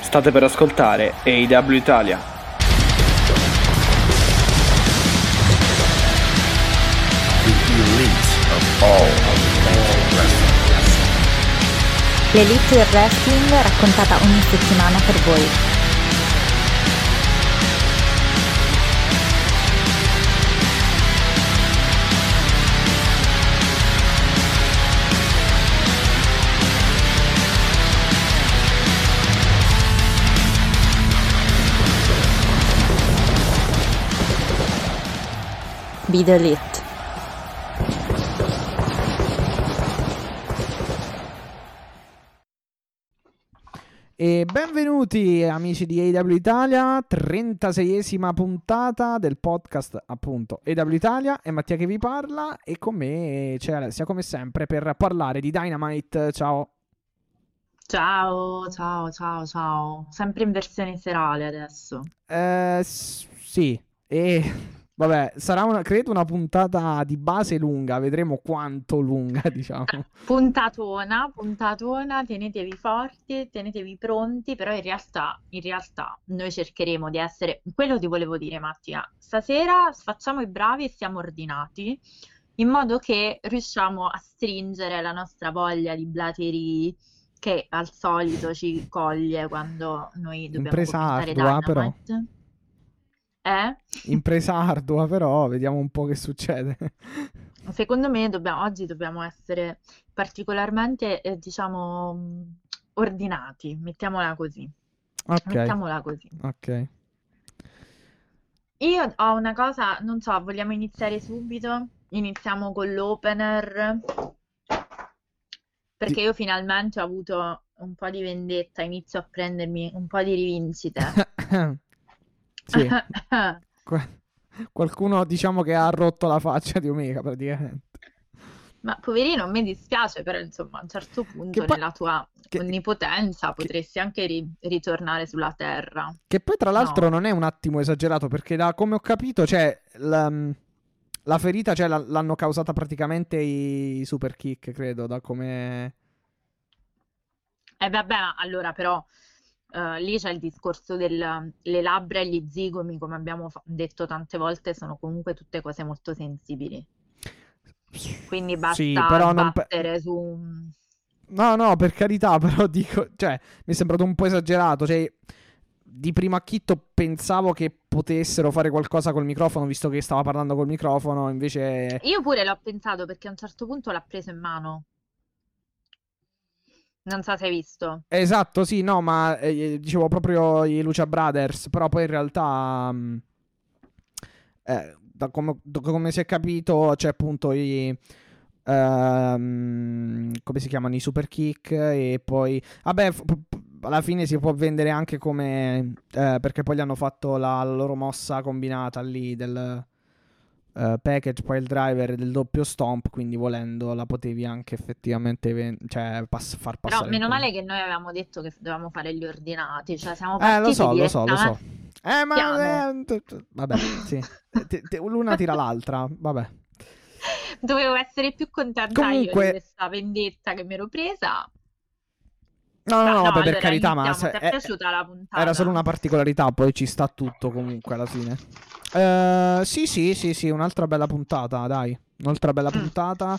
State per ascoltare AEW Italia. L'elite del wrestling raccontata ogni settimana per voi. Be the elite. E benvenuti amici di AEW Italia, 36esima puntata del podcast appunto AEW Italia. È Mattia che vi parla e con me c'è Alessia come sempre per parlare di Dynamite. Ciao. Ciao. Sempre in versione serale adesso. Sì, e vabbè, sarà credo una puntata di base lunga, vedremo quanto lunga, diciamo. Puntatona, tenetevi forti, tenetevi pronti, però in realtà noi cercheremo di essere, quello ti volevo dire Mattia, stasera facciamo i bravi e siamo ordinati, in modo che riusciamo a stringere la nostra voglia di blaterie che al solito ci coglie quando noi dobbiamo Impresa commentare ardua, però. Dynamite. Impresa ardua, però vediamo un po' che succede. Secondo me oggi dobbiamo essere particolarmente, ordinati, mettiamola così. Ok. Io ho una cosa, non so, vogliamo iniziare subito? Iniziamo con l'opener, perché io finalmente ho avuto un po' di vendetta, inizio a prendermi un po' di rivincite. Sì. Qualcuno diciamo che ha rotto la faccia di Omega praticamente. Ma poverino, a me dispiace, però insomma a un certo punto nella tua onnipotenza potresti anche ritornare sulla terra. Che poi tra l'altro No. non è un attimo esagerato, perché da come ho capito, cioè la ferita l'hanno causata praticamente i super kick, credo, da come... Vabbè, ma allora però lì c'è il discorso le labbra e gli zigomi, come abbiamo detto tante volte, sono comunque tutte cose molto sensibili. Quindi basta Sì, però non battere su... No, per carità, però dico, cioè, mi è sembrato un po' esagerato, cioè, di primo acchitto pensavo che potessero fare qualcosa col microfono, visto che stava parlando col microfono, invece... Io pure l'ho pensato perché a un certo punto l'ha preso in mano. Non so se hai visto. Esatto, sì, no, ma dicevo proprio i Lucha Brothers, però poi in realtà, da come si è capito, c'è appunto come si chiamano, i super kick e poi, vabbè, alla fine si può vendere anche come, perché poi gli hanno fatto la loro mossa combinata lì del... package, poi il driver del doppio stomp, quindi volendo la potevi anche effettivamente far passare. Però meno in male che noi avevamo detto che dovevamo fare gli ordinati, cioè siamo partiti lo so. Vabbè, sì. L'una tira l'altra, vabbè. Dovevo essere più contenta Comunque... io di questa vendetta che mi ero presa. No, vabbè, allora, per carità, ma ti è piaciuta la puntata? era solo una particolarità, poi ci sta tutto comunque alla fine. Sì, un'altra bella puntata, dai. Un'altra bella puntata.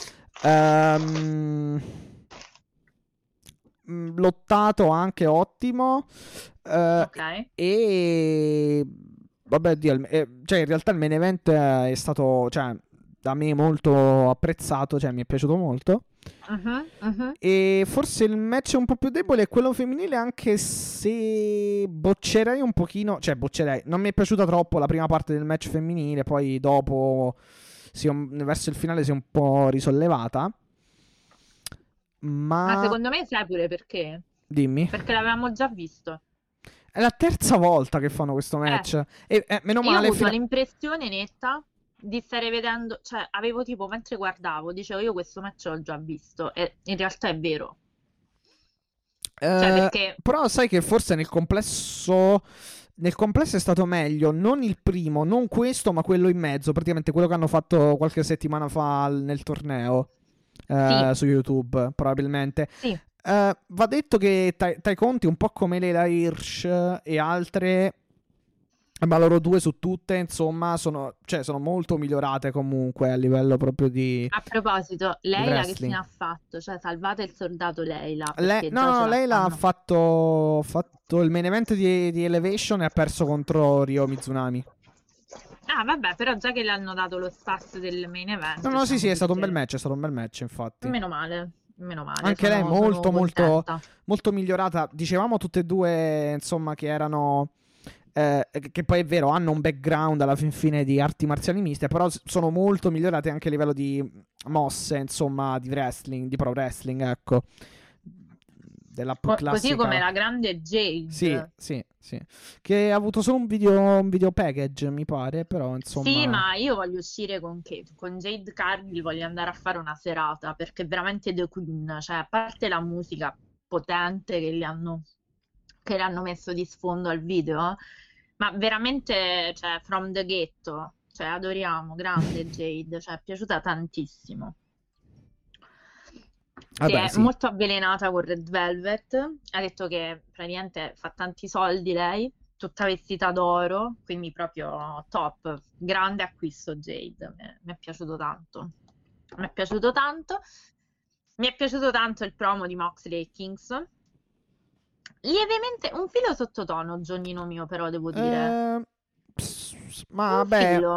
Lottato anche ottimo. Ok. E vabbè, cioè in realtà il main event è stato, cioè, da me molto apprezzato, cioè mi è piaciuto molto. E forse il match un po' più debole è quello femminile, anche se boccerei un pochino, cioè non mi è piaciuta troppo la prima parte del match femminile, poi dopo verso il finale si è un po' risollevata. Ma secondo me sai pure perché? Dimmi. Perché l'avevamo già visto. È la terza volta che fanno questo match. E meno male. Io ho avuto l'impressione netta di stare vedendo, cioè avevo tipo, mentre guardavo, dicevo io questo match l'ho già visto, e in realtà è vero. Perché... Però sai che forse nel complesso è stato meglio, non il primo, non questo, ma quello in mezzo, praticamente quello che hanno fatto qualche settimana fa nel torneo. Su YouTube, probabilmente. Sì. Va detto che Tai Conti, un po' come Leila Hirsch e altre, ma loro due su tutte, insomma, sono molto migliorate comunque a livello proprio di A proposito, Leila che fine wrestling. ha fatto? Cioè, salvate il soldato Leila, perché già No, ce no, la lei ha stanno. fatto il main event di Elevation e ha perso contro Ryo Mizunami. Ah, vabbè, però già che le hanno dato lo spazio del main No, event, no, sì, siamo sì, è più stato un bel che... match, è stato un bel match, infatti. Meno male, Anche lei sono molto, molto, contenta. molto migliorata. Dicevamo tutte e due, insomma, che erano... che poi è vero, hanno un background alla fin fine di arti marziali miste, però sono molto migliorate anche a livello di mosse, insomma, di wrestling, di pro wrestling, ecco. Della Così come classica. la grande Sì, Jade. sì, sì. Che ha avuto solo un video package, mi pare, però Sì, insomma... ma io voglio uscire con Kate, con Jade Cargill voglio andare a fare una serata perché è veramente The Queen, cioè a parte la musica potente che le hanno messo di sfondo al video, ma veramente, cioè, from the ghetto, cioè adoriamo, grande Jade, cioè è piaciuta tantissimo. Si Vabbè, è sì. molto avvelenata con Red Velvet, ha detto che praticamente fa tanti soldi lei, tutta vestita d'oro, quindi proprio top, grande acquisto Jade, mi è piaciuto tanto. Mi è piaciuto tanto. Mi è piaciuto tanto il promo di Moxley e Kings. Lievemente un filo sottotono, Gionnino mio, però devo dire. Ma Un vabbè, filo.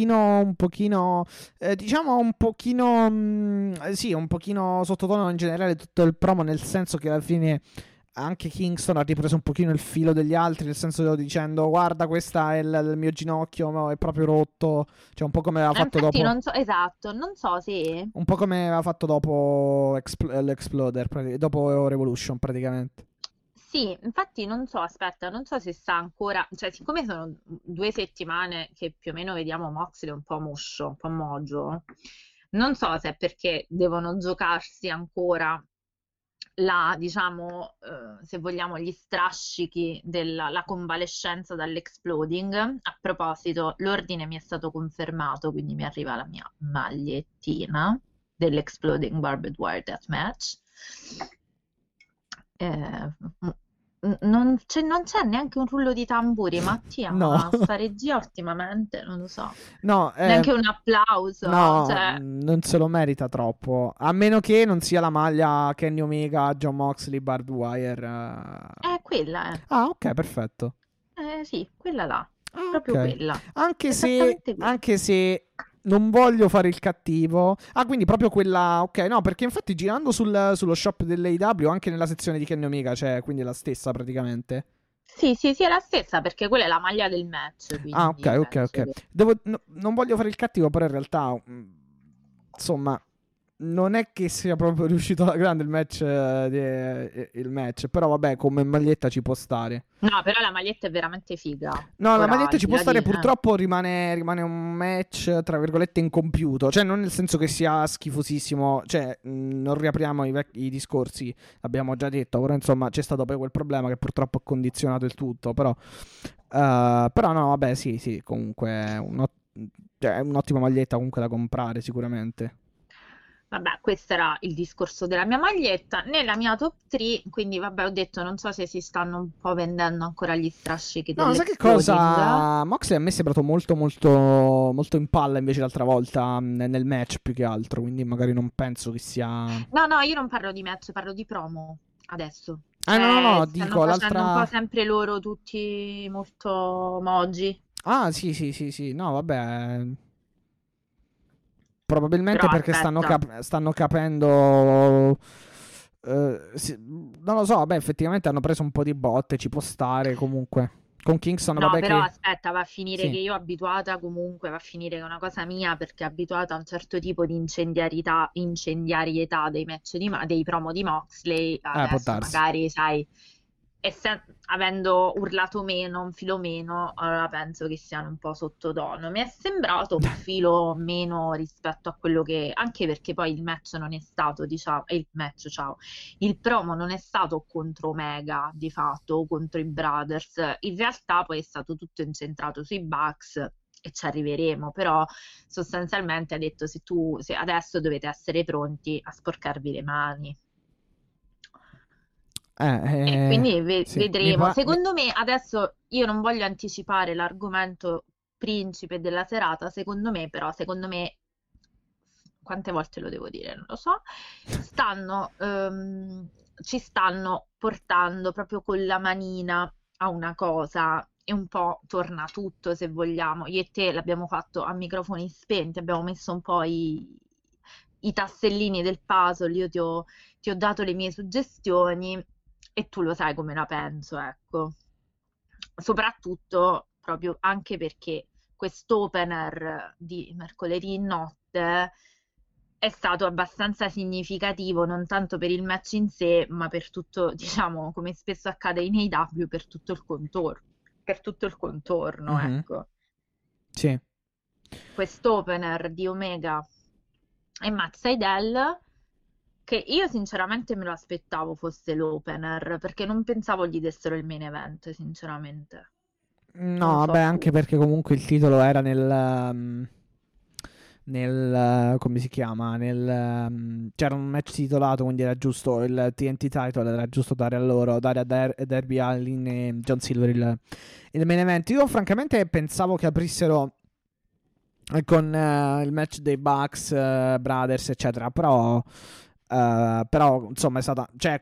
diciamo un pochino, sì, un pochino sottotono in generale tutto il promo, nel senso che alla fine anche Kingston ha ripreso un pochino il filo degli altri, nel senso dicendo guarda questo è il mio ginocchio, è proprio rotto, cioè un po' come aveva fatto Infatti dopo, non so, esatto, non so se... un po' come aveva fatto dopo l'Exploder, dopo Revolution praticamente. Sì, infatti non so, aspetta, non so se sta ancora, cioè siccome sono 2 settimane che più o meno vediamo Moxley un po' moscio, un po' mogio, non so se è perché devono giocarsi ancora diciamo, se vogliamo, gli strascichi della la convalescenza dall'exploding. A proposito, l'ordine mi è stato confermato, quindi mi arriva la mia magliettina dell'Exploding Barbed Wire Deathmatch. Non c'è neanche un rullo di tamburi, Mattia, No, ma sta regia ultimamente, non lo so. no, Neanche un applauso, no, cioè, non se lo merita troppo. A meno che non sia la maglia Kenny Omega, John Moxley, Barbed Wire. è quella, Ah, ok, perfetto. sì, quella là, Ah, proprio ok. quella, Anche esattamente quella. anche se non voglio fare il cattivo. Ah, quindi proprio quella. Ok, no, perché infatti girando sullo shop dell'AEW, anche nella sezione di Kenny Omega, c'è quindi la stessa praticamente. Sì, sì, sì, è la stessa perché quella è la maglia del match, Ah, ok, quindi ok, penso ok. che... Non voglio fare il cattivo, però in realtà, insomma, non è che sia proprio riuscito alla grande il match, però vabbè, come maglietta ci può stare. No, però la maglietta è veramente figa. No, la Ora, maglietta al ci di può là stare, di... purtroppo rimane un match, tra virgolette, incompiuto. Cioè, non nel senso che sia schifosissimo, cioè, non riapriamo i discorsi, l'abbiamo già detto, però insomma c'è stato poi quel problema che purtroppo ha condizionato il tutto, però no, vabbè, sì, sì, comunque cioè, è un'ottima maglietta comunque da comprare sicuramente. Vabbè, questo era il discorso della mia maglietta. Nella mia top 3, quindi vabbè, ho detto, non so se si stanno un po' vendendo ancora gli strascichi No, sai che dell'Exploding. cosa? Moxley a me è sembrato molto, molto, molto in palla invece l'altra volta nel match più che altro, quindi magari non penso che sia... No, no, io non parlo di match, parlo di promo adesso. Ah, no, no, Cioè, no, stanno dico facendo un po' l'altra... sempre loro tutti molto mogi. Ah, sì, sì, sì, sì, no, vabbè. Però Probabilmente perché aspetta, stanno capendo... non lo so, vabbè, effettivamente hanno preso un po' di botte, ci può stare comunque. Con Kingston, no, vabbè però che... aspetta, va a finire Sì. che io abituata comunque, va a finire che è una cosa mia perché abituata a un certo tipo di incendiarietà dei match dei promo di Moxley, Può adesso darsi. magari, sai, avendo urlato meno, un filo meno, allora penso che siano un po' sottotono. Mi è sembrato un filo meno rispetto a quello che, anche perché poi il match non è stato, diciamo, il match, ciao, il promo non è stato contro Omega di fatto o contro i Brothers, in realtà poi è stato tutto incentrato sui Bucks e ci arriveremo, però sostanzialmente ha detto se adesso dovete essere pronti a sporcarvi le mani. E quindi sì, vedremo. Secondo me, adesso io non voglio anticipare l'argomento principe della serata, secondo me, quante volte lo devo dire, non lo so, ci stanno portando proprio con la manina a una cosa e un po' torna tutto, se vogliamo. Io e te l'abbiamo fatto a microfoni spenti, abbiamo messo un po' i tassellini del puzzle, io ti ho dato le mie suggestioni e tu lo sai come la penso, ecco. Soprattutto proprio anche perché quest'opener di mercoledì notte è stato abbastanza significativo, non tanto per il match in sé, ma per tutto, diciamo, come spesso accade in AEW, per tutto il contorno. Per tutto il contorno, Mhm. ecco. Sì. Quest'opener di Omega e Matt Sydal, che io sinceramente me lo aspettavo fosse l'opener, perché non pensavo gli dessero il main event, sinceramente. Non No, lo so vabbè, tu. anche perché comunque il titolo era come si chiama? C'era un match titolato, quindi era giusto il TNT title, era giusto dare a loro, dare a Darby Allin e John Silver il main event. Io francamente pensavo che aprissero con il match dei Bucks, Brothers, eccetera, però insomma è stata, cioè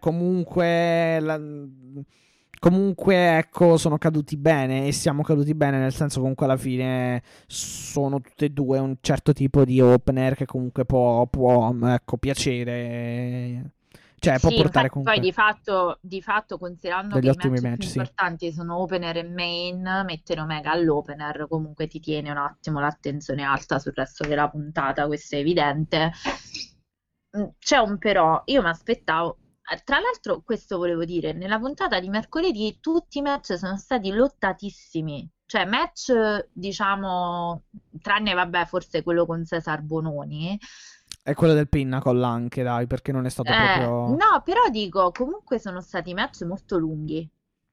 comunque ecco, sono caduti bene e siamo caduti bene, nel senso comunque alla fine sono tutte e due un certo tipo di opener che comunque può ecco, piacere, cioè può Sì, portare infatti poi comunque di fatto, considerando che degli i ottimi match più match, sì. importanti sono opener e main, mettere Omega all'opener comunque ti tiene un attimo l'attenzione alta sul resto della puntata, questo è evidente. C'è un però, io mi aspettavo, tra l'altro questo volevo dire, nella puntata di mercoledì tutti i match sono stati lottatissimi, cioè match, diciamo, tranne vabbè forse quello con Cesar Bononi. È quello del Pinnacle anche, dai, perché non è stato proprio... No, però dico, comunque sono stati match molto lunghi.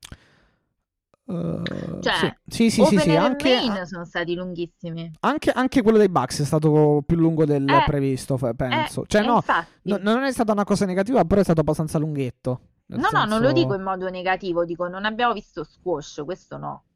Sì, Cioè, sì, sì, sì, sì, opener e main sono stati lunghissimi. anche quello dei Bucks è stato più lungo del Eh, previsto, penso. Cioè, no, infatti. non è stata una cosa negativa, però è stato abbastanza lunghetto. Nel No, no, non lo dico senso... in modo negativo, dico non abbiamo visto squash, questo no.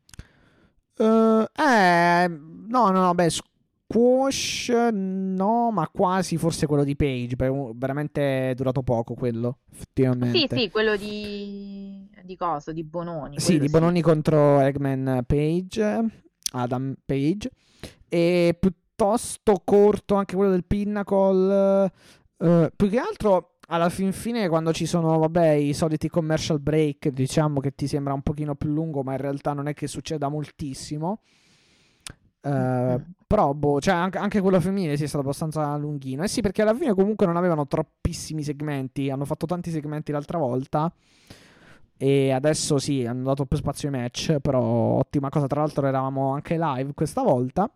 No, no, no, beh, Squash no, ma quasi forse quello di Page, veramente è durato poco quello, Sì, effettivamente. sì, quello di coso, di Bononi, Sì, quello di sì. Bononi contro Eggman Page, Adam Page. E piuttosto corto anche quello del Pinnacle. Più che altro alla fin fine quando ci sono, vabbè, i soliti commercial break, diciamo che ti sembra un pochino più lungo, ma in realtà non è che succeda moltissimo. Mm. Però, boh, cioè anche quello femminile sì, è stato abbastanza lunghino. Eh sì, perché alla fine comunque non avevano troppissimi segmenti. Hanno fatto tanti segmenti l'altra volta. E adesso sì, hanno dato più spazio ai match. Però, ottima cosa. Tra l'altro, eravamo anche live questa volta.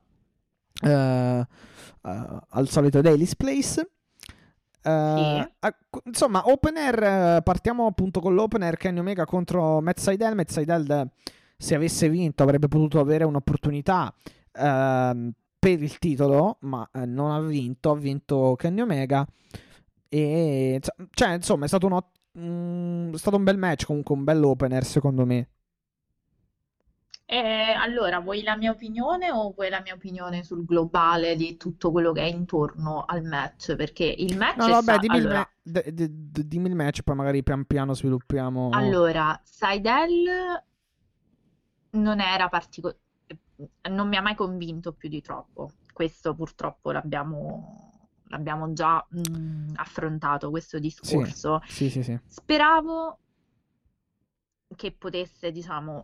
Al solito Daily's Place. Sì. Insomma, opener. Partiamo appunto con l'opener Kenny Omega contro Matt Sydal. Matt Sydal, se avesse vinto, avrebbe potuto avere un'opportunità per il titolo, ma non ha vinto Kenny Omega. E cioè, insomma, è stato è stato un bel match, comunque un bel opener, secondo me. Allora, vuoi la mia opinione o vuoi la mia opinione sul globale di tutto quello che è intorno al match? Perché il No, match no, è vabbè, stato... Allora, dimmi il match, poi magari pian piano sviluppiamo. Seidel non era particolare, non mi ha mai convinto più di troppo. Questo purtroppo l'abbiamo già affrontato, questo Sì, discorso. sì, sì, sì. Speravo che potesse, diciamo,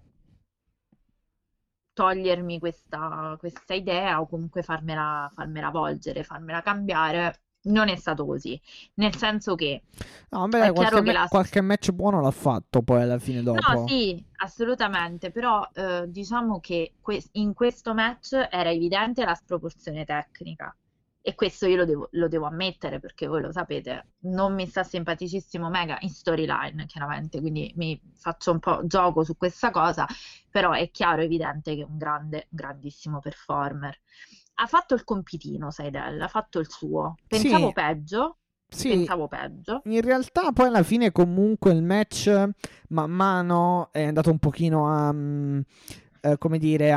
togliermi questa idea o comunque farmela volgere, farmela cambiare. Non è stato così, nel senso che No, vabbè, è dai, chiaro che la... qualche match buono l'ha fatto poi alla fine No, dopo. sì, assolutamente, però diciamo che in questo match era evidente la sproporzione tecnica e questo io lo devo ammettere perché voi lo sapete, non mi sta simpaticissimo Mega in storyline, chiaramente, quindi mi faccio un po' gioco su questa cosa, però è chiaro, evidente che è un grande, grandissimo performer. Ha fatto il compitino, Seidel, ha fatto il suo. Sì, Pensavo peggio, Sì, Pensavo peggio. in realtà poi alla fine comunque il match man mano è andato un pochino come dire,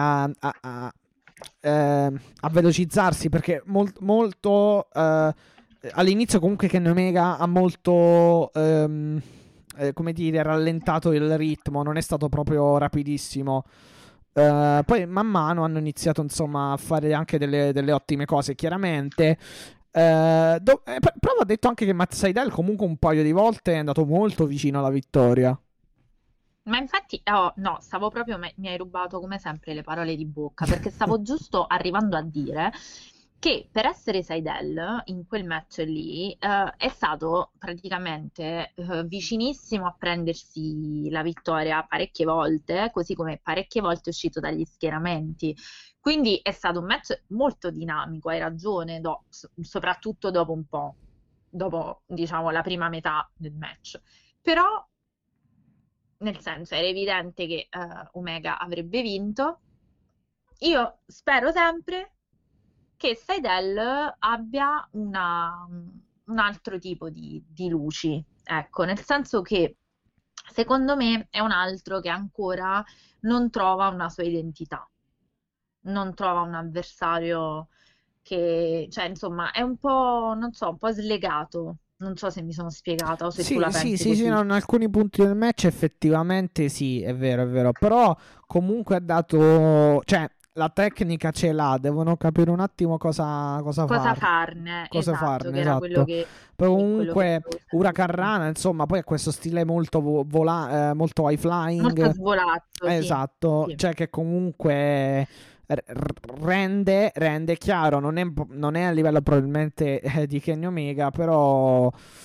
a velocizzarsi, perché molto all'inizio comunque Kenny Omega ha molto come dire, rallentato il ritmo, non è stato proprio rapidissimo. Poi man mano hanno iniziato insomma a fare anche delle ottime cose, chiaramente. Però va detto anche che Matt Sydal comunque un paio di volte è andato molto vicino alla vittoria. Ma infatti, oh, no, stavo proprio, mi hai rubato come sempre le parole di bocca, perché stavo giusto arrivando a dire che per essere Seidel in quel match lì è stato praticamente vicinissimo a prendersi la vittoria parecchie volte, così come parecchie volte è uscito dagli schieramenti. Quindi è stato un match molto dinamico, hai ragione, soprattutto dopo un po', dopo diciamo la prima metà del match. Però, nel senso, era evidente che Omega avrebbe vinto. Io spero sempre che Seidel abbia un altro tipo di luci, ecco, nel senso che secondo me è un altro che ancora non trova una sua identità, non trova un avversario che, cioè, insomma, è un po', non so, un po' slegato. Non so se mi sono spiegata o se tu la pensi così. No, in alcuni punti del match effettivamente sì, è vero, però comunque ha dato, cioè la tecnica ce l'ha, devono capire un attimo cosa farne, cosa esatto, farne, che era quello esatto. Però comunque Huracan Rana, insomma, poi ha questo stile molto molto high flying, molto svolazzo, esatto, sì. cioè che comunque rende chiaro, non è a livello probabilmente di Kenny Omega, però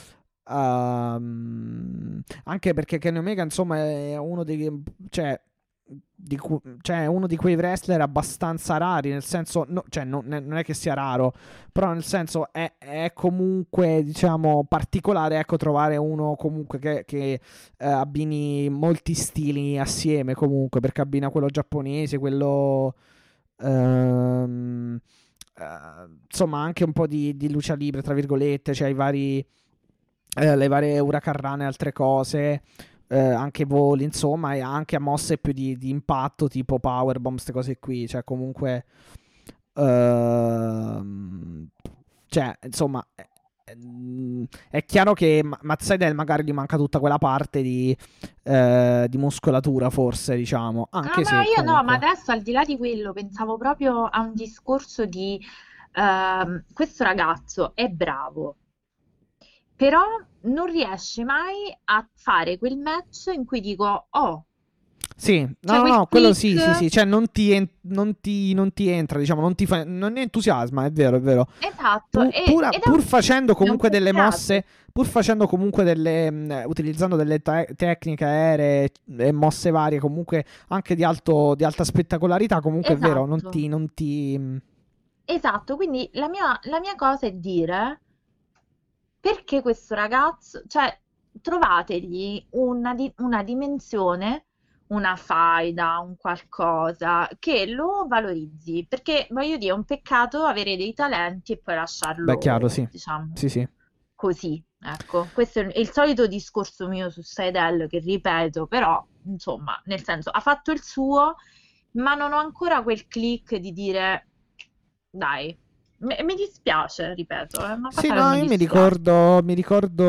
anche perché Kenny Omega insomma è uno dei, cioè uno di quei wrestler abbastanza rari, nel senso non è che sia raro, però nel senso è comunque diciamo particolare, ecco, trovare uno comunque che abbini molti stili assieme, comunque, perché abbina quello giapponese, quello insomma anche un po' di lucha libre tra virgolette, cioè le varie Huracan Run e altre cose, anche voli, insomma, e anche a mosse più di impatto tipo powerbomb, queste cose qui, cioè comunque cioè insomma è chiaro che Matt Sydal magari gli manca tutta quella parte di muscolatura, forse, diciamo, anche se io no, ma comunque adesso al di là di quello pensavo proprio a un discorso di questo ragazzo è bravo, però non riesce mai a fare quel match in cui dico, oh, sì, c'è quel no, quello click. sì, cioè non ti entra, diciamo, non ne entusiasma, è vero. Esatto, Pur facendo è un comunque delle peccato. mosse, utilizzando delle tecniche aeree e mosse varie, comunque anche di alta spettacolarità, comunque è vero, non Esatto. ti. Esatto, quindi la mia cosa è dire perché questo ragazzo, cioè trovategli una dimensione, una faida, un qualcosa che lo valorizzi, perché voglio dire, è un peccato avere dei talenti e poi Beh, chiaro, lasciarlo, sì. diciamo, Sì. così. Ecco, questo è il solito discorso mio su Seidel che ripeto, però, insomma, nel senso, ha fatto il suo, ma non ho ancora quel click di dire, dai, mi dispiace, ripeto, è una Sì, cosa che no, mi io mi dispiace. ricordo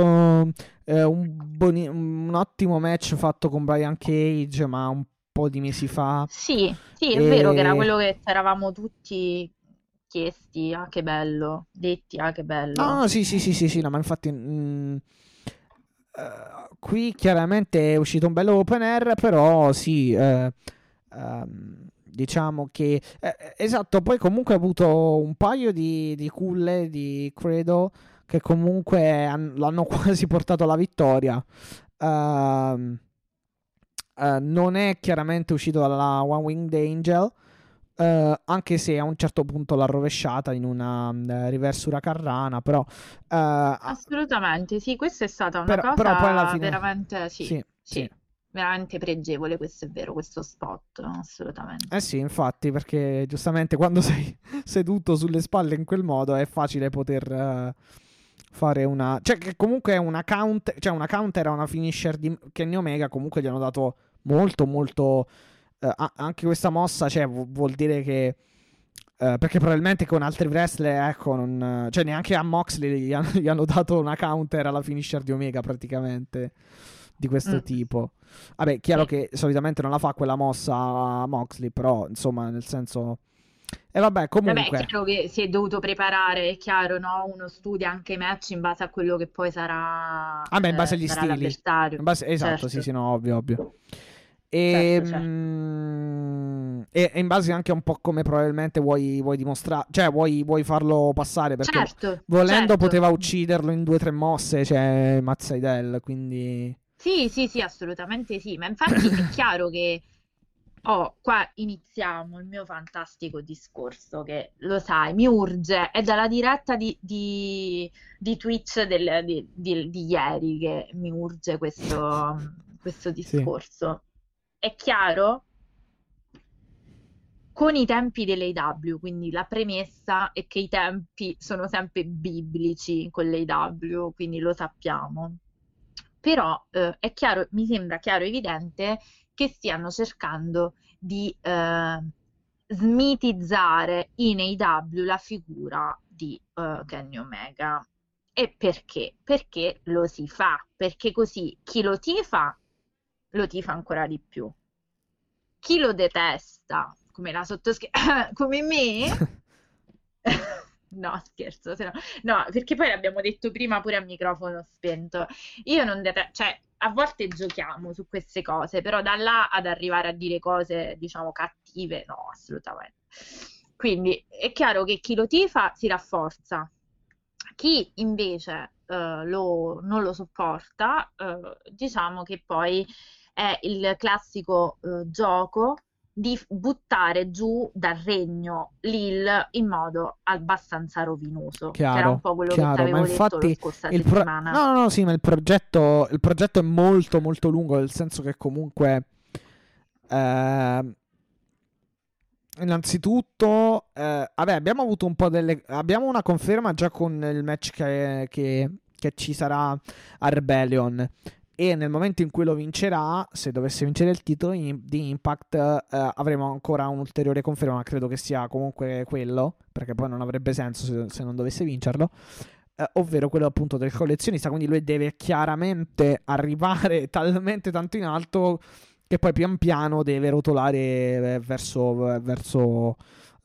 un ottimo match fatto con Brian Cage, ma un po' di mesi fa. Sì, sì, è vero che era E quello che ci eravamo tutti chiesti, ah che bello, detti, ah che bello. no, sì, no, ma infatti qui chiaramente è uscito un bello open air, però sì, diciamo che esatto, poi comunque ha avuto un paio di culle di credo che comunque l'hanno quasi portato alla vittoria. Non è chiaramente uscito dalla One Winged Angel, anche se a un certo punto l'ha rovesciata in una reverse Huracan Rana, però Assolutamente, sì, questa è stata una però poi alla cosa fine veramente, sì. veramente pregevole, questo è vero, questo spot, assolutamente. Sì, infatti, perché giustamente quando sei seduto sulle spalle in quel modo è facile poter fare una... Cioè che comunque è una counter, cioè una counter a una finisher di Kenny Omega, comunque gli hanno dato molto... anche questa mossa, cioè, vuol dire che... perché probabilmente con altri wrestler, ecco, non, cioè neanche a Moxley gli hanno dato una counter alla finisher di Omega praticamente di questo tipo. Vabbè, chiaro che solitamente non la fa quella mossa a Moxley, però insomma, nel senso... E vabbè, comunque... Vabbè, è chiaro che si è dovuto preparare, è chiaro, no? Uno studia anche i match in base a quello che poi sarà, in base agli sarà stili. l'avversario. Esatto, Certo. sì, no, ovvio. E, Certo. e in base anche un po' come probabilmente vuoi dimostrare, cioè vuoi farlo passare, perché Certo, volendo certo. poteva ucciderlo in 2 o 3 mosse, cioè Matt Sydal, quindi... Sì, assolutamente sì, ma infatti è chiaro che qua iniziamo il mio fantastico discorso che, lo sai, mi urge, è dalla diretta di Twitch di ieri che mi urge questo discorso. È chiaro, con i tempi dell'AEW, quindi la premessa è che i tempi sono sempre biblici con l'AEW, quindi lo sappiamo. Però è chiaro, mi sembra chiaro e evidente che stiano cercando di smitizzare in AEW la figura di Kenny Omega. E perché? Perché lo si fa, perché così chi lo tifa ancora di più. Chi lo detesta, come la come me, no, scherzo, no, perché poi l'abbiamo detto prima pure a microfono spento. Io non detesto, cioè, a volte giochiamo su queste cose, però da là ad arrivare a dire cose, diciamo, cattive, no, assolutamente. Quindi è chiaro che chi lo tifa si rafforza. Chi invece non lo sopporta, diciamo che poi è il classico gioco di buttare giù dal regno Lil in modo abbastanza rovinoso, che era un po' quello che ti avevo detto la scorsa settimana. No, sì, ma il progetto è molto lungo, nel senso che comunque innanzitutto vabbè, abbiamo avuto un po' abbiamo una conferma già con il match che ci sarà a Rebellion, e nel momento in cui lo vincerà, se dovesse vincere il titolo di Impact, avremo ancora un'ulteriore conferma, ma credo che sia comunque quello, perché poi non avrebbe senso se non dovesse vincerlo, ovvero quello appunto del collezionista. Quindi lui deve chiaramente arrivare talmente tanto in alto che poi pian piano deve rotolare verso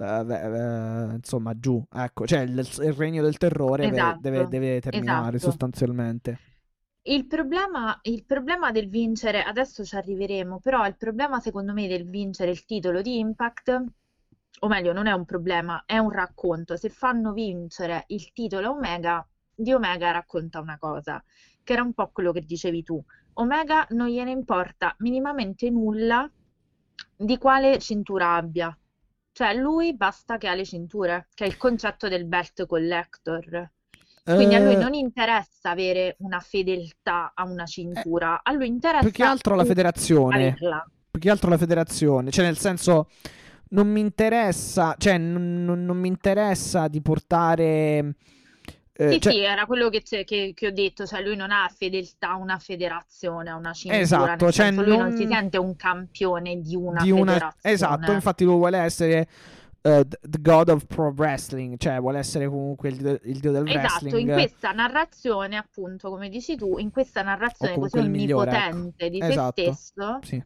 insomma giù, ecco, cioè il regno del terrore. Esatto, deve terminare sostanzialmente. Il problema del vincere, adesso ci arriveremo, però il problema secondo me del vincere il titolo di Impact, o meglio, non è un problema, è un racconto. Se fanno vincere il titolo Omega, di Omega racconta una cosa, che era un po' quello che dicevi tu. Omega non gliene importa minimamente nulla di quale cintura abbia. Cioè, lui basta che ha le cinture, che è il concetto del belt collector. Quindi a lui non interessa avere una fedeltà a una cintura, a lui interessa più che altro la federazione. averla. Più che altro la federazione, cioè nel senso, non mi interessa, cioè non mi interessa di portare... Sì, era quello che ho detto, cioè lui non ha fedeltà a una federazione, a una cintura, esatto, nel cioè senso lui non si sente un campione di una federazione. Esatto, infatti lui vuole essere the God of Pro Wrestling, cioè vuole essere comunque il dio del wrestling. Esatto, in questa narrazione, appunto, come dici tu, in questa narrazione così migliore, onnipotente di esatto, se stesso, sì.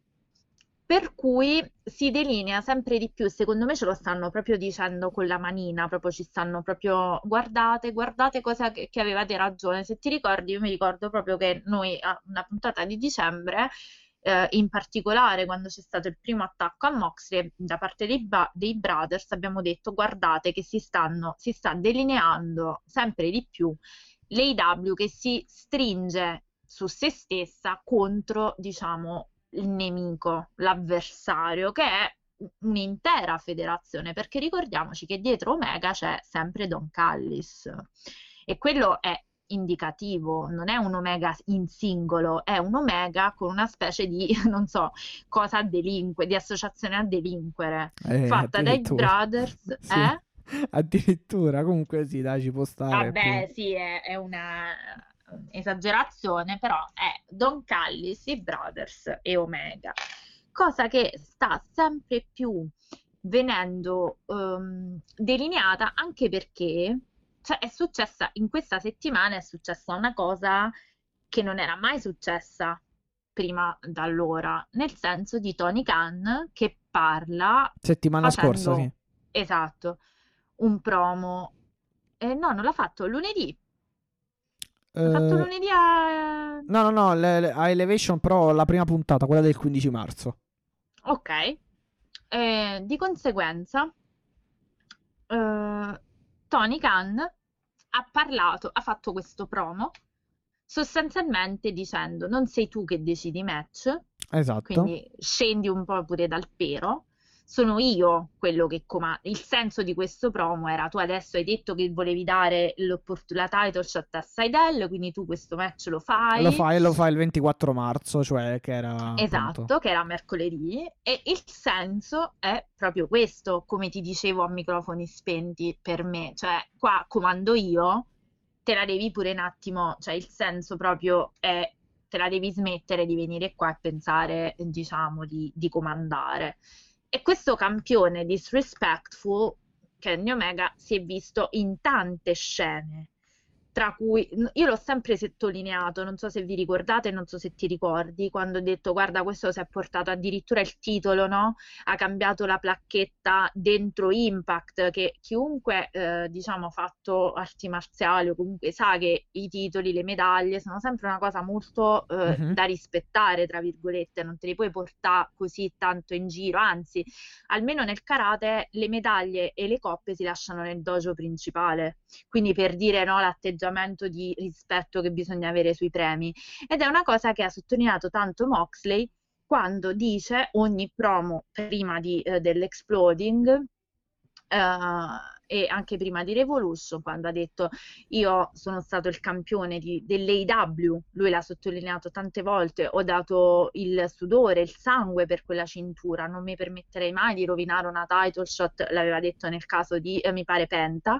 Per cui si delinea sempre di più, secondo me ce lo stanno proprio dicendo con la manina, proprio ci stanno proprio, guardate cosa che avevate ragione. Se ti ricordi, io mi ricordo proprio che noi a una puntata di dicembre, in particolare quando c'è stato il primo attacco a Moxley da parte dei Brothers, abbiamo detto guardate che si sta delineando sempre di più l'AEW che si stringe su se stessa contro, diciamo, il nemico, l'avversario, che è un'intera federazione, perché ricordiamoci che dietro Omega c'è sempre Don Callis e quello è indicativo, non è un Omega in singolo, è un Omega con una specie di, non so, cosa a di associazione a delinquere, fatta dai Brothers, sì. Addirittura, comunque sì, dai, ci può stare più. Vabbè, sì, è una esagerazione, però è Don Callis, i Brothers e Omega, cosa che sta sempre più venendo delineata anche perché cioè, è successa in questa settimana, è successa una cosa che non era mai successa prima da allora, nel senso di Tony Khan che parla Settimana scorsa, sì. facendo, esatto, un promo. No, non l'ha fatto lunedì. L'ha fatto Eh, lunedì a... no, no, no, a Elevation però la prima puntata, quella del 15 marzo. Ok. Di conseguenza, Tony Khan ha parlato, ha fatto questo promo sostanzialmente dicendo non sei tu che decidi i match, Esatto. quindi scendi un po' pure dal pero, sono io quello che comanda. Il senso di questo promo era tu adesso hai detto che volevi dare la title shot a Seidel, quindi tu questo match lo fai. Lo fa il 24 marzo, cioè che era appunto. Esatto, che era mercoledì, e il senso è proprio questo, come ti dicevo a microfoni spenti per me, cioè qua comando io, te la devi pure un attimo, cioè il senso proprio è te la devi smettere di venire qua e pensare, diciamo, di comandare. E questo campione disrespectful, Kenny Omega, si è visto in tante scene, tra cui io l'ho sempre sottolineato, non so se vi ricordate, non so se ti ricordi, quando ho detto guarda, questo si è portato addirittura il titolo, no? Ha cambiato la placchetta dentro Impact, che chiunque diciamo ha fatto arti marziali o comunque sa che i titoli, le medaglie sono sempre una cosa molto Mhm. da rispettare, tra virgolette, non te li puoi portare così tanto in giro, anzi, almeno nel karate le medaglie e le coppe si lasciano nel dojo principale, quindi per dire no, l'atteggiamento di rispetto che bisogna avere sui premi. Ed è una cosa che ha sottolineato tanto Moxley quando dice ogni promo prima dell'Exploding e anche prima di Revolution, quando ha detto io sono stato il campione dell'AEW, lui l'ha sottolineato tante volte, ho dato il sudore, il sangue per quella cintura, non mi permetterei mai di rovinare una title shot, l'aveva detto nel caso di, mi pare, Penta.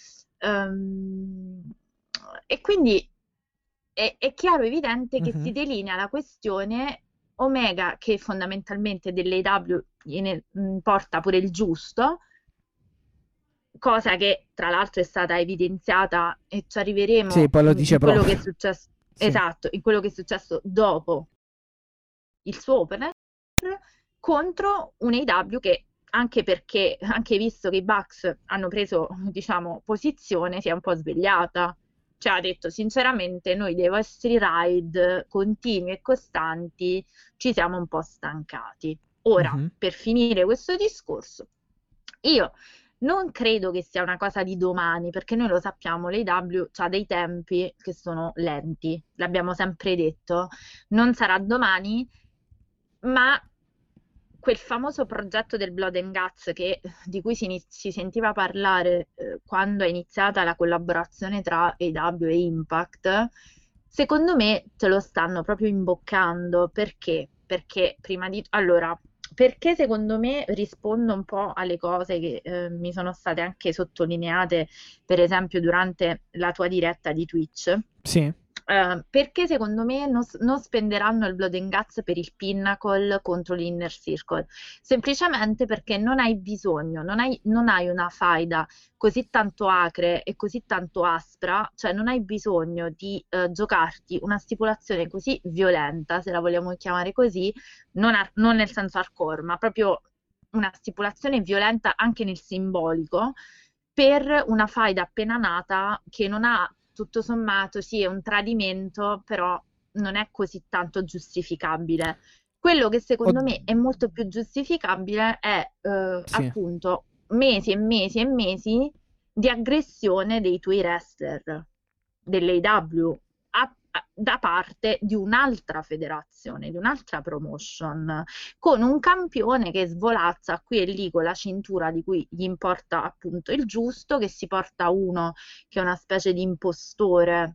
Ehm, e quindi è chiaro, evidente che si Mhm. delinea la questione Omega, che fondamentalmente dell'AEW gliene porta pure il giusto, cosa che tra l'altro è stata evidenziata e ci Sì, arriveremo poi lo dice in quello che è proprio. successo, Sì. esatto, in quello che è successo dopo il suo opener contro un AEW che anche perché, anche visto che i Bucks hanno preso, diciamo, posizione, si è un po' svegliata. Cioè ha detto sinceramente noi dei vostri ride continui e costanti ci siamo un po' stancati. Ora, Mhm. per finire questo discorso, io non credo che sia una cosa di domani, perché noi lo sappiamo, l'AEW ha dei tempi che sono lenti, l'abbiamo sempre detto, non sarà domani, ma quel famoso progetto del Blood and Guts di cui si sentiva parlare quando è iniziata la collaborazione tra AEW e Impact, secondo me te lo stanno proprio imboccando. Perché? Perché prima di... Allora, perché secondo me rispondo un po' alle cose che mi sono state anche sottolineate, per esempio, durante la tua diretta di Twitch. Sì. Perché secondo me non spenderanno il Blood and Guts per il Pinnacle contro l'Inner Circle? Semplicemente perché non hai bisogno, non hai una faida così tanto acre e così tanto aspra, cioè non hai bisogno di giocarti una stipulazione così violenta, se la vogliamo chiamare così, non nel senso hardcore, ma proprio una stipulazione violenta anche nel simbolico per una faida appena nata che non ha, tutto sommato, sì, è un tradimento, però non è così tanto giustificabile. Quello che secondo me è molto più giustificabile è Sì. appunto mesi e mesi e mesi di aggressione dei tuoi wrestler dell'AEW da parte di un'altra federazione, di un'altra promotion, con un campione che svolazza qui e lì con la cintura di cui gli importa appunto il giusto, che si porta uno che è una specie di impostore,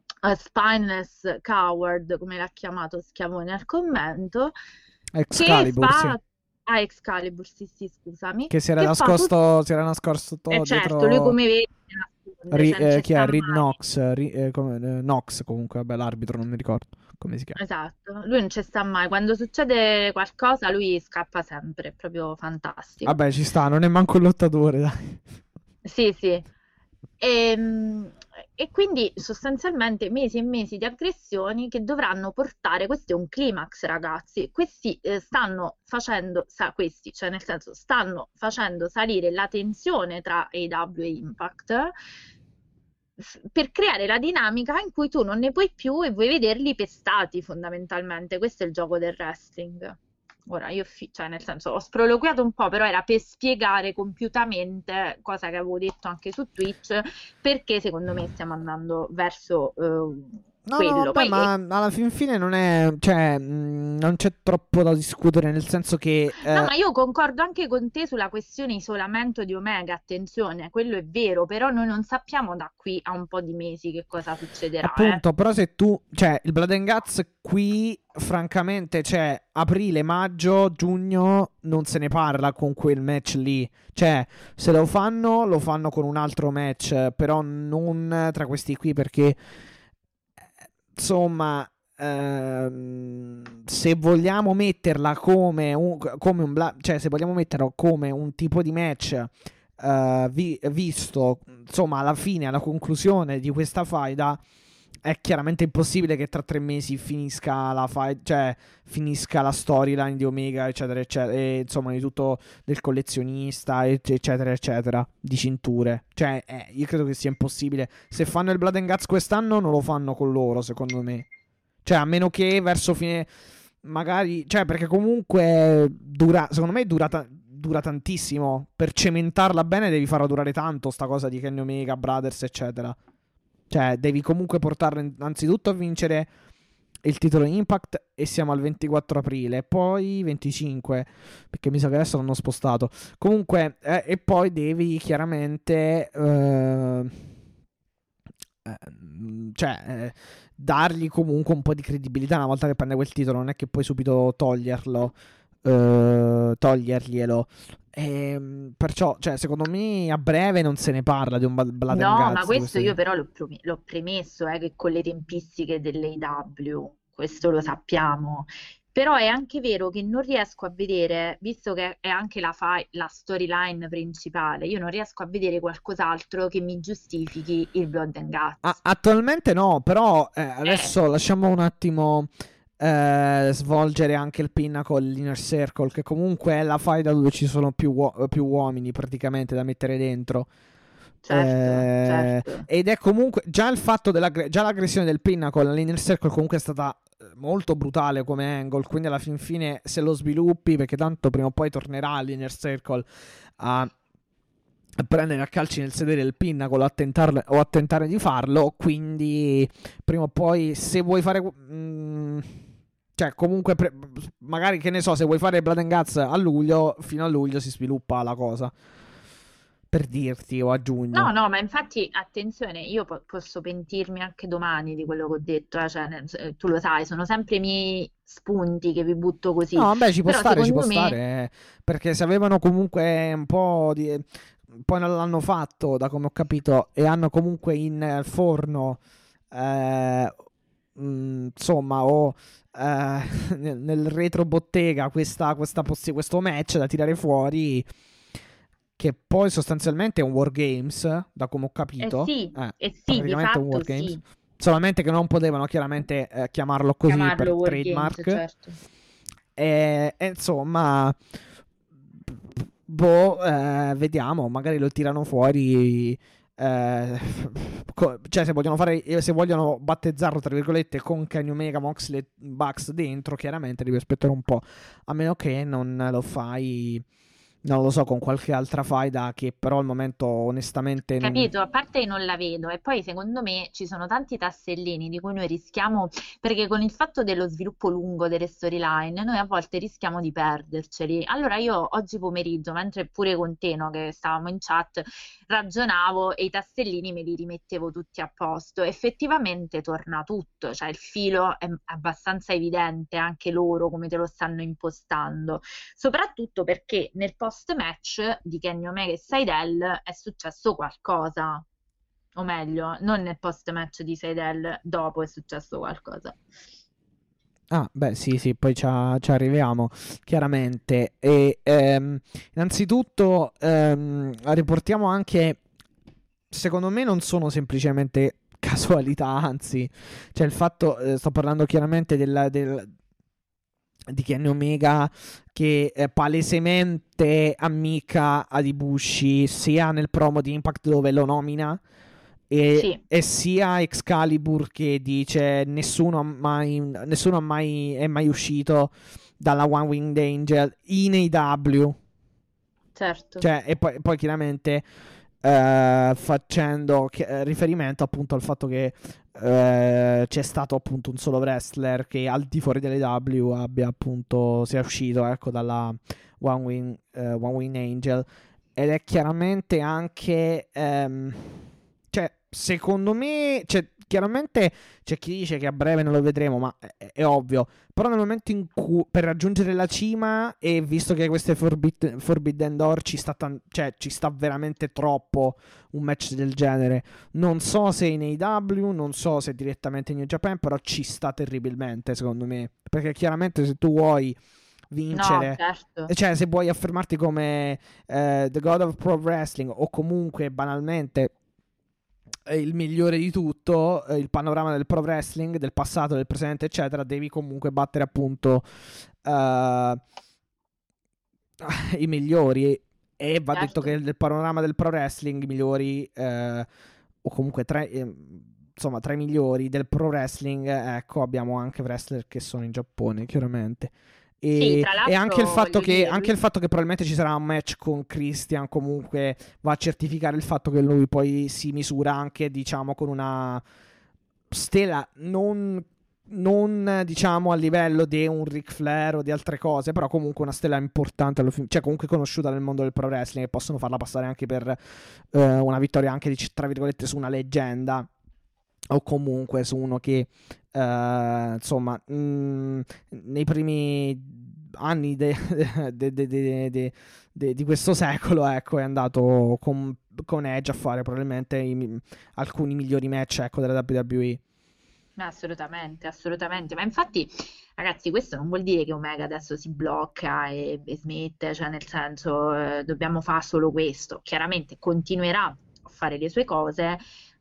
spineless coward, come l'ha chiamato Schiavone al commento, che Excalibur, sì. fa Excalibur, sì, scusami, Che si era che fa tutto. nascosto Certo, lui dietro come vedi si nasconde, cioè non ci chi è? sta Reed mai. Knox, Knox comunque, vabbè, l'arbitro non mi ricordo come si chiama. Esatto, lui non ci sta mai. Quando succede qualcosa, lui scappa sempre, è proprio fantastico. Vabbè, ci sta, non è manco un lottatore, dai. Sì, sì. Ehm, E, quindi sostanzialmente mesi e mesi di aggressioni che dovranno portare, questo è un climax, ragazzi. Questi stanno facendo, questi, cioè nel senso, stanno facendo salire la tensione tra AEW e Impact per creare la dinamica in cui tu non ne puoi più e vuoi vederli pestati, fondamentalmente. Questo è il gioco del wrestling. Ora, cioè, nel senso, ho sproloquiato un po', però era per spiegare compiutamente, cosa che avevo detto anche su Twitch, perché secondo me stiamo andando verso No, no, quello. beh, Poi, ma alla fin fine non è, cioè, non c'è troppo da discutere, nel senso che, no, ma io concordo anche con te sulla questione isolamento di Omega, attenzione, quello è vero, però noi non sappiamo da qui a un po' di mesi che cosa succederà, eh. appunto, però se tu, cioè, il Blood and Guts qui, francamente, cioè, aprile, maggio, giugno, non se ne parla con quel match lì. Cioè, se lo fanno con un altro match, però non tra questi qui, perché, insomma, se vogliamo metterla cioè, se vogliamo metterlo come un tipo di match, visto, insomma, alla fine, alla conclusione di questa faida, è chiaramente impossibile che tra 3 mesi finisca la fight, cioè finisca la storyline di Omega, eccetera, eccetera, e insomma di tutto del collezionista, eccetera, eccetera, di cinture. Cioè, io credo che sia impossibile. Se fanno il Blood and Guts quest'anno, non lo fanno con loro, secondo me. Cioè, a meno che verso fine, magari, cioè, perché comunque secondo me dura tantissimo. Per cementarla bene devi farla durare tanto, sta cosa di Kenny Omega, Brothers, eccetera. Cioè, devi comunque portarla innanzitutto a vincere il titolo Impact, e siamo al 24 aprile, poi 25, perché mi sa che adesso l'hanno spostato. Comunque, e poi devi chiaramente dargli comunque un po' di credibilità una volta che prende quel titolo, non è che puoi subito toglierglielo. Perciò, cioè, secondo me a breve non se ne parla di un Blood and No, ma Guts di questo questo io tipo. però l'ho premesso, che con le tempistiche dell'AEW, questo lo sappiamo. Però è anche vero che non riesco a vedere, visto che è anche la storyline principale, io non riesco a vedere qualcos'altro che mi giustifichi il Blood and Guts. Attualmente no, però adesso lasciamo un attimo svolgere anche il Pinnacle, l'Inner Circle, che comunque è la faida dove ci sono più uomini praticamente da mettere dentro. Certo. Ed è comunque già il fatto già l'aggressione del Pinnacle all'Inner Circle comunque è stata molto brutale come angle, quindi alla fin fine se lo sviluppi, perché tanto prima o poi tornerà l'Inner Circle a prendere a calci nel sedere il Pinnacle o a tentare di farlo, quindi prima o poi se vuoi fare cioè comunque magari, che ne so, se vuoi fare Blood and Guts a luglio, fino a luglio si sviluppa la cosa, per dirti, o a giugno. No, ma infatti, attenzione, io posso pentirmi anche domani di quello che ho detto, cioè, tu lo sai, sono sempre i miei spunti che vi butto così. No, vabbè, ci può Però stare, secondo me, perché se avevano comunque poi non l'hanno fatto, da come ho capito, e hanno comunque in forno, insomma, o nel retro bottega questo match da tirare fuori, che poi sostanzialmente è un Wargames, da come ho capito. sì, di Praticamente un fatto Wargames. sì, Solamente che non potevano chiaramente chiamarlo così per chiamarlo Wargames, trademark. certo. E insomma, vediamo, magari lo tirano fuori. Cioè, se vogliono battezzarlo tra virgolette con Kenny Omega, Moxley, Bucks dentro, chiaramente devi aspettare un po'. A meno che non lo fai non lo so, con qualche altra faida che però al momento onestamente non... Capito? A parte che non la vedo, e poi secondo me ci sono tanti tassellini di cui noi rischiamo, perché con il fatto dello sviluppo lungo delle storyline, noi a volte rischiamo di perderceli. Allora io oggi pomeriggio, mentre pure con te, no, che stavamo in chat, ragionavo e i tassellini me li rimettevo tutti a posto. Effettivamente torna tutto, cioè il filo è abbastanza evidente, anche loro come te lo stanno impostando. Soprattutto perché nel post-match di Kenny Omega e Seidel è successo qualcosa, o meglio, non nel post-match di Seidel, dopo è successo qualcosa. Ah, beh, sì, poi ci arriviamo, chiaramente. E innanzitutto riportiamo anche, secondo me non sono semplicemente casualità, anzi, cioè il fatto, sto parlando chiaramente di Kenny Omega che palesemente amica ad Ibushi sia nel promo di Impact dove lo nomina Sì, e sia Excalibur che dice nessuno è mai uscito dalla One Winged Angel in AEW, certo. cioè, e poi chiaramente facendo riferimento appunto al fatto che c'è stato appunto un solo wrestler che al di fuori delle W abbia appunto sia uscito, ecco, dalla One Wing Angel, ed è chiaramente anche cioè secondo me, cioè, chiaramente c'è chi dice che a breve non lo vedremo, ma è ovvio. Però nel momento in cui per raggiungere la cima, e visto che queste Forbidden Door cioè, ci sta veramente troppo un match del genere. Non so se in AEW, non so se direttamente in New Japan, però ci sta terribilmente secondo me. Perché chiaramente se tu vuoi vincere, No, certo. cioè se vuoi affermarti come The God of Pro Wrestling o comunque banalmente il migliore di tutto, il panorama del pro wrestling, del passato, del presente, eccetera, devi comunque battere appunto i migliori. E va detto Certo. che nel panorama del pro wrestling i migliori, o comunque insomma, tra i migliori del pro wrestling, ecco, abbiamo anche wrestler che sono in Giappone, chiaramente. Sì, E, tra e anche il l'altro fatto voglio che, dirlo. probabilmente ci sarà un match con Christian comunque va a certificare il fatto che lui poi si misura anche, diciamo, con una stella non diciamo a livello di un Ric Flair o di altre cose, però comunque una stella importante, cioè comunque conosciuta nel mondo del pro wrestling, e possono farla passare anche per una vittoria anche tra virgolette su una leggenda, o comunque su uno che insomma nei primi anni di questo secolo, ecco, è andato con Edge a fare probabilmente alcuni migliori match, ecco, della WWE. Assolutamente, assolutamente. Ma infatti, ragazzi, questo non vuol dire che Omega adesso si blocca e smette, cioè nel senso dobbiamo fare solo questo. Chiaramente continuerà a fare le sue cose,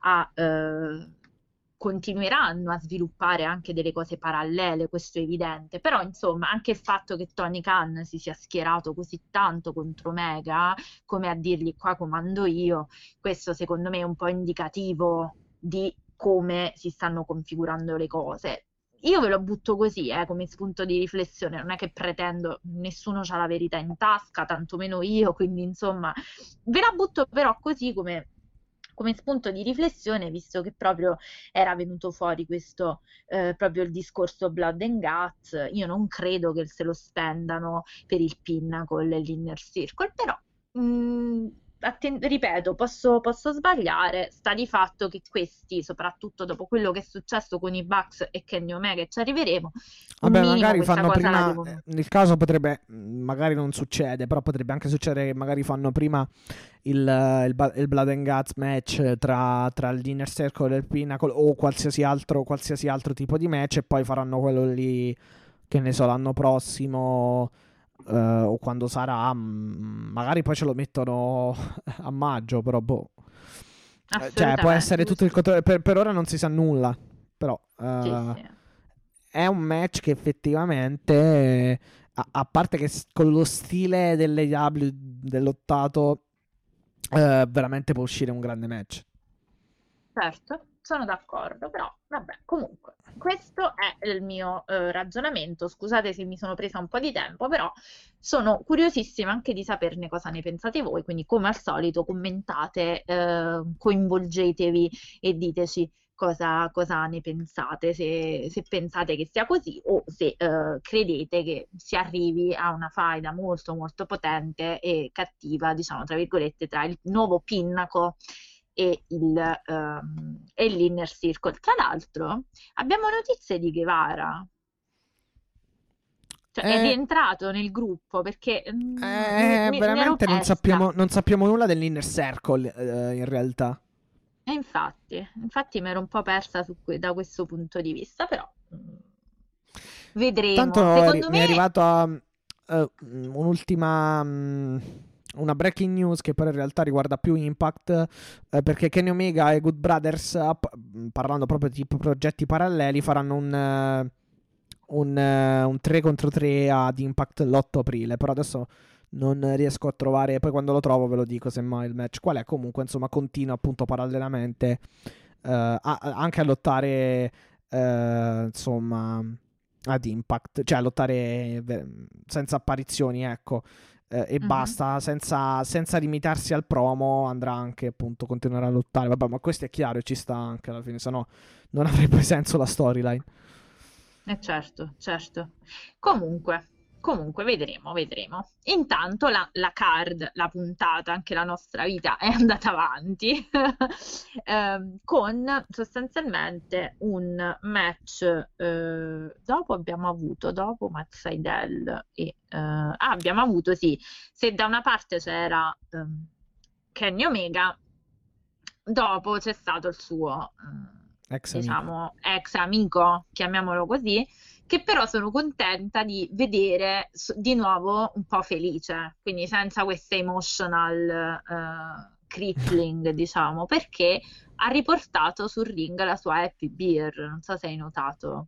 continueranno a sviluppare anche delle cose parallele, questo è evidente. Però, insomma, anche il fatto che Tony Khan si sia schierato così tanto contro Omega, come a dirgli qua comando io, questo secondo me è un po' indicativo di come si stanno configurando le cose. Io ve lo butto così, come spunto di riflessione, non è che pretendo, nessuno ha la verità in tasca, tantomeno io, quindi insomma, ve la butto però così come spunto di riflessione, visto che proprio era venuto fuori questo, proprio il discorso Blood and Guts. Io non credo che se lo spendano per il Pinnacle e l'Inner Circle, però ripeto, posso sbagliare, sta di fatto che questi, soprattutto dopo quello che è successo con i Bucks e Kenny Omega, che ci arriveremo, un Vabbè, minimo magari questa fanno cosa la prima. devono... Nel caso potrebbe, magari non succede, però potrebbe anche succedere che magari fanno prima il Blood and Guts match tra l'Inner Circle e il Pinnacle, o qualsiasi altro tipo di match, e poi faranno quello lì, che ne so, l'anno prossimo, o quando sarà. Magari poi ce lo mettono a maggio, però boh. Cioè, può essere Assolutamente, tutto il controllo. Per ora non si sa nulla. Però sì, sì. è un match che effettivamente, a parte che con lo stile dell'AEW dell'ottato, veramente può uscire un grande match. Certo, sono d'accordo, però vabbè, comunque, questo è il mio ragionamento. Scusate se mi sono presa un po' di tempo, però sono curiosissima anche di saperne cosa ne pensate voi, quindi come al solito commentate, coinvolgetevi e diteci cosa ne pensate, se pensate che sia così o se credete che si arrivi a una faida molto molto potente e cattiva, diciamo tra virgolette, tra il nuovo Pinnacle e l'Inner Circle. Tra l'altro abbiamo notizie di Guevara, cioè è rientrato nel gruppo, perché mi ero veramente non persa. sappiamo nulla dell'Inner Circle, in realtà. E infatti mi ero un po' persa da questo punto di vista, però vedremo. Tanto Secondo mi è me, arrivata un'ultima una breaking news che però in realtà riguarda più Impact, perché Kenny Omega e Good Brothers, parlando proprio di progetti paralleli, faranno un 3 contro 3 ad Impact l'8 aprile, però adesso non riesco a trovare, poi quando lo trovo ve lo dico semmai il match qual è. Comunque insomma continua appunto parallelamente anche a lottare insomma ad Impact, cioè a lottare senza apparizioni, ecco, e basta, senza limitarsi al promo, andrà anche appunto continuare a lottare. Vabbè, ma questo è chiaro e ci sta anche alla fine, sennò non avrebbe senso la storyline. certo. Comunque, vedremo. Intanto la card, la puntata, anche la nostra vita è andata avanti con sostanzialmente un match. Dopo Matt Sydal e abbiamo avuto, sì, se da una parte c'era Kenny Omega, dopo c'è stato il suo diciamo ex amico, chiamiamolo così, che però sono contenta di vedere di nuovo un po' felice, quindi senza queste emotional crippling, diciamo, perché ha riportato sul ring la sua Happy Beer, non so se hai notato.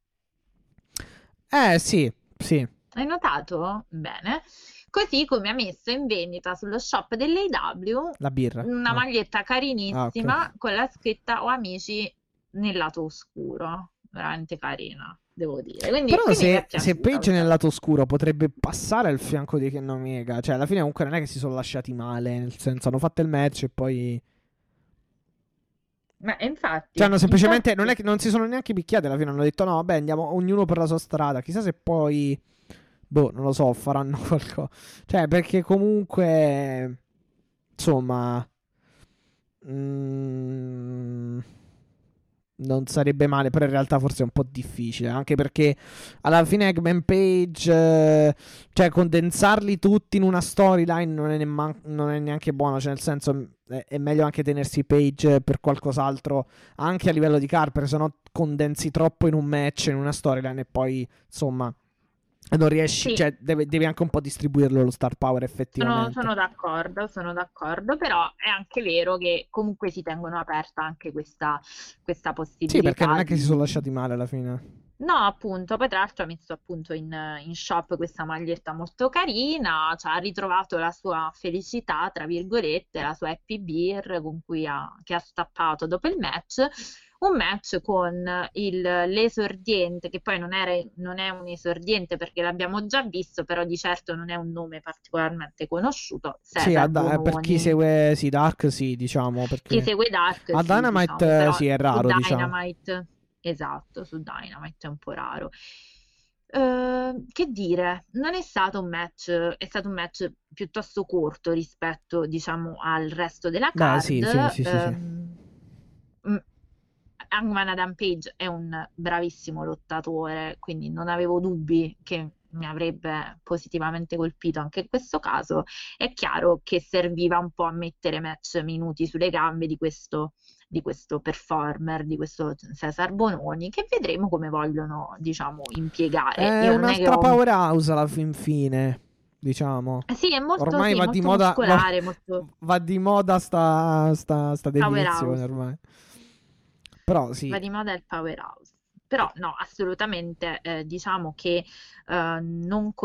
Sì. Hai notato? Bene. Così come ha messo in vendita sullo shop dell'AEW la birra, una maglietta carinissima okay, con la scritta "O amici nel lato oscuro", veramente carina, devo dire. Quindi però mi è se piaciuta Page questa nel cosa. lato oscuro potrebbe passare al fianco di Kenny Omega, cioè alla fine comunque non è che si sono lasciati male, nel senso hanno fatto il match e poi Ma infatti, cioè hanno semplicemente non è che non si sono neanche picchiati, alla fine hanno detto no vabbè andiamo ognuno per la sua strada, chissà se poi non lo so, faranno qualcosa, cioè perché comunque insomma non sarebbe male, però in realtà forse è un po' difficile, anche perché alla fine Eggman Page, cioè condensarli tutti in una storyline non è neanche buono, cioè nel senso è meglio anche tenersi Page per qualcos'altro, anche a livello di card, perché sennò condensi troppo in un match, in una storyline e poi insomma non riesci, sì, cioè devi anche un po' distribuirlo lo star power effettivamente. sono d'accordo, però è anche vero che comunque si tengono aperta anche questa Sì, perché non possibilità è che si sono di... lasciati male alla fine. No, appunto, poi tra l'altro ha messo appunto in shop questa maglietta molto carina, cioè ha ritrovato la sua felicità, tra virgolette, la sua Happy Beer che ha stappato dopo il match. Un match con l'esordiente, che poi non è un esordiente perché l'abbiamo già visto, però di certo non è un nome particolarmente conosciuto, Sì, Cesar per chi Bononi. segue Dark, sì, diciamo, Chi perché segue Dark, a sì, Dynamite diciamo, però sì, è su raro, diciamo. Dynamite, esatto, su Dynamite è un po' raro. Che dire, non è stato un match, è stato un match piuttosto corto rispetto, diciamo, al resto della Beh, card. sì. Hangman Adam Page è un bravissimo lottatore, quindi non avevo dubbi che mi avrebbe positivamente colpito anche in questo caso. È chiaro che serviva un po' a mettere match minuti sulle gambe di questo performer, di questo Cesar Bononi, che vedremo come vogliono, diciamo, impiegare. È Io non è che un'altra ho... powerhouse alla fin fine, diciamo. Sì, è Ormai sì, va di molto moda, muscolare, molto va di moda sta definizione powerhouse. ormai. Però sì. Va di moda il powerhouse. Però no, assolutamente diciamo che non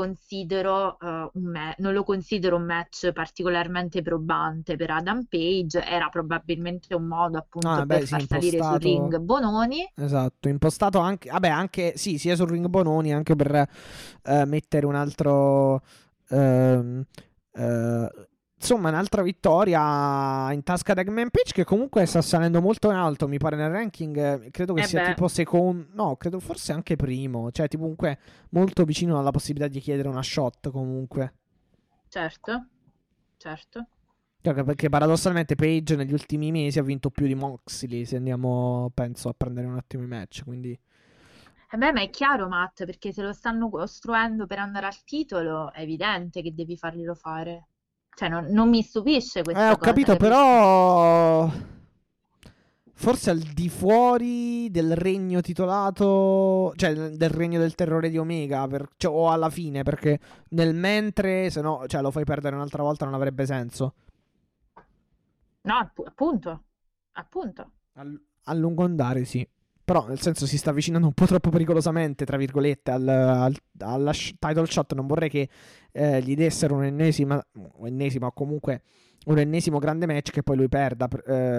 lo considero un match particolarmente probante per Adam Page. Era probabilmente un modo appunto per Sì, far salire sul ring impostato. Bononi. Esatto, impostato anche, vabbè, anche sì, sia sul ring Bononi, anche per mettere un altro, ehm, eh, insomma, un'altra vittoria in tasca ad Eggman Page, che comunque sta salendo molto in alto, mi pare nel ranking, credo che sia Beh, tipo secondo, no, credo forse anche primo, cioè tipo comunque molto vicino alla possibilità di chiedere una shot comunque. certo, certo. Cioè, perché paradossalmente Page negli ultimi mesi ha vinto più di Moxley, se andiamo, penso, a prendere un attimo i match, quindi... Beh, ma è chiaro, Matt, perché se lo stanno costruendo per andare al titolo, è evidente che devi farglielo fare. Cioè, non mi stupisce Ho questa cosa, capito, capisci? però... Forse al di fuori del regno titolato, cioè del regno del terrore di Omega, cioè, o alla fine, perché nel mentre, se no, cioè, lo fai perdere un'altra volta non avrebbe senso. No, appunto, appunto. A lungo andare, sì. Però, nel senso, si sta avvicinando un po' troppo pericolosamente, tra virgolette, alla title shot. Non vorrei che gli dessero un'ennesima, o comunque un ennesimo grande match che poi lui perda.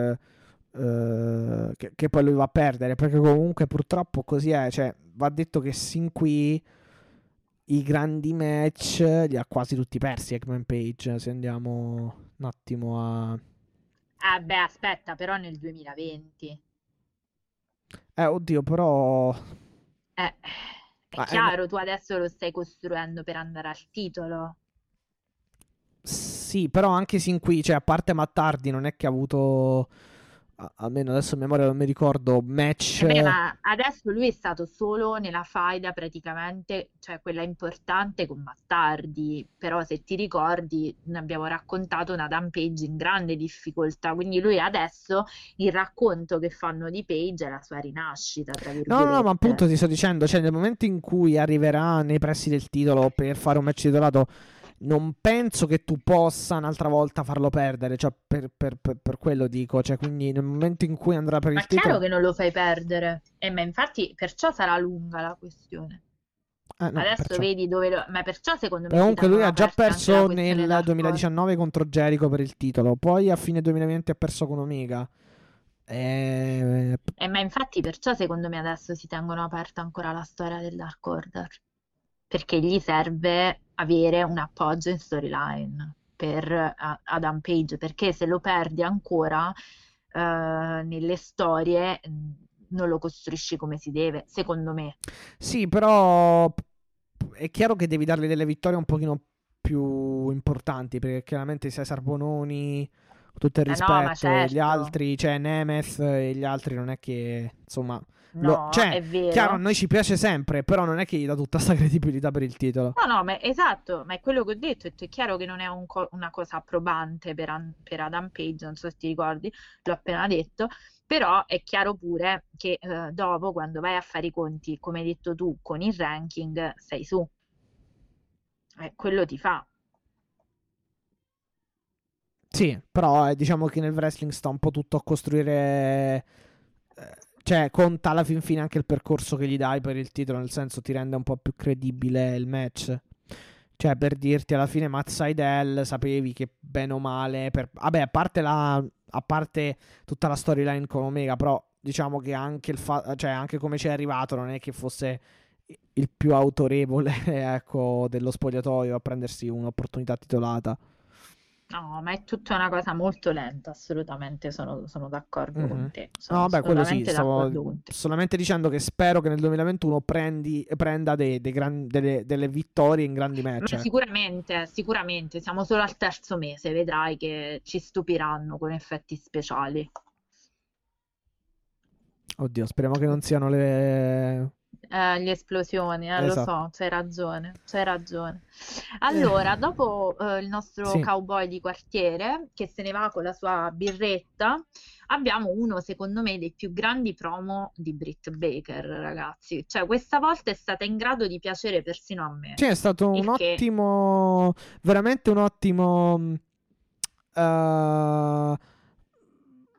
Che poi lui va a perdere. Perché comunque, purtroppo, così è. Cioè, va detto che sin qui i grandi match li ha quasi tutti persi Eggman Page. Se andiamo un attimo a... Beh, aspetta, però nel 2020. Oddio, però... È No. chiaro, tu adesso lo stai costruendo per andare al titolo. Sì, però anche sin qui, cioè a parte Mattardi, non è che ha avuto, almeno adesso a memoria non mi ricordo, match. Beh, ma adesso lui è stato solo nella faida praticamente, cioè quella importante con Mattardi, però se ti ricordi ne abbiamo raccontato una Dan Page in grande difficoltà, quindi lui adesso il racconto che fanno di Page è la sua rinascita, tra No, ma virgolette. appunto ti sto dicendo, cioè nel momento in cui arriverà nei pressi del titolo per fare un match titolato, non penso che tu possa un'altra volta farlo perdere, cioè per quello dico, cioè quindi nel momento in cui andrà per Ma il è chiaro titolo... che non lo fai perdere, ma infatti perciò sarà lunga la questione. No, Adesso perciò. vedi dove Ma perciò secondo me Però si comunque lui tengono ha già aperte anche la perso questione nel Dark Order. 2019 contro Jericho per il titolo, poi a fine 2020 ha perso con Omega. Ma infatti perciò secondo me adesso si tengono aperta ancora la storia del Dark Order, perché gli serve avere un appoggio in storyline per Adam Page, perché se lo perdi ancora nelle storie non lo costruisci come si deve, secondo me. Sì, però è chiaro che devi dargli delle vittorie un pochino più importanti, perché chiaramente Cesar Bononi, con tutto il No, ma rispetto, e gli certo, altri, cioè Nemeth e gli altri non è che, insomma, no, cioè, è chiaro, a vero. noi ci piace sempre, però non è che gli dà tutta questa credibilità per il titolo. No, no, ma esatto, ma è quello che ho detto, è chiaro che non è una cosa probante per Adam Page, non so se ti ricordi, l'ho appena detto, però è chiaro pure che dopo, quando vai a fare i conti, come hai detto tu, con il ranking, sei su, quello ti fa. Sì, però diciamo che nel wrestling sta un po' tutto a costruire. Cioè, conta alla fin fine anche il percorso che gli dai per il titolo, nel senso ti rende un po' più credibile il match. Cioè, per dirti, alla fine Matt Sydal sapevi che bene o male. Vabbè, a parte tutta la storyline con Omega, però diciamo che anche cioè, anche come ci è arrivato, non è che fosse il più autorevole, ecco, dello spogliatoio a prendersi un'opportunità titolata. No, ma è tutta una cosa molto lenta, assolutamente sono d'accordo con Mhm. te, No, sono vabbè, quello sì, assolutamente stavo d'accordo con te. solamente dicendo che spero che nel 2021 prenda delle vittorie in grandi match, Ma ecco. sicuramente, sicuramente, siamo solo al terzo mese, vedrai che ci stupiranno con effetti speciali. Oddio, speriamo che non siano le... Le esplosioni, lo Esatto. so, c'hai ragione, c'hai ragione. Eh, Allora, dopo il nostro sì. cowboy di quartiere che se ne va con la sua birretta, abbiamo uno, secondo me, dei più grandi promo di Britt Baker, ragazzi. Cioè, questa volta è stata in grado di piacere persino a me. Sì, è stato un Il che, ottimo, veramente un ottimo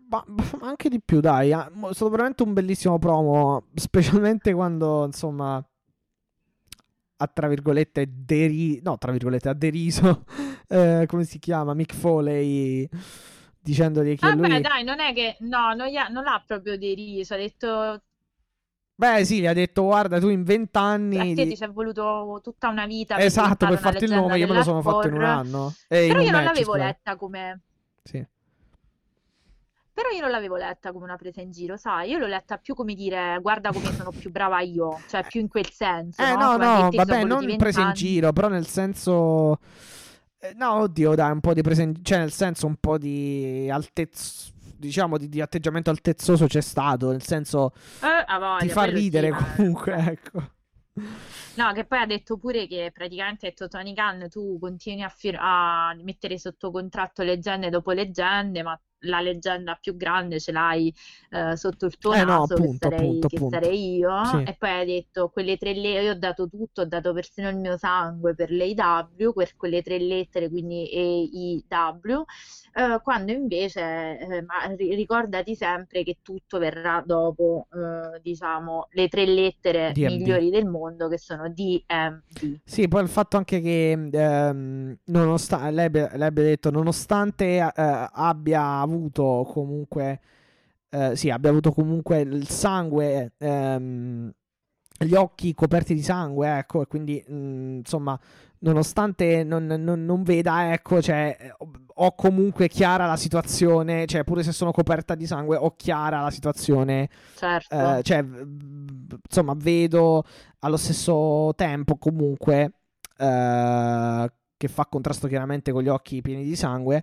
Ma anche di più, dai. È stato veramente un bellissimo promo, specialmente quando, insomma, ha tra virgolette ha deriso come si chiama? Mick Foley, dicendogli che Vabbè, lui... dai, non è che no, non l'ha proprio deriso, ha detto Beh, sì, gli ha detto, guarda, tu in 20 a anni... te ti ci è voluto tutta una vita per Esatto, diventare per una farti il leggenda nome, io me lo sono fatto in un dell'hardcore. anno. In Però un io non match, l'avevo scusate. letta come Sì. Però io non l'avevo letta come una presa in giro, sai? Io l'ho letta più come dire, guarda come sono più brava io, cioè più in quel senso, no? No, Come a dirti, ci sono vabbè, voluti non presa in 20 anni. giro, però nel senso... no, oddio, dai, un po' di presa in... Cioè, nel senso, un po' di altezza... Diciamo di atteggiamento altezzoso c'è stato, nel senso Ha ti voglia, fa quello sì, ridere ma comunque, cioè, ecco. no, che poi ha detto pure che praticamente ha detto Tony Khan, tu continui a mettere sotto contratto leggende dopo leggende, ma la leggenda più grande ce l'hai sotto il tuo No, naso, appunto. che sarei io. Sì. E poi ha detto quelle tre lettere, io ho dato tutto, ho dato persino il mio sangue per l'AEW, per quelle tre lettere, quindi AEW. Quando invece ricordati sempre che tutto verrà dopo, diciamo, le tre lettere DMD. migliori del mondo che sono DMD. Sì, poi il fatto anche che nonostante lei abbia detto, nonostante abbia avuto comunque abbia avuto comunque il sangue, gli occhi coperti di sangue, ecco, e quindi insomma, nonostante non veda, ecco, cioè, ho comunque chiara la situazione, cioè, pure se sono coperta di sangue, ho chiara la situazione, Certo. cioè, insomma, vedo allo stesso tempo comunque che fa contrasto chiaramente con gli occhi pieni di sangue,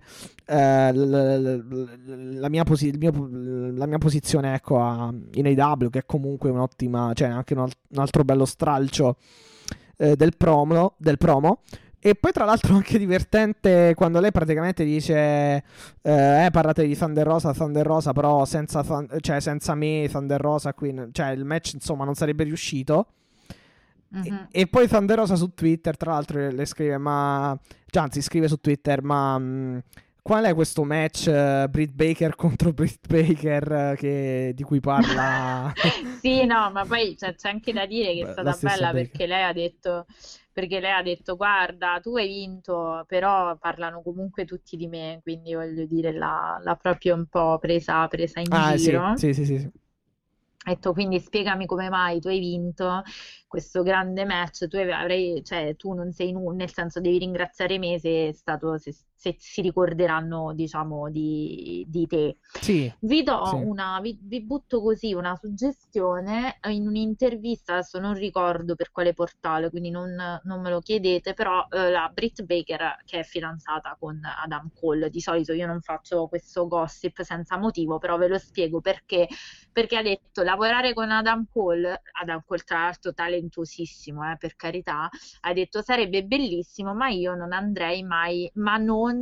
la mia posizione, ecco, in AEW, che è comunque un'ottima, cioè anche un altro bello stralcio del promo. E poi tra l'altro anche divertente quando lei praticamente dice parlate di Thunder Rosa, però senza me Thunder Rosa qui, cioè il match insomma non sarebbe riuscito. E poi Thunder Rosa su Twitter tra l'altro le scrive anzi scrive su Twitter qual è questo match Britt Baker contro Britt Baker di cui parla? Sì, no, ma poi c'è anche da dire che è La stata stessa bella Baker. perché lei ha detto guarda, tu hai vinto, però parlano comunque tutti di me, quindi voglio dire, l'ha proprio un po' presa in giro. Sì. Ha detto, quindi spiegami come mai tu hai vinto questo grande match, cioè, tu non sei nel senso devi ringraziare me se, è stato, se si ricorderanno, diciamo, di te. Sì. Vi butto così una suggestione in un'intervista, adesso non ricordo per quale portale, quindi non me lo chiedete, però la Britt Baker che è fidanzata con Adam Cole, di solito io non faccio questo gossip senza motivo, però ve lo spiego perché ha detto lavorare con Adam Cole tra l'altro talentosissimo, per carità, ha detto sarebbe bellissimo, ma io non andrei mai, ma non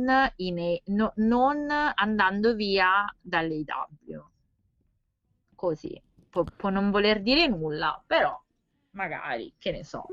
andando via dall'AEW. Così, può non voler dire nulla, però magari, che ne so.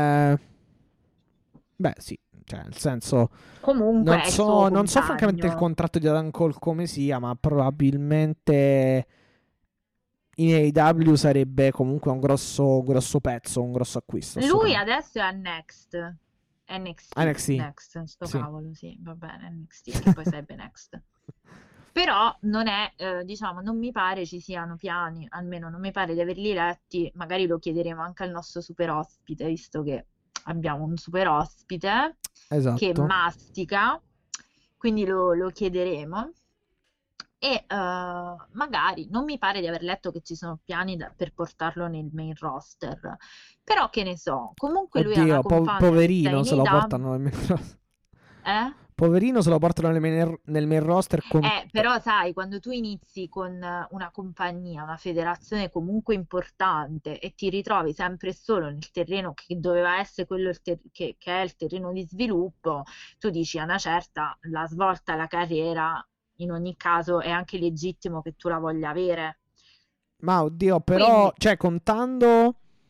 Beh, sì, cioè nel senso Comunque è il suo non so francamente il compagno. contratto di Adam Cole come sia, ma probabilmente in AEW sarebbe comunque un grosso pezzo, un grosso acquisto. Lui adesso è a NXT. NXT. Next, sto Sì. cavolo, sì, va bene, NXT, che poi sarebbe Next. Però non è, diciamo, non mi pare ci siano piani, almeno non mi pare di averli letti, magari lo chiederemo anche al nostro super ospite, visto che abbiamo un super ospite che Esatto. mastica, quindi lo chiederemo. E magari non mi pare di aver letto che ci sono piani per portarlo nel main roster, però che ne so, comunque lui ha una Oddio, compagna poverino che se sta lo in portano AEW. nel main roster. Poverino se lo portano nel main roster però sai, quando tu inizi con una compagnia, una federazione comunque importante e ti ritrovi sempre solo nel terreno che doveva essere quello che è il terreno di sviluppo, tu dici a una certa la svolta alla carriera, in ogni caso è anche legittimo che tu la voglia avere. Ma oddio, però, Quindi, cioè contando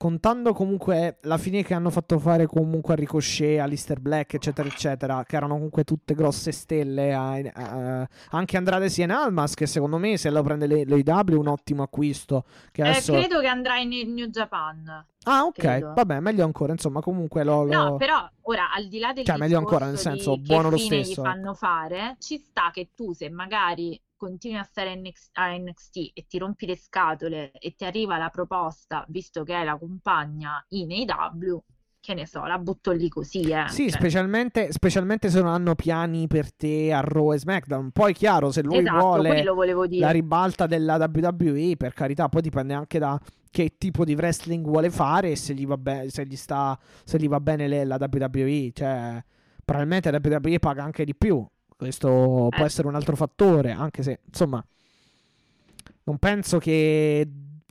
contando comunque la fine che hanno fatto fare comunque a Ricochet, a Aleister Black, eccetera, eccetera, che erano comunque tutte grosse stelle, anche Andrade Cien Almas, che secondo me se lo prende l'AEW è un ottimo acquisto. Che adesso... credo che andrà in New Japan. Ah, ok, credo. vabbè, meglio ancora, insomma, comunque No, però ora al di là del cioè, meglio ancora, nel discorso senso, di buono che lo fine stesso, gli fanno fare, ci sta che tu se magari continui a stare a NXT e ti rompi le scatole e ti arriva la proposta, visto che hai la compagna in AEW, che ne so, la butto lì così, Sì, cioè. specialmente se non hanno piani per te a Raw e SmackDown. Poi chiaro, se lui Esatto, vuole quello volevo dire. la ribalta della WWE, per carità, poi dipende anche da che tipo di wrestling vuole fare e se gli va bene, se gli va bene la WWE, cioè probabilmente la WWE paga anche di più. Questo può essere un altro fattore, anche se, insomma, non penso che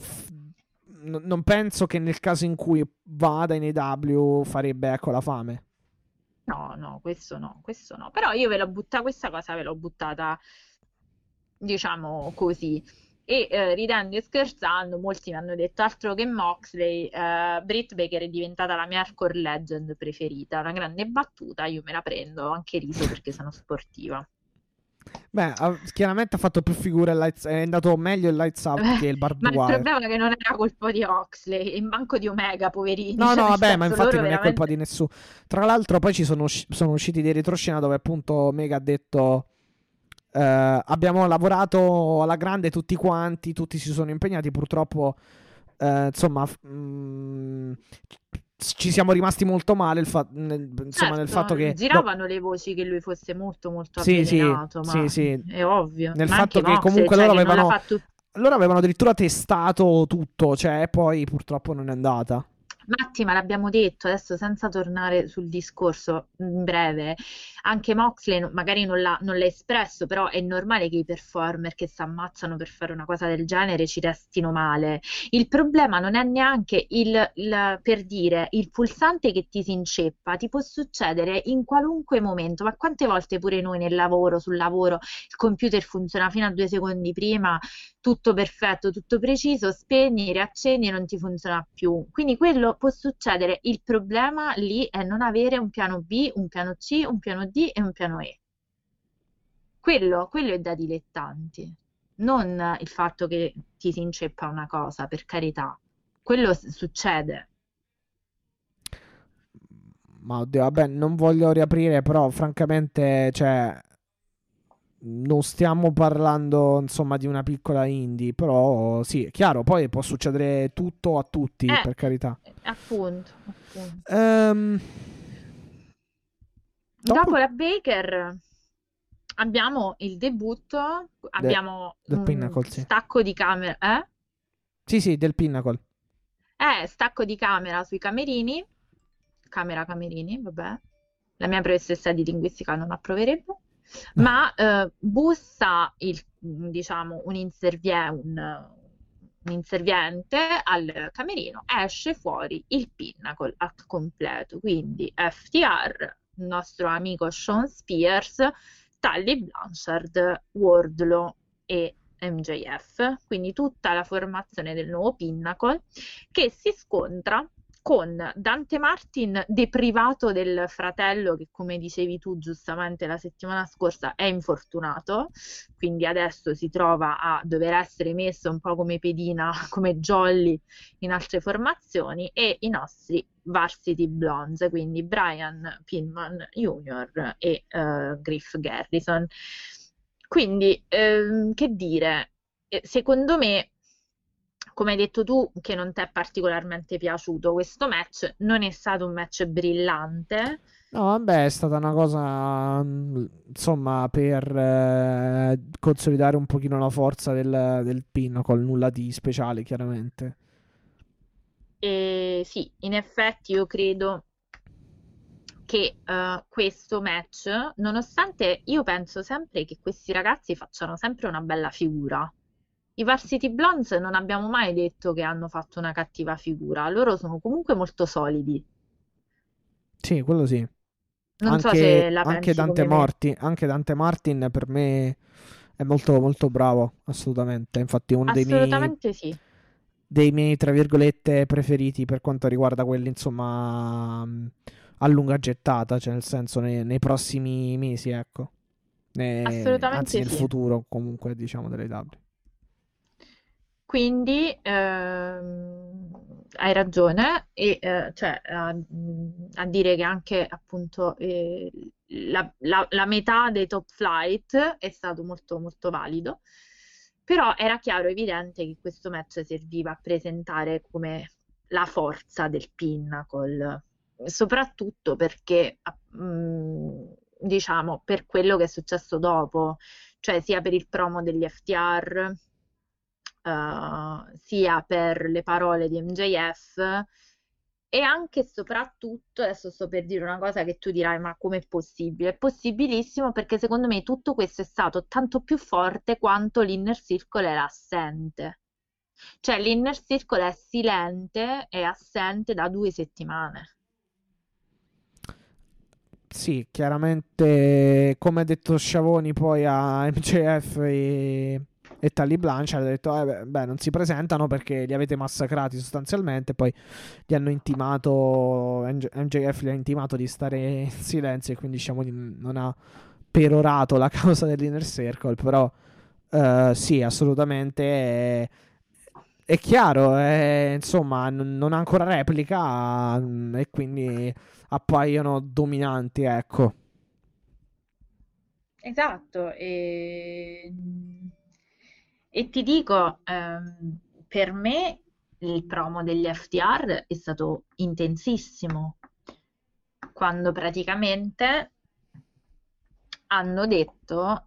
nel caso in cui vada in AEW farebbe, ecco, la fame. No, questo no. Però io questa cosa ve l'ho buttata, diciamo così. E ridendo e scherzando, molti mi hanno detto altro che Moxley, Britt Baker è diventata la mia hardcore legend preferita. Una grande battuta, io me la prendo, ho anche riso perché sono sportiva. Beh, chiaramente ha fatto più figure, è andato meglio il Lights Out che il Barbed Ma il Wire. problema è che non era colpa di Oxley, in manco di Omega, poverini. No, cioè, vabbè, ma infatti non veramente... è colpa di nessuno. Tra l'altro poi ci sono usciti dei retroscena dove appunto Omega ha detto abbiamo lavorato alla grande tutti quanti, tutti si sono impegnati, purtroppo insomma ci siamo rimasti molto male nel fatto che giravano le voci che lui fosse molto molto sì, avvelenato, ma sì. è ovvio. Nel Ma fatto anche che Moxley, comunque cioè, loro che non l'ha loro avevano addirittura testato tutto, cioè poi purtroppo non è andata. Matti, ma l'abbiamo detto, adesso senza tornare sul discorso in breve, anche Moxley magari non l'ha espresso, però è normale che i performer che si ammazzano per fare una cosa del genere ci restino male. Il problema non è neanche per dire il pulsante che ti si inceppa, ti può succedere in qualunque momento, ma quante volte pure noi sul lavoro, il computer funziona fino a 2 secondi prima, tutto perfetto, tutto preciso, spegni, riaccendi e non ti funziona più. Quindi quello può succedere. Il problema lì è non avere un piano B, un piano C, un piano D e un piano E. Quello è da dilettanti, non il fatto che ti si inceppa una cosa, per carità. Quello succede. Ma oddio, vabbè, non voglio riaprire, però francamente, cioè, non stiamo parlando, insomma, di una piccola indie, però sì, è chiaro, poi può succedere tutto a tutti, per carità. Appunto. Dopo la Baker abbiamo il debutto, abbiamo del Pinnacle, sì. Stacco di camera, Sì, del Pinnacle. Stacco di camera sui camerini, camerini, vabbè. La mia professoressa di linguistica non approverebbe. Ma bussa diciamo, un inserviente al camerino, esce fuori il Pinnacle al completo, quindi FTR, il nostro amico Shawn Spears, Tully Blanchard, Wardlow e MJF, quindi tutta la formazione del nuovo Pinnacle che si scontra con Dante Martin deprivato del fratello che, come dicevi tu giustamente la settimana scorsa, è infortunato, quindi adesso si trova a dover essere messo un po' come pedina, come Jolly in altre formazioni, e i nostri Varsity Blondes, quindi Brian Pillman Jr. e Griff Garrison. Quindi, che dire, secondo me, come hai detto tu, che non ti è particolarmente piaciuto questo match, non è stato un match brillante. No, vabbè, è stata una cosa, insomma, per consolidare un pochino la forza del Pinnacle, nulla di speciale, chiaramente. Sì, in effetti io credo che questo match, nonostante io penso sempre che questi ragazzi facciano sempre una bella figura. I Varsity Blondes non abbiamo mai detto che hanno fatto una cattiva figura, loro sono comunque molto solidi. Sì, quello sì. Non so se la anche pensi come me. Anche Dante Martin per me è molto molto bravo, assolutamente. Infatti Assolutamente sì. dei miei, tra virgolette, preferiti per quanto riguarda quelli, insomma, a lunga gettata, cioè nel senso nei prossimi mesi, ecco. Anzi, Assolutamente nel sì. futuro, comunque, diciamo, delle W. Quindi hai ragione, e cioè, a dire che anche appunto la metà dei top flight è stato molto, molto valido, però era chiaro, evidente che questo match serviva a presentare come la forza del Pinnacle, soprattutto perché, diciamo, per quello che è successo dopo, cioè sia per il promo degli FTR, sia per le parole di MJF, e anche e soprattutto, adesso sto per dire una cosa che tu dirai, ma com'è possibile? È possibilissimo, perché secondo me tutto questo è stato tanto più forte quanto l'Inner Circle era assente. Cioè l'Inner Circle è silente e assente da 2 settimane. Sì, chiaramente, come ha detto Sciavoni poi a MJF e Tully Blanchard, ha detto, beh, non si presentano perché li avete massacrati sostanzialmente, poi gli hanno intimato, MJF gli ha intimato di stare in silenzio, e quindi Sciavoni non ha perorato la causa dell'Inner Circle, però sì, assolutamente è chiaro, insomma, non ha ancora replica, e quindi appaiono dominanti, ecco. Esatto, e ti dico, per me il promo degli FTR è stato intensissimo, quando praticamente hanno detto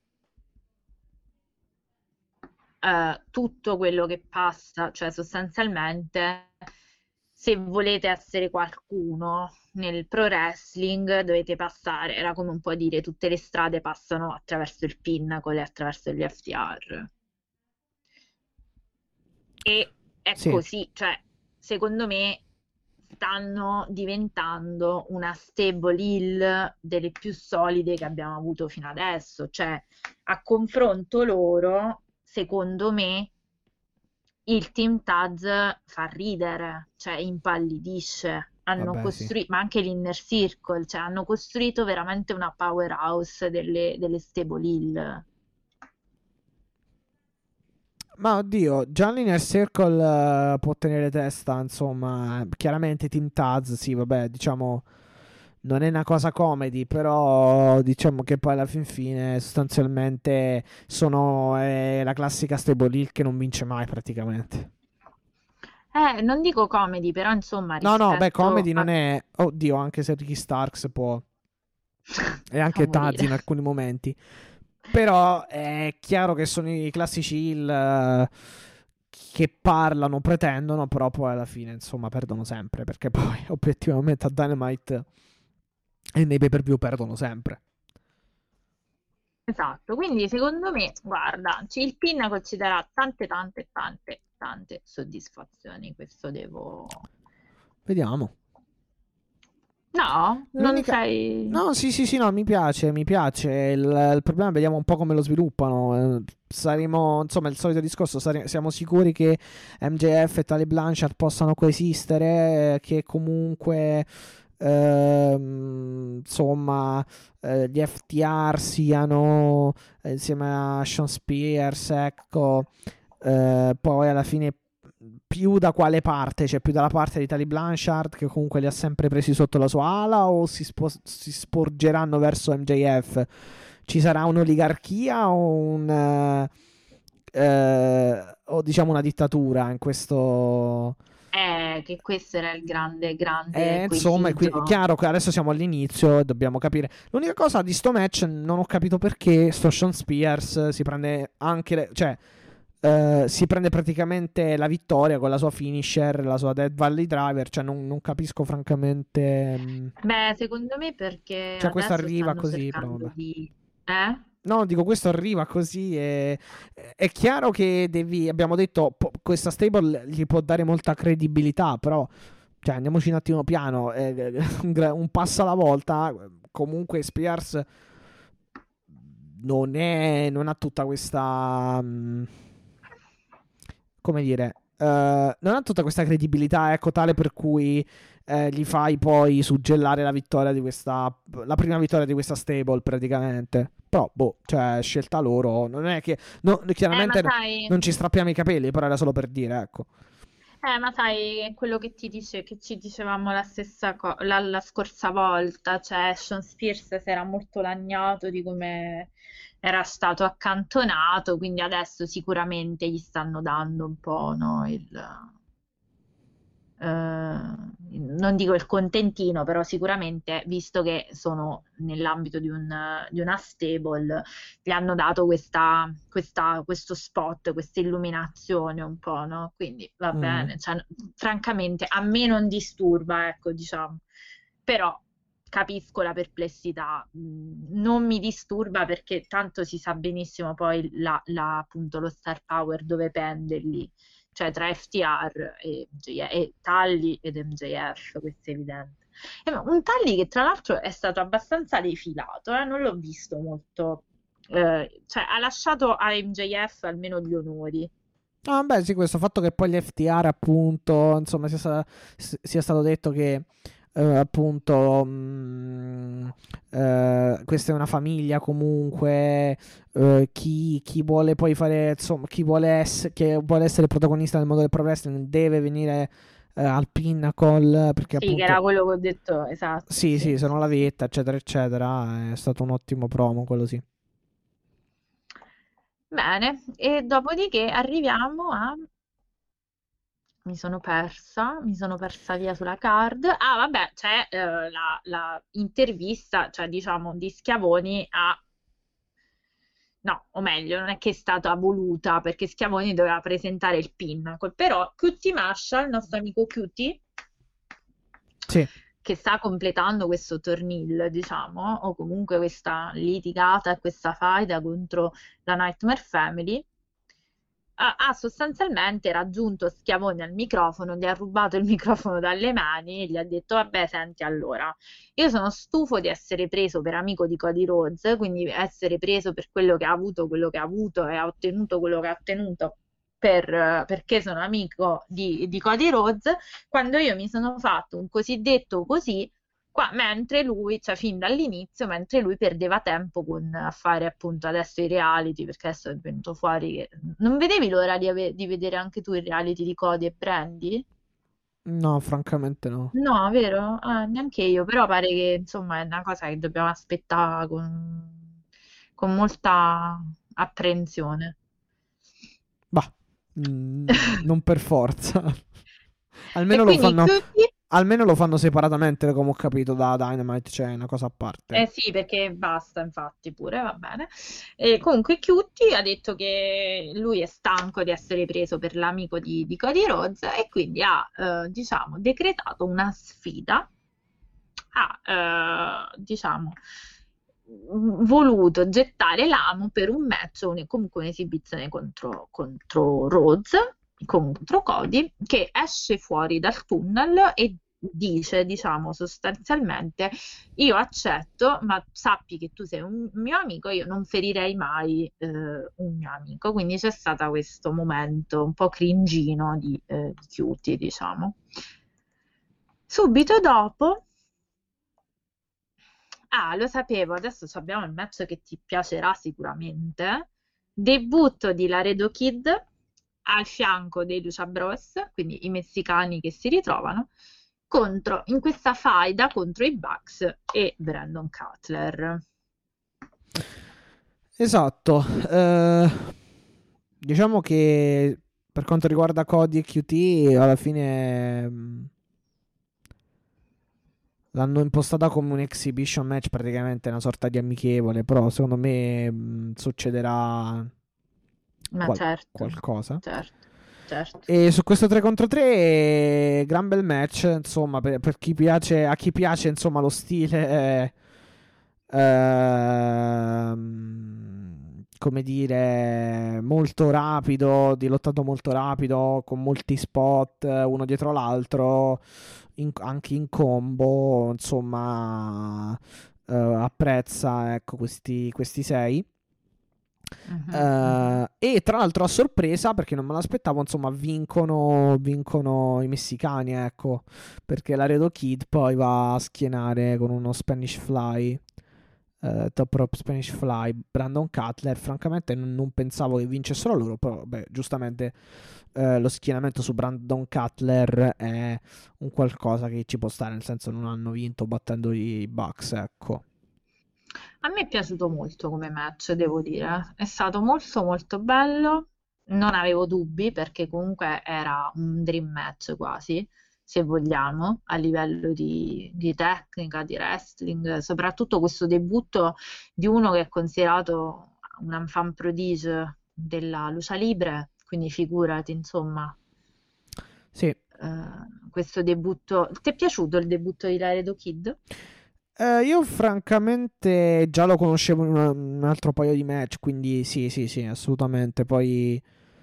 tutto quello che passa, cioè sostanzialmente se volete essere qualcuno nel pro wrestling dovete passare, era come un po' dire tutte le strade passano attraverso il Pinnacle e attraverso gli FTR. E è Sì, così, cioè secondo me stanno diventando una stable heel delle più solide che abbiamo avuto fino adesso, cioè a confronto loro, secondo me il Team Taz fa ridere, cioè impallidisce. Hanno vabbè, sì. costruito, ma anche l'Inner Circle, cioè hanno costruito veramente una powerhouse delle stable heel. Ma oddio, già l'Inner Circle può tenere testa, insomma, chiaramente Team Taz, sì, vabbè, diciamo, non è una cosa comedy, però diciamo che poi alla fin fine sostanzialmente sono la classica stable heel che non vince mai praticamente. Non dico comedy, però insomma No, no, beh, rispetto comedy non a... è... Oddio, anche se Ricky Starks può... E fa anche Taz morire. in alcuni momenti. Però è chiaro che sono i classici heel che parlano, pretendono, però poi alla fine, insomma, perdono sempre. Perché poi, obiettivamente, a Dynamite e nei pay-per-view perdono sempre. Esatto, quindi secondo me, guarda, il Pinnacle ci darà tante, tante, tante, tante soddisfazioni, questo devo... Vediamo. No, non L'unica... sei... No, sì, sì, sì, no, mi piace, mi piace. Il problema, vediamo un po' come lo sviluppano. Saremo, insomma, il solito discorso, siamo sicuri che MJF e Tully Blanchard possano coesistere, che comunque, insomma, gli FTR siano insieme a Sean Spears, ecco, poi alla fine più da quale parte? Cioè più dalla parte di Tully Blanchard, che comunque li ha sempre presi sotto la sua ala, o si sporgeranno verso MJF? Ci sarà un'oligarchia o diciamo una dittatura in questo... Che questo era il grande, grande Insomma, è quesito. chiaro che adesso siamo all'inizio e dobbiamo capire. L'unica cosa di sto match, non ho capito perché sto Sean Spears si prende anche... cioè, si prende praticamente la vittoria con la sua finisher, la sua Dead Valley Driver. Cioè, non capisco francamente. Beh, secondo me perché Cioè, questo adesso arriva stanno così, però cercando vabbè. di... Eh? No, dico, questo arriva così. È chiaro che devi. Abbiamo detto, questa stable gli può dare molta credibilità, però. Cioè, andiamoci un attimo piano. Un passo alla volta. Comunque, Spears non ha tutta questa. Come dire. non ha tutta questa credibilità, ecco, tale per cui gli fai poi suggellare la vittoria di la prima vittoria di questa stable praticamente. Però, boh, cioè, scelta loro. Non è che, chiaramente non ci strappiamo i capelli, però era solo per dire, ecco. Ma sai, è quello che che ci dicevamo la stessa la scorsa volta, cioè Sean Spears si era molto lagnato di come era stato accantonato, quindi adesso sicuramente gli stanno dando un po', no, non dico il contentino, però sicuramente, visto che sono nell'ambito di una stable, gli hanno dato questo spot, questa illuminazione un po', no? Quindi va bene, cioè, francamente a me non disturba, ecco, diciamo, però capisco la perplessità, non mi disturba perché tanto si sa benissimo poi appunto lo star power dove pende lì, cioè tra FTR e Tully ed MJF, questo è evidente. Un Tully che tra l'altro è stato abbastanza defilato, non l'ho visto molto, cioè ha lasciato a MJF almeno gli onori. Ah, beh, sì, questo fatto che poi gli FTR, appunto, insomma, sia stato detto che appunto questa è una famiglia comunque, chi vuole poi fare, insomma, che vuole essere protagonista nel mondo del pro wrestling deve venire al Pinnacle, perché Sì, appunto che era quello che ho detto, esatto. sì, se non la vetta, eccetera eccetera. È stato un ottimo promo quello, sì. Bene, e dopodiché arriviamo a... mi sono persa via sulla card. Ah, vabbè, c'è la intervista, cioè diciamo, di Schiavoni a... No, o meglio, non è che è stata voluta, perché Schiavoni doveva presentare il Pinnacle, però QT Marshall, il nostro amico QT, Sì. che sta completando questo tornil, diciamo, o comunque questa litigata, questa faida contro la Nightmare Family, ha sostanzialmente raggiunto Schiavone al microfono, gli ha rubato il microfono dalle mani e gli ha detto: vabbè, senti, allora, io sono stufo di essere preso per amico di Cody Rhodes, quindi essere preso per quello che ha avuto e ha ottenuto quello che ha ottenuto perché sono amico di Cody Rhodes, quando io mi sono fatto un cosiddetto così. Qua, mentre lui, cioè fin dall'inizio, mentre lui perdeva tempo a fare appunto adesso i reality, perché adesso è venuto fuori che... Non vedevi l'ora di vedere anche tu i reality di Cody e Brandy? No, francamente no. No, vero? Neanche io, però pare che insomma è una cosa che dobbiamo aspettare con molta apprensione. Bah, non per forza. E quindi tutti... Almeno lo fanno separatamente, come ho capito da Dynamite, cioè una cosa a parte. Sì, perché basta, infatti, pure, va bene. E comunque Chiutti ha detto che lui è stanco di essere preso per l'amico di Cody Rhodes e quindi ha, diciamo, decretato una sfida. Ha, diciamo, voluto gettare l'amo per un match, comunque un'esibizione contro Rhodes, contro Cody, che esce fuori dal tunnel e dice, diciamo, sostanzialmente: io accetto, ma sappi che tu sei un mio amico, io non ferirei mai un mio amico. Quindi c'è stato questo momento un po' cringino di Cutie, diciamo. Subito dopo, lo sapevo, adesso abbiamo il match che ti piacerà sicuramente. Debutto di Laredo Kid al fianco dei Lucha Bros, quindi i messicani che si ritrovano, in questa faida contro i Bucks e Brandon Cutler. Esatto. Diciamo che per quanto riguarda Cody e QT, alla fine l'hanno impostata come un exhibition match, praticamente una sorta di amichevole, però secondo me succederà Certo, qualcosa. certo. E su questo 3 contro 3, gran bel match, insomma, per chi piace, a chi piace, insomma, lo stile, come dire, molto rapido, di lottato molto rapido, con molti spot uno dietro l'altro, anche in combo, insomma, apprezza, ecco, questi 6. E tra l'altro a sorpresa, perché non me l'aspettavo, insomma, vincono i messicani, ecco, perché Laredo Kid poi va a schienare con uno Spanish Fly, top rope Spanish Fly, Brandon Cutler. Francamente non pensavo che vincessero loro, però vabbè, giustamente lo schienamento su Brandon Cutler è un qualcosa che ci può stare, nel senso non hanno vinto battendo i Bucks, ecco. A me è piaciuto molto come match, devo dire. È stato molto molto bello. Non avevo dubbi perché comunque era un dream match quasi, se vogliamo, a livello di tecnica, di wrestling, soprattutto questo debutto di uno che è considerato un enfant prodige della lucha libre, quindi figurati, insomma, Sì. questo debutto. Ti è piaciuto il debutto di Laredo Kid? Io francamente già lo conoscevo in un altro paio di match, quindi sì, assolutamente. Poi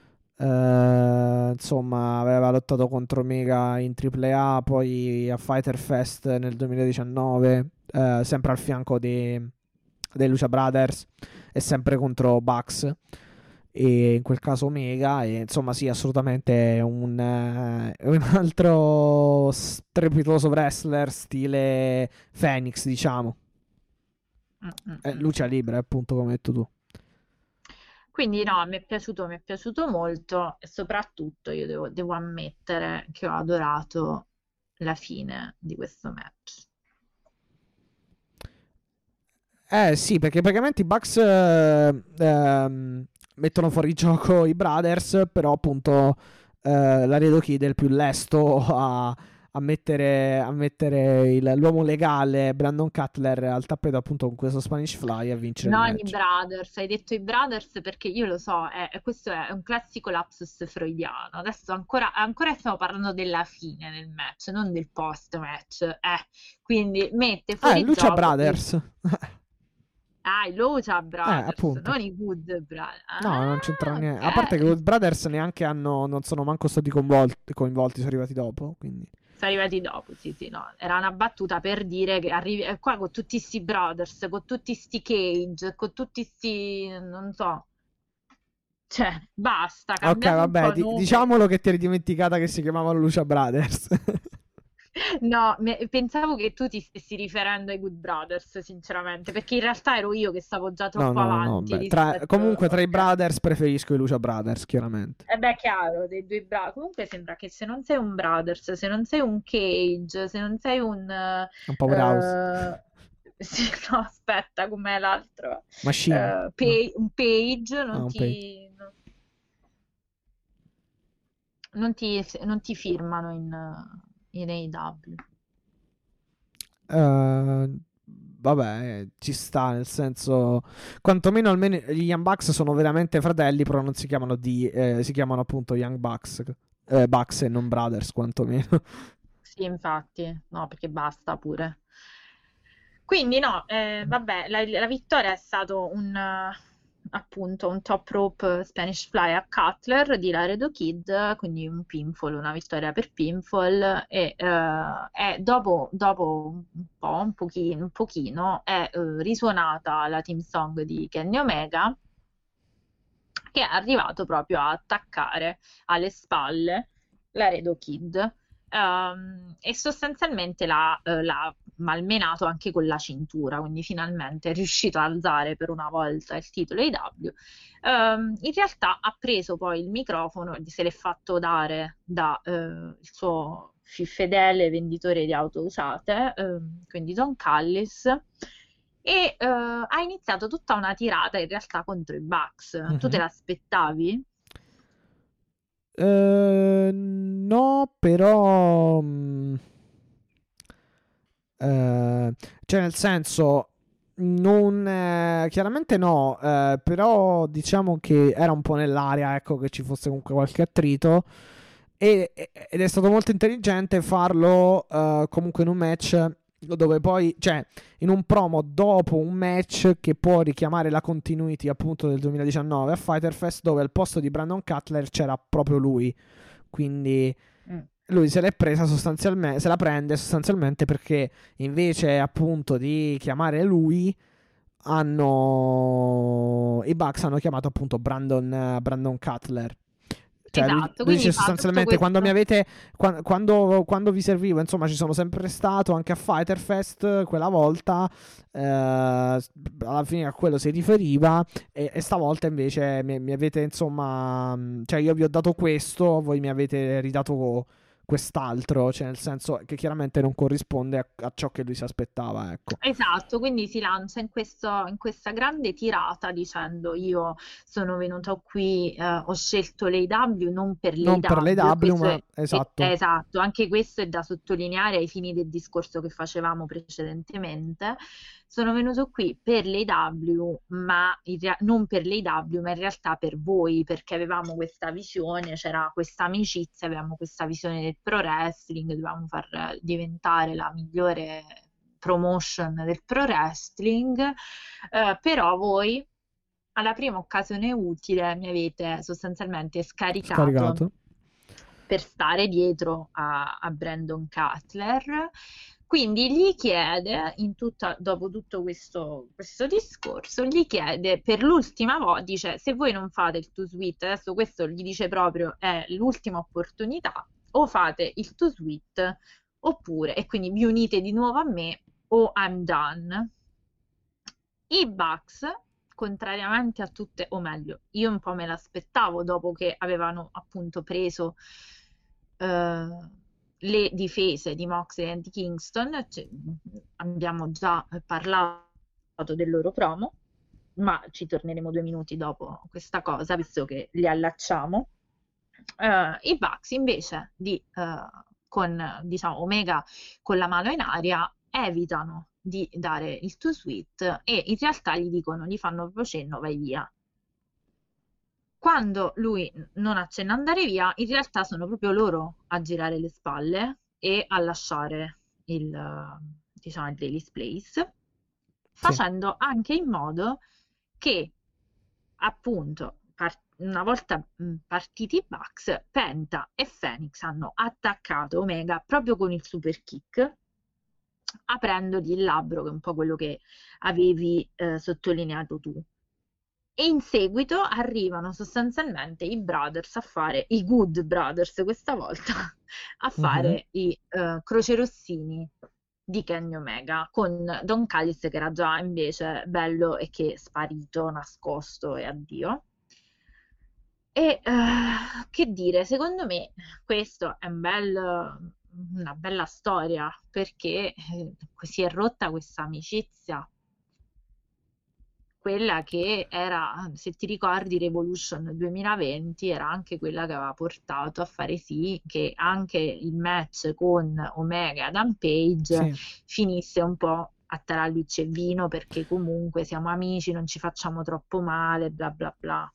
insomma aveva lottato contro Omega in AAA, poi a Fighter Fest nel 2019, sempre al fianco dei Lucha Brothers e sempre contro Bucks, e in quel caso Omega. E insomma sì, assolutamente è un altro strepitoso wrestler stile Phoenix, diciamo. Lucha Libre, appunto, come hai detto tu. Quindi no, mi è piaciuto molto e soprattutto io devo ammettere che ho adorato la fine di questo match. Sì, perché praticamente i Bucks mettono fuori gioco i Brothers, però appunto Laredo Kid è il più lesto a mettere l'uomo legale Brandon Cutler al tappeto, appunto, con questo Spanish Fly, e a vincere il Non i match. Brothers, hai detto i Brothers perché io lo so, questo è un classico lapsus freudiano. Adesso ancora stiamo parlando della fine del match, non del post-match. Quindi mette fuori Lucha gioco Brothers. i Lucha Brothers, Appunto. non i Good Brothers. No, non c'entra niente. A Ok. parte che i Brothers neanche non sono manco stati coinvolti, sono arrivati dopo, quindi. Sono arrivati dopo, sì, no. Era una battuta per dire che arrivi qua con tutti sti Brothers, con tutti sti Cage, con tutti sti, non so. Cioè, basta, Ok, cambiate un vabbè, po' nome. diciamolo che ti eri dimenticata che si chiamavano Lucha Brothers. No, pensavo che tu ti stessi riferendo ai Good Brothers, sinceramente, perché in realtà ero io che stavo già troppo No, avanti beh, comunque tra i ok. Brothers preferisco i Lucha Brothers, chiaramente. E beh, chiaro, dei due Brothers. Comunque sembra che se non sei un Brothers, se non sei un Cage, se non sei un... Un powerhouse. Sì, no, aspetta, com'è l'altro? Machine. No. Un Page, non Un Page. non ti firmano in AEW. Vabbè, ci sta, nel senso, quantomeno almeno gli Young Bucks sono veramente fratelli, però non si chiamano si chiamano appunto Young Bucks, Bucks e non Brothers, quantomeno. Sì, infatti, no, perché basta pure. Quindi no, vabbè, la vittoria è stato appunto un top rope Spanish Fly a Cutler di Laredo Kid, quindi un pinfall, una vittoria per pinfall, e dopo un pochino è risuonata la team song di Kenny Omega, che è arrivato proprio a attaccare alle spalle Laredo Kid. E sostanzialmente l'ha malmenato anche con la cintura, quindi finalmente è riuscito ad alzare per una volta il titolo AEW. In realtà ha preso poi il microfono e se l'è fatto dare da il suo fedele venditore di auto usate, quindi Don Callis, e ha iniziato tutta una tirata in realtà contro i Bucks. Tu te l'aspettavi? No, però cioè nel senso non chiaramente no, però diciamo che era un po' nell'aria, ecco, che ci fosse comunque qualche attrito, ed è stato molto intelligente farlo comunque in un match dove poi, cioè in un promo dopo un match che può richiamare la continuity appunto del 2019 a Fighter Fest, dove al posto di Brandon Cutler c'era proprio lui. Quindi lui se l'è presa sostanzialmente, se la prende sostanzialmente perché invece appunto di chiamare lui i Bucks hanno chiamato appunto Brandon Cutler. Cioè, Esatto, lui dice quindi fa tutto sostanzialmente quando mi questo. avete quando vi servivo, insomma, ci sono sempre stato anche a Fighter Fest quella volta. Alla fine a quello si riferiva, e stavolta invece mi avete, insomma, cioè io vi ho dato questo, voi mi avete ridato quest'altro, cioè nel senso che chiaramente non corrisponde a ciò che lui si aspettava, ecco. Esatto, quindi si lancia in questa grande tirata dicendo io sono venuto qui, ho scelto l'AEW non per Non per l'AEW, l'AEW, questo ma è esatto. esatto, anche questo è da sottolineare ai fini del discorso che facevamo precedentemente. Sono venuto qui per l'AEW, ma non per l'AEW, ma in realtà per voi, perché avevamo questa visione, c'era questa amicizia, avevamo questa visione del pro wrestling, dovevamo far diventare la migliore promotion del pro wrestling, però voi alla prima occasione utile mi avete sostanzialmente scaricato Scaricato. per stare dietro a Brandon Cutler. Quindi gli chiede, dopo tutto questo discorso, gli chiede per l'ultima volta, dice se voi non fate il Too Sweet, adesso questo gli dice proprio è l'ultima opportunità, o fate il Too Sweet oppure, e quindi vi unite di nuovo a me o I'm done. I Bucks, contrariamente a tutte, o meglio, io un po' me l'aspettavo dopo che avevano appunto preso le difese di Moxley e di Kingston, abbiamo già parlato del loro promo, ma ci torneremo 2 minuti dopo questa cosa, visto che li allacciamo. I Bucks invece con diciamo Omega con la mano in aria evitano di dare il Too Sweet e in realtà gli fanno proprio cenno, vai via. Quando lui non accenna ad andare via, in realtà sono proprio loro a girare le spalle e a lasciare diciamo, il Daily's Place, facendo anche in modo che appunto una volta partiti i Bucks, Penta e Phoenix hanno attaccato Omega proprio con il super kick, aprendogli il labbro, che è un po' quello che avevi sottolineato tu. E in seguito arrivano sostanzialmente i Brothers a fare, i Good Brothers questa volta, a fare i crocerossini di Kenny Omega, con Don Callis che era già invece bello e che è sparito, nascosto e addio. E che dire, secondo me questo è una bella storia, perché si è rotta questa amicizia, quella che era, se ti ricordi, Revolution 2020 era anche quella che aveva portato a fare sì che anche il match con Omega e Adam Page finisse un po' a tarallucce e vino, perché comunque siamo amici, non ci facciamo troppo male, bla bla bla.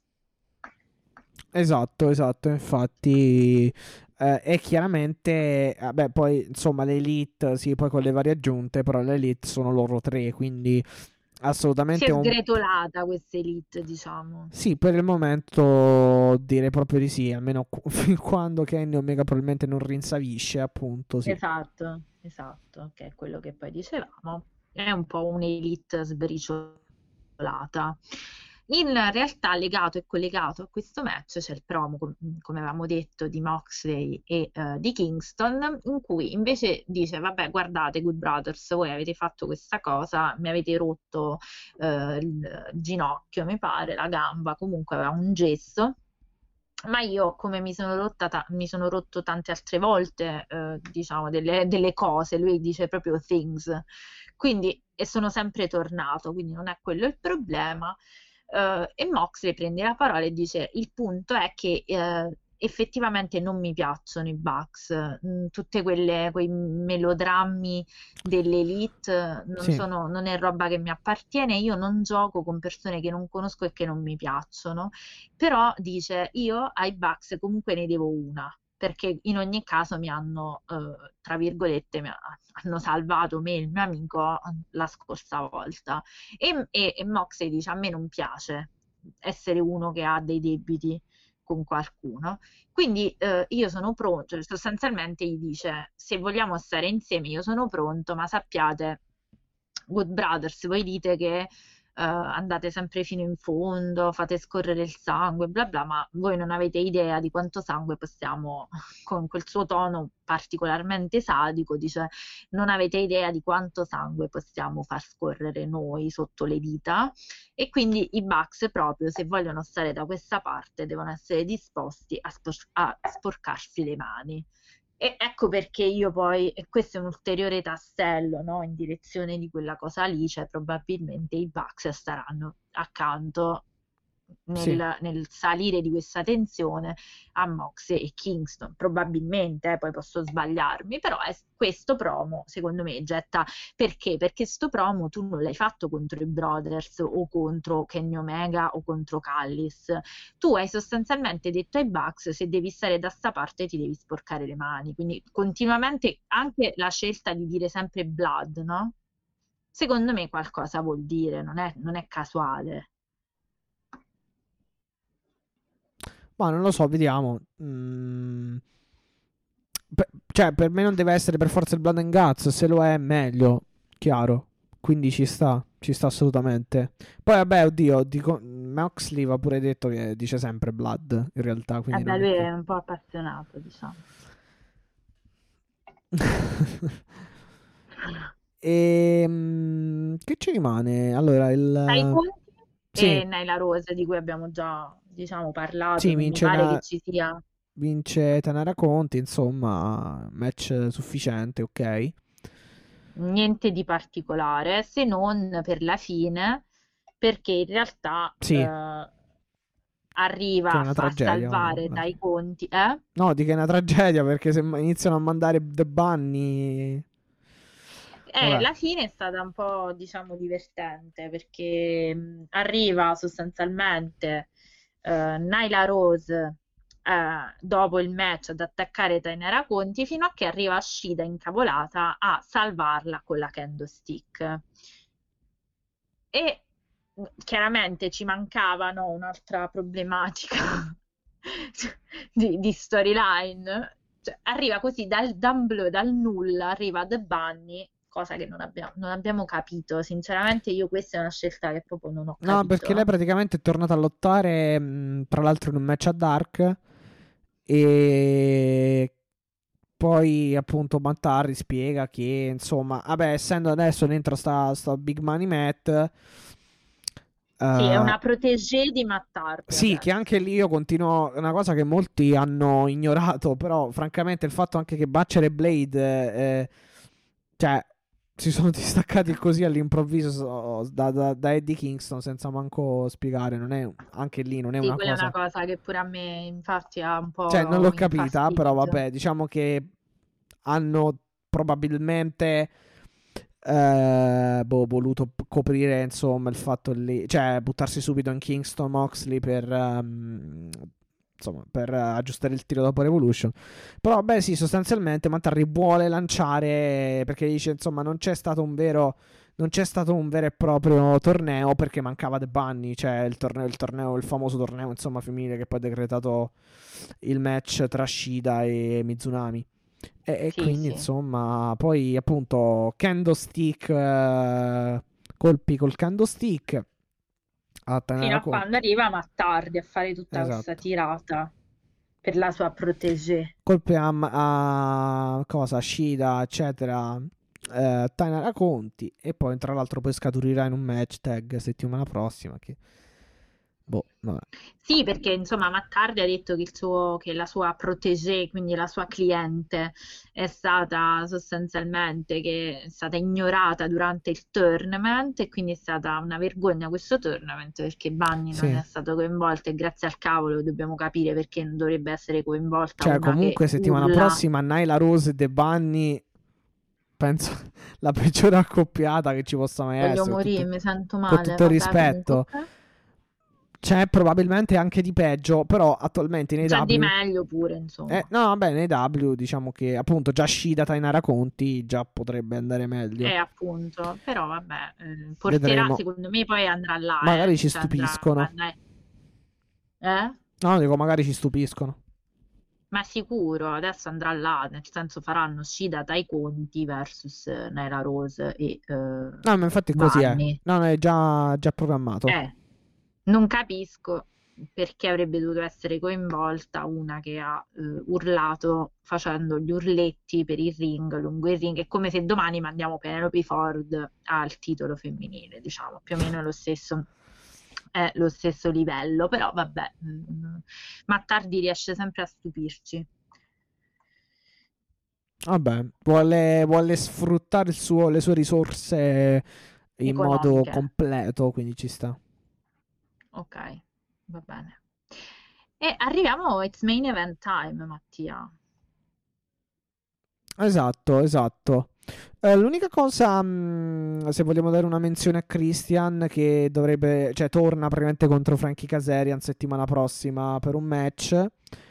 Esatto, infatti è chiaramente, beh, poi insomma l'Elite, sì, poi con le varie aggiunte, però l'Elite sono loro tre, quindi assolutamente si è sgretolata questa Elite, diciamo. Sì, per il momento direi proprio di sì, almeno fin quando Kenny Omega probabilmente non rinsavisce, appunto, sì. Esatto, che è quello che poi dicevamo. È un po' un'Elite sbriciolata. In realtà legato e collegato a questo match c'è il promo, come avevamo detto, di Moxley e di Kingston, in cui invece dice vabbè, guardate Good Brothers, voi avete fatto questa cosa, mi avete rotto il ginocchio, mi pare, la gamba, comunque aveva un gesto, ma io come mi sono rotto tante altre volte, diciamo, delle cose, lui dice proprio things, quindi, e sono sempre tornato, quindi non è quello il problema. E Moxley prende la parola e dice il punto è che effettivamente non mi piacciono i Bucks, tutte quei melodrammi dell'Elite non è roba che mi appartiene, io non gioco con persone che non conosco e che non mi piacciono, però dice io ai Bucks comunque ne devo una, perché in ogni caso mi hanno, tra virgolette, hanno salvato me e il mio amico la scorsa volta. E Moxley dice a me non piace essere uno che ha dei debiti con qualcuno, quindi io sono pronto, sostanzialmente gli dice se vogliamo stare insieme io sono pronto, ma sappiate Good Brothers, voi dite che andate sempre fino in fondo, fate scorrere il sangue, bla bla, ma voi non avete idea di quanto sangue possiamo, con quel suo tono particolarmente sadico, dice, non avete idea di quanto sangue possiamo far scorrere noi sotto le dita, e quindi i Bucks proprio, se vogliono stare da questa parte, devono essere disposti a sporcarsi le mani. E ecco perché io poi, e questo è un ulteriore tassello, no, in direzione di quella cosa lì, cioè probabilmente i Bucks staranno accanto Sì. nel salire di questa tensione a Moxley e Kingston, probabilmente, poi posso sbagliarmi, però questo promo secondo me getta, perché? Perché sto promo tu non l'hai fatto contro i Brothers o contro Kenny Omega o contro Callis, tu hai sostanzialmente detto ai Bucks, se devi stare da sta parte ti devi sporcare le mani, quindi continuamente anche la scelta di dire sempre blood, no? Secondo me qualcosa vuol dire, non è casuale. Ma non lo so, vediamo. Cioè, per me non deve essere per forza il Blood and Guts. Se lo è, meglio. Chiaro. Quindi ci sta assolutamente. Poi, vabbè, oddio, dico, Moxley va pure detto che dice sempre Blood, in realtà. Quindi non Lui è è che... un po' appassionato, diciamo. Che ci rimane? Allora, Dai conti Sì, e Nyla Rose, di cui abbiamo già, diciamo, parlato, sì, non mi pare che ci sia vince Tanara Conti, insomma, match sufficiente, ok. niente di particolare, se non per la fine, perché in realtà Sì, che è arriva a una far tragedia, salvare alla dai fine. conti, No, di che è una tragedia perché se iniziano a mandare The Bunny... Vabbè, La fine è stata un po', diciamo, divertente perché arriva sostanzialmente Nyla Rose dopo il match ad attaccare Tainara Conti fino a che arriva Shida incavolata a salvarla con la kendo stick. E chiaramente ci mancavano un'altra problematica di storyline. Cioè, arriva così dal nulla, arriva The Bunny, cosa che non abbiamo capito. Sinceramente, io questa è una scelta che proprio non ho no, perché lei capito. praticamente è tornata a lottare, tra l'altro in un match a Dark, e poi appunto Matt Hardy spiega che, insomma, vabbè, essendo adesso dentro sta Big Money Matt, Sì, è eh, una protégé di Matt Hardy sì, che adesso. anche lì io continuo, è una cosa che molti hanno ignorato, però francamente il fatto anche che Butcher e Blade, cioè, si sono distaccati così all'improvviso da Eddie Kingston senza manco spiegare, non è, anche lì non è Sì, una quella è una cosa... cosa che pure a me infatti ha un Cioè, non l'ho po' capita, però infastidito. vabbè, diciamo che hanno probabilmente voluto coprire, insomma, il fatto lì, cioè buttarsi subito in Kingston Moxley per insomma, per aggiustare il tiro dopo Revolution. Però vabbè, sì, sostanzialmente Mantarri vuole lanciare perché dice, insomma, non c'è stato un vero e proprio torneo perché mancava The Bunny, cioè il famoso torneo, insomma, femminile che poi ha decretato il match tra Shida e Mizunami. E Sì, quindi, sì. insomma, poi appunto candlestick, colpi col candlestick a Fino Tanara a quando Conti. arriva Mattardi a fare tutta questa Esatto. tirata per la sua protégé. Colpi a cosa, Shida, eccetera. Tanara Conti. E poi, tra l'altro, poi scaturirà in un match tag settimana prossima. Che boh, vabbè. Sì, perché insomma Mattardi ha detto che la sua protégé, quindi la sua cliente, è stata sostanzialmente che è stata ignorata durante il tournament e quindi è stata una vergogna questo tournament perché Bunny non Sì. è stato coinvolto e grazie al cavolo dobbiamo capire perché non dovrebbe essere coinvolta Cioè, una che comunque, settimana urla. prossima, Nyla Rose e The Bunny. Penso la peggiore accoppiata che ci possa mai Voglio essere. morire, mi sento Con male, tutto il vabbè, comunque. rispetto. C'è probabilmente anche di peggio, però attualmente nei C'è di W. meglio pure, insomma. No, vabbè, nei W diciamo che appunto già Shida Tainara Conti già potrebbe andare meglio. Appunto, però vabbè, porterà, Vedremo. secondo me poi andrà là, Magari ci cioè andrà, stupiscono. eh? No, dico magari ci stupiscono. Ma sicuro, adesso andrà là, nel senso faranno Shida dai Conti versus Nyla Rose e No, ma infatti così è. Bunny. No, no, è già programmato. Non capisco perché avrebbe dovuto essere coinvolta una che ha urlato facendo gli urletti per il ring, lungo il ring. È come se domani mandiamo Penelope Ford al titolo femminile, diciamo, più o meno è lo stesso livello, però vabbè, ma Tardi riesce sempre a stupirci. Vabbè, vuole sfruttare le sue risorse in modo Economiche. completo, quindi ci sta. Ok, va bene. E arriviamo, it's main event time, Mattia. Esatto. L'unica cosa, se vogliamo dare una menzione a Christian, che torna praticamente contro Frankie Kazarian settimana prossima per un match.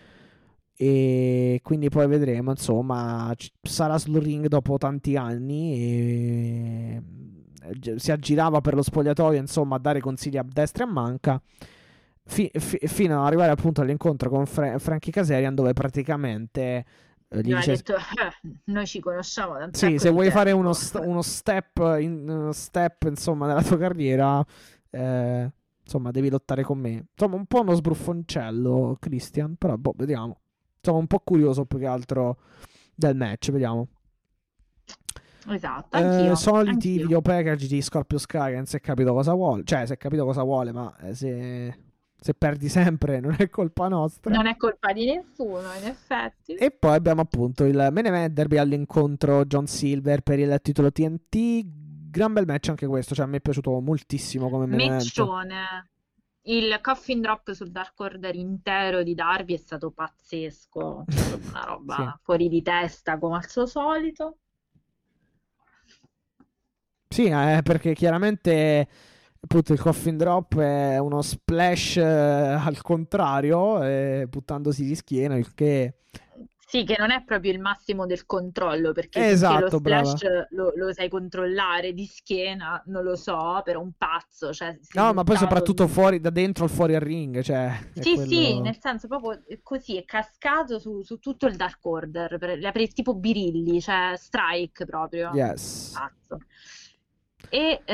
E quindi poi vedremo, insomma, sarà sul ring dopo tanti anni e si aggirava per lo spogliatoio, insomma, a dare consigli a destra e a manca fino ad arrivare appunto all'incontro con Frankie Kazarian, dove praticamente gli ha dice detto, noi ci conosciamo da un sì, sacco se di vuoi fare tempo." uno step, insomma, nella tua carriera, insomma, devi lottare con me. Insomma, un po' uno sbruffoncello, Christian, però boh, vediamo. Sono un po' curioso più che altro del match, vediamo. Esatto, anch'io. Soliti anch'io. video package di Scorpio Sky, che non si è capito cosa vuole. Cioè, si è capito cosa vuole, ma se perdi sempre non è colpa nostra. Non è colpa di nessuno, in effetti. E poi abbiamo appunto il main event derby all'incontro John Silver per il titolo TNT. Gran bel match anche questo, cioè a me è piaciuto moltissimo come main event. Meccione. Il coffin drop sul Dark Order intero di Darby è stato pazzesco, cioè, una roba Sì. fuori di testa come al suo solito. Sì, perché chiaramente appunto il coffin drop è uno splash al contrario, buttandosi di schiena, il che Sì, che non è proprio il massimo del controllo, perché finché esatto, lo brava. splash lo sai controllare di schiena, non lo so, però un pazzo, cioè si è No, ma poi buttato soprattutto fuori da dentro al fuori al ring, cioè è Sì, sì, quello. nel senso proprio così, è cascato su tutto il Dark Order, tipo Birilli, cioè strike proprio, Yes. pazzo. E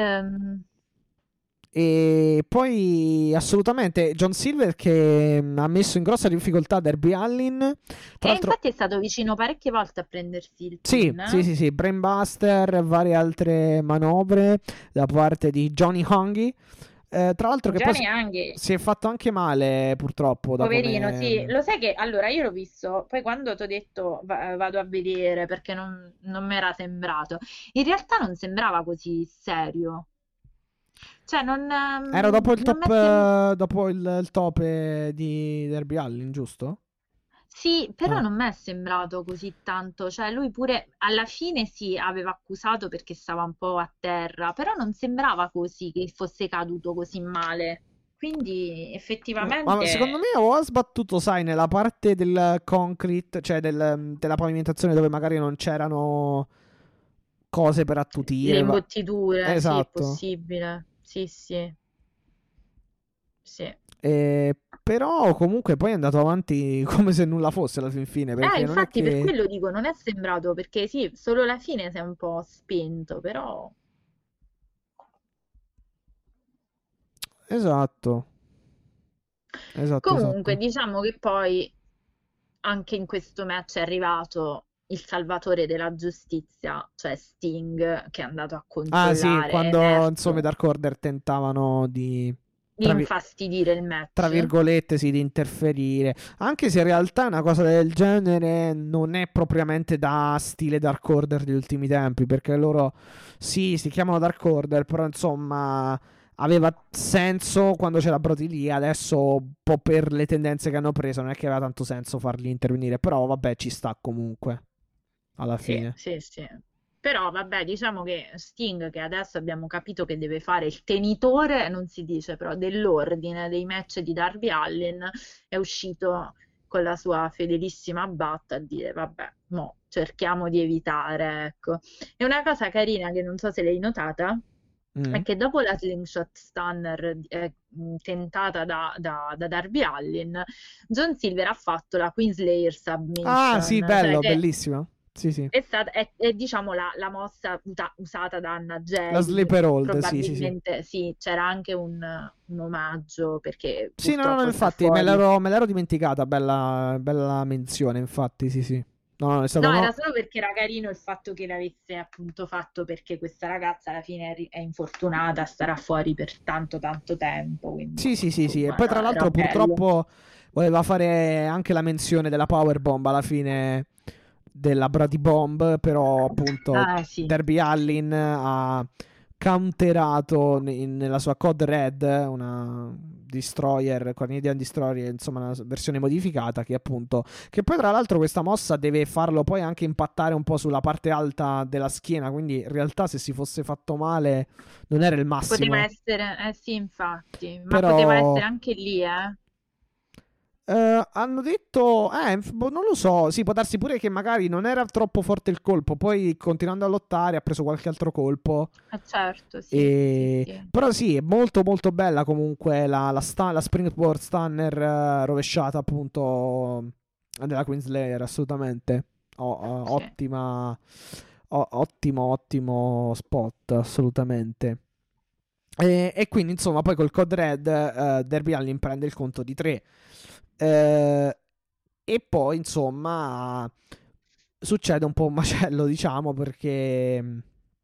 E poi assolutamente John Silver che ha messo in grossa difficoltà Darby Allin. Tra l'altro, infatti è stato vicino parecchie volte a prendersi il sì, pin. sì, Brainbuster, varie altre manovre da parte di Johnny Hungee. Tra l'altro che Johnny poi Hungee, si è fatto anche male purtroppo da poverino, come. sì, lo sai che allora io l'ho visto, poi quando ti ho detto vado a vedere perché non mi era sembrato, in realtà non sembrava così serio. Cioè, Era dopo il non top, m'è sem- dopo il tope di Darby Allin, giusto? Sì, però Ah. non mi è sembrato così tanto. Cioè, lui pure alla fine sì, aveva accusato perché stava un po' a terra, però non sembrava così che fosse caduto così male. Quindi, Ma effettivamente, secondo me o ha sbattuto, sai, nella parte del concrete, cioè della pavimentazione dove magari non c'erano cose per le attutire. imbottiture, sì, è Esatto. possibile. Sì, sì, sì. Però comunque poi è andato avanti come se nulla fosse alla fin fine, perché non è Infatti per che. quello dico, non è sembrato, perché sì, solo la fine si è un po' spento, però Esatto. comunque Esatto. diciamo che poi anche in questo match è arrivato il salvatore della giustizia, cioè Sting, che è andato a Ah sì, controllare, è quando insomma i emerso Dark Order tentavano di. di Tra, vi- infastidire il tra match. virgolette, sì, di interferire. Anche se in realtà una cosa del genere non è propriamente da stile Dark Order degli ultimi tempi, perché loro sì, si chiamano Dark Order, però insomma aveva senso quando c'era Brody lì, adesso un po' per le tendenze che hanno preso non è che aveva tanto senso farli intervenire, però vabbè ci sta comunque, alla Sì, fine. sì, sì. Però vabbè, diciamo che Sting, che adesso abbiamo capito che deve fare il tenitore, non si dice però, dell'ordine dei match di Darby Allin, è uscito con la sua fedelissima Bat a dire, vabbè, cerchiamo di evitare, ecco. E una cosa carina che non so se l'hai notata, è che dopo la Slingshot Stunner tentata da Darby Allin, John Silver ha fatto la Queenslayer Ah, sì, Submission, cioè bello, che bellissima. Sì, sì. è, diciamo la mossa usata da Anna La Jay, sleeper hold, sì, sì, sì. probabilmente sì, c'era anche un omaggio perché Sì, no, purtroppo sta infatti me fuori. l'ero dimenticata, bella menzione, infatti, sì, sì. No, è stato No, no. era solo perché era carino il fatto che l'avesse appunto fatto, perché questa ragazza alla fine è infortunata, starà fuori per tanto tanto tempo, quindi Sì, sì, sì, sì. E insomma poi tra era l'altro bello. purtroppo voleva fare anche la menzione della powerbomb alla fine della Brady Bomb, però appunto Ah, sì, Darby Allin ha counterato nella sua Code Red, una Destroyer, Canadian Destroyer, insomma una versione modificata che poi tra l'altro questa mossa deve farlo poi anche impattare un po' sulla parte alta della schiena, quindi in realtà se si fosse fatto male non era il poteva massimo, essere, sì, infatti, ma poteva però essere anche lì, eh. hanno detto, non lo so, sì, può darsi pure che magari non era troppo forte il colpo, poi continuando a lottare ha preso qualche altro colpo. Certo, sì, sì, sì. Però sì, è molto molto bella comunque la Springboard Stunner rovesciata appunto della Queenslayer, assolutamente. Sì. Ottima, ottimo spot, assolutamente. E quindi insomma poi col Code Red Darby Allin prende il conto di 3. E poi insomma succede un po' un macello, diciamo, perché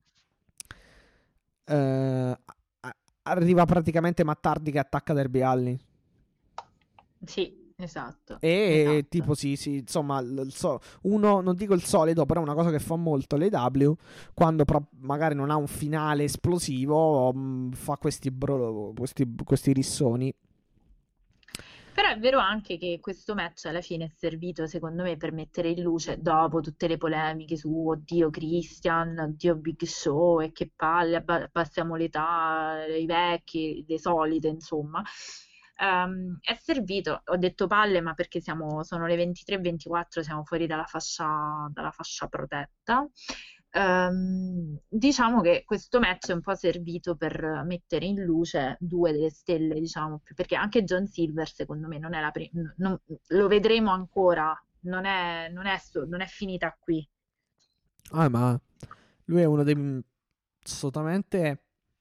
arriva praticamente Matt Hardy che attacca Darby Allin. Sì, esatto, E esatto. tipo sì, sì, insomma, uno, non dico il solito, però è una cosa che fa molto l'AEW, quando magari non ha un finale esplosivo, fa questi rissoni. Però è vero anche che questo match alla fine è servito, secondo me, per mettere in luce, dopo tutte le polemiche su oddio Christian, oddio Big Show e che palle, abbassiamo l'età, i vecchi, le solite, insomma. È servito, ho detto palle, ma perché sono le 23:24, siamo fuori dalla fascia protetta. Diciamo che questo match è un po' servito per mettere in luce due delle stelle, diciamo, perché anche John Silver, secondo me, non è la prima, lo vedremo ancora, non è finita qui. Ma lui è uno dei assolutamente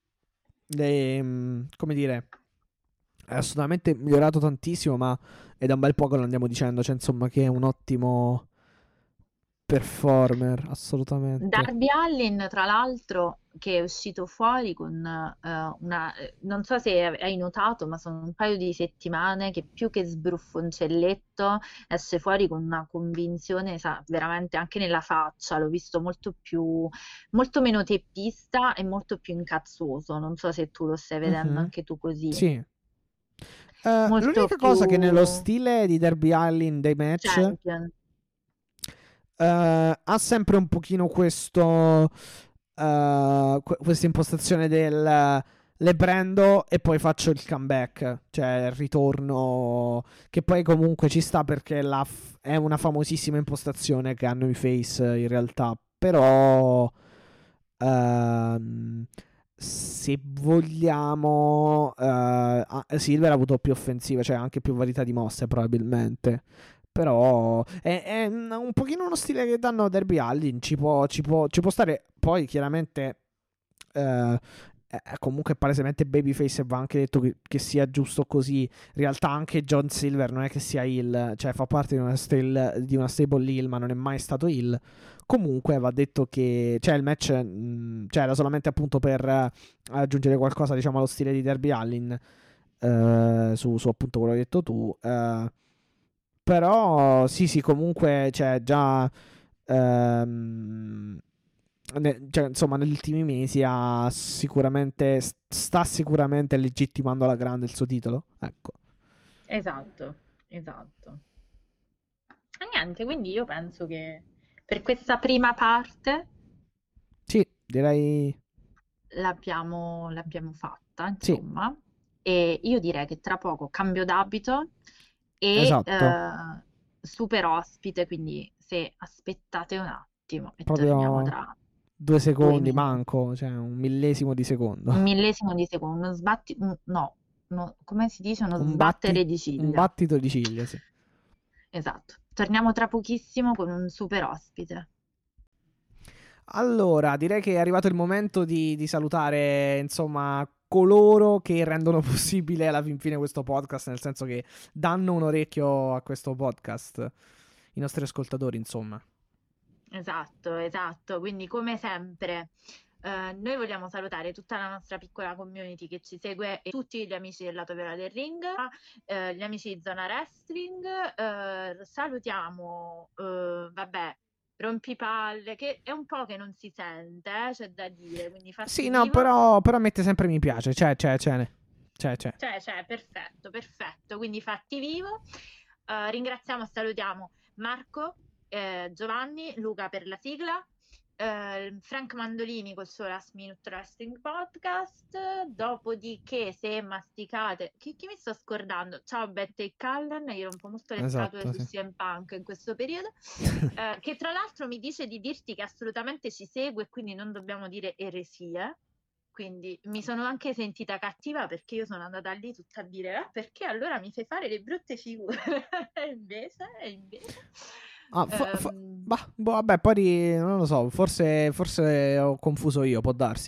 come dire, è assolutamente migliorato tantissimo, ma è da un bel po' che lo andiamo dicendo, cioè insomma che è un ottimo performer, assolutamente. Darby Allin, tra l'altro, che è uscito fuori con non so se hai notato, ma sono un paio di settimane che più che sbruffoncelletto esce fuori con una convinzione, veramente anche nella faccia, l'ho visto molto meno teppista e molto più incazzoso. Non so se tu lo stai vedendo Mhm. anche tu così. Sì. Molto L'unica più cosa che nello stile di Darby Allin dei match champion. ha sempre un pochino questa impostazione del le prendo e poi faccio il comeback, cioè il ritorno, che poi comunque ci sta perché è una famosissima impostazione che hanno i face in realtà, però se vogliamo Silver ha avuto più offensive, cioè anche più varietà di mosse probabilmente. Però è un pochino uno stile che danno a Derby Allin. Ci può stare. Poi chiaramente comunque palesemente babyface e va anche detto che sia giusto così. In realtà anche John Silver non è che sia heel, cioè fa parte di una stable heel, ma non è mai stato heel. Comunque va detto che cioè il match cioè, era solamente appunto per aggiungere qualcosa diciamo allo stile di Derby Allin su appunto quello che hai detto tu. Però sì, sì, comunque cioè, già cioè, insomma, negli ultimi mesi sta sicuramente legittimando alla grande il suo titolo. Ecco. Esatto, esatto. E niente, quindi io penso che per questa prima parte Sì, direi l'abbiamo fatta, sì, insomma, e io direi che tra poco cambio d'abito e esatto. super ospite, quindi se aspettate un attimo e torniamo Proprio tra 2 secondi, minuti. manco, cioè un millesimo di secondo. Un millesimo di secondo, come si dice? Uno sbattere di ciglia. Un battito di ciglia, sì. Esatto. Torniamo tra pochissimo con un super ospite. Allora, direi che è arrivato il momento di salutare, insomma, coloro che rendono possibile alla fin fine questo podcast, nel senso che danno un orecchio a questo podcast, i nostri ascoltatori, insomma. Esatto. Quindi, come sempre, noi vogliamo salutare tutta la nostra piccola community che ci segue e tutti gli amici del lato vero del ring, gli amici di Zona Wrestling. Salutiamo, Rompipalle, che è un po' che non si sente, c'è da dire, quindi Sì, no, però mette sempre mi piace, c'è. Perfetto, quindi fatti vivo. Ringraziamo e salutiamo Marco, Giovanni, Luca per la sigla, Frank Mandolini col suo Last Minute Wrestling Podcast. Dopodiché, se masticate, chi mi sto scordando? Ciao Bette e Callan, io rompo molto le scatole su CM Punk in questo periodo, che tra l'altro mi dice di dirti che assolutamente ci segue, quindi non dobbiamo dire eresie. Quindi mi sono anche sentita cattiva perché io sono andata lì tutta a dire perché allora mi fai fare le brutte figure. E invece vabbè, poi non lo so, forse ho confuso io, può darsi.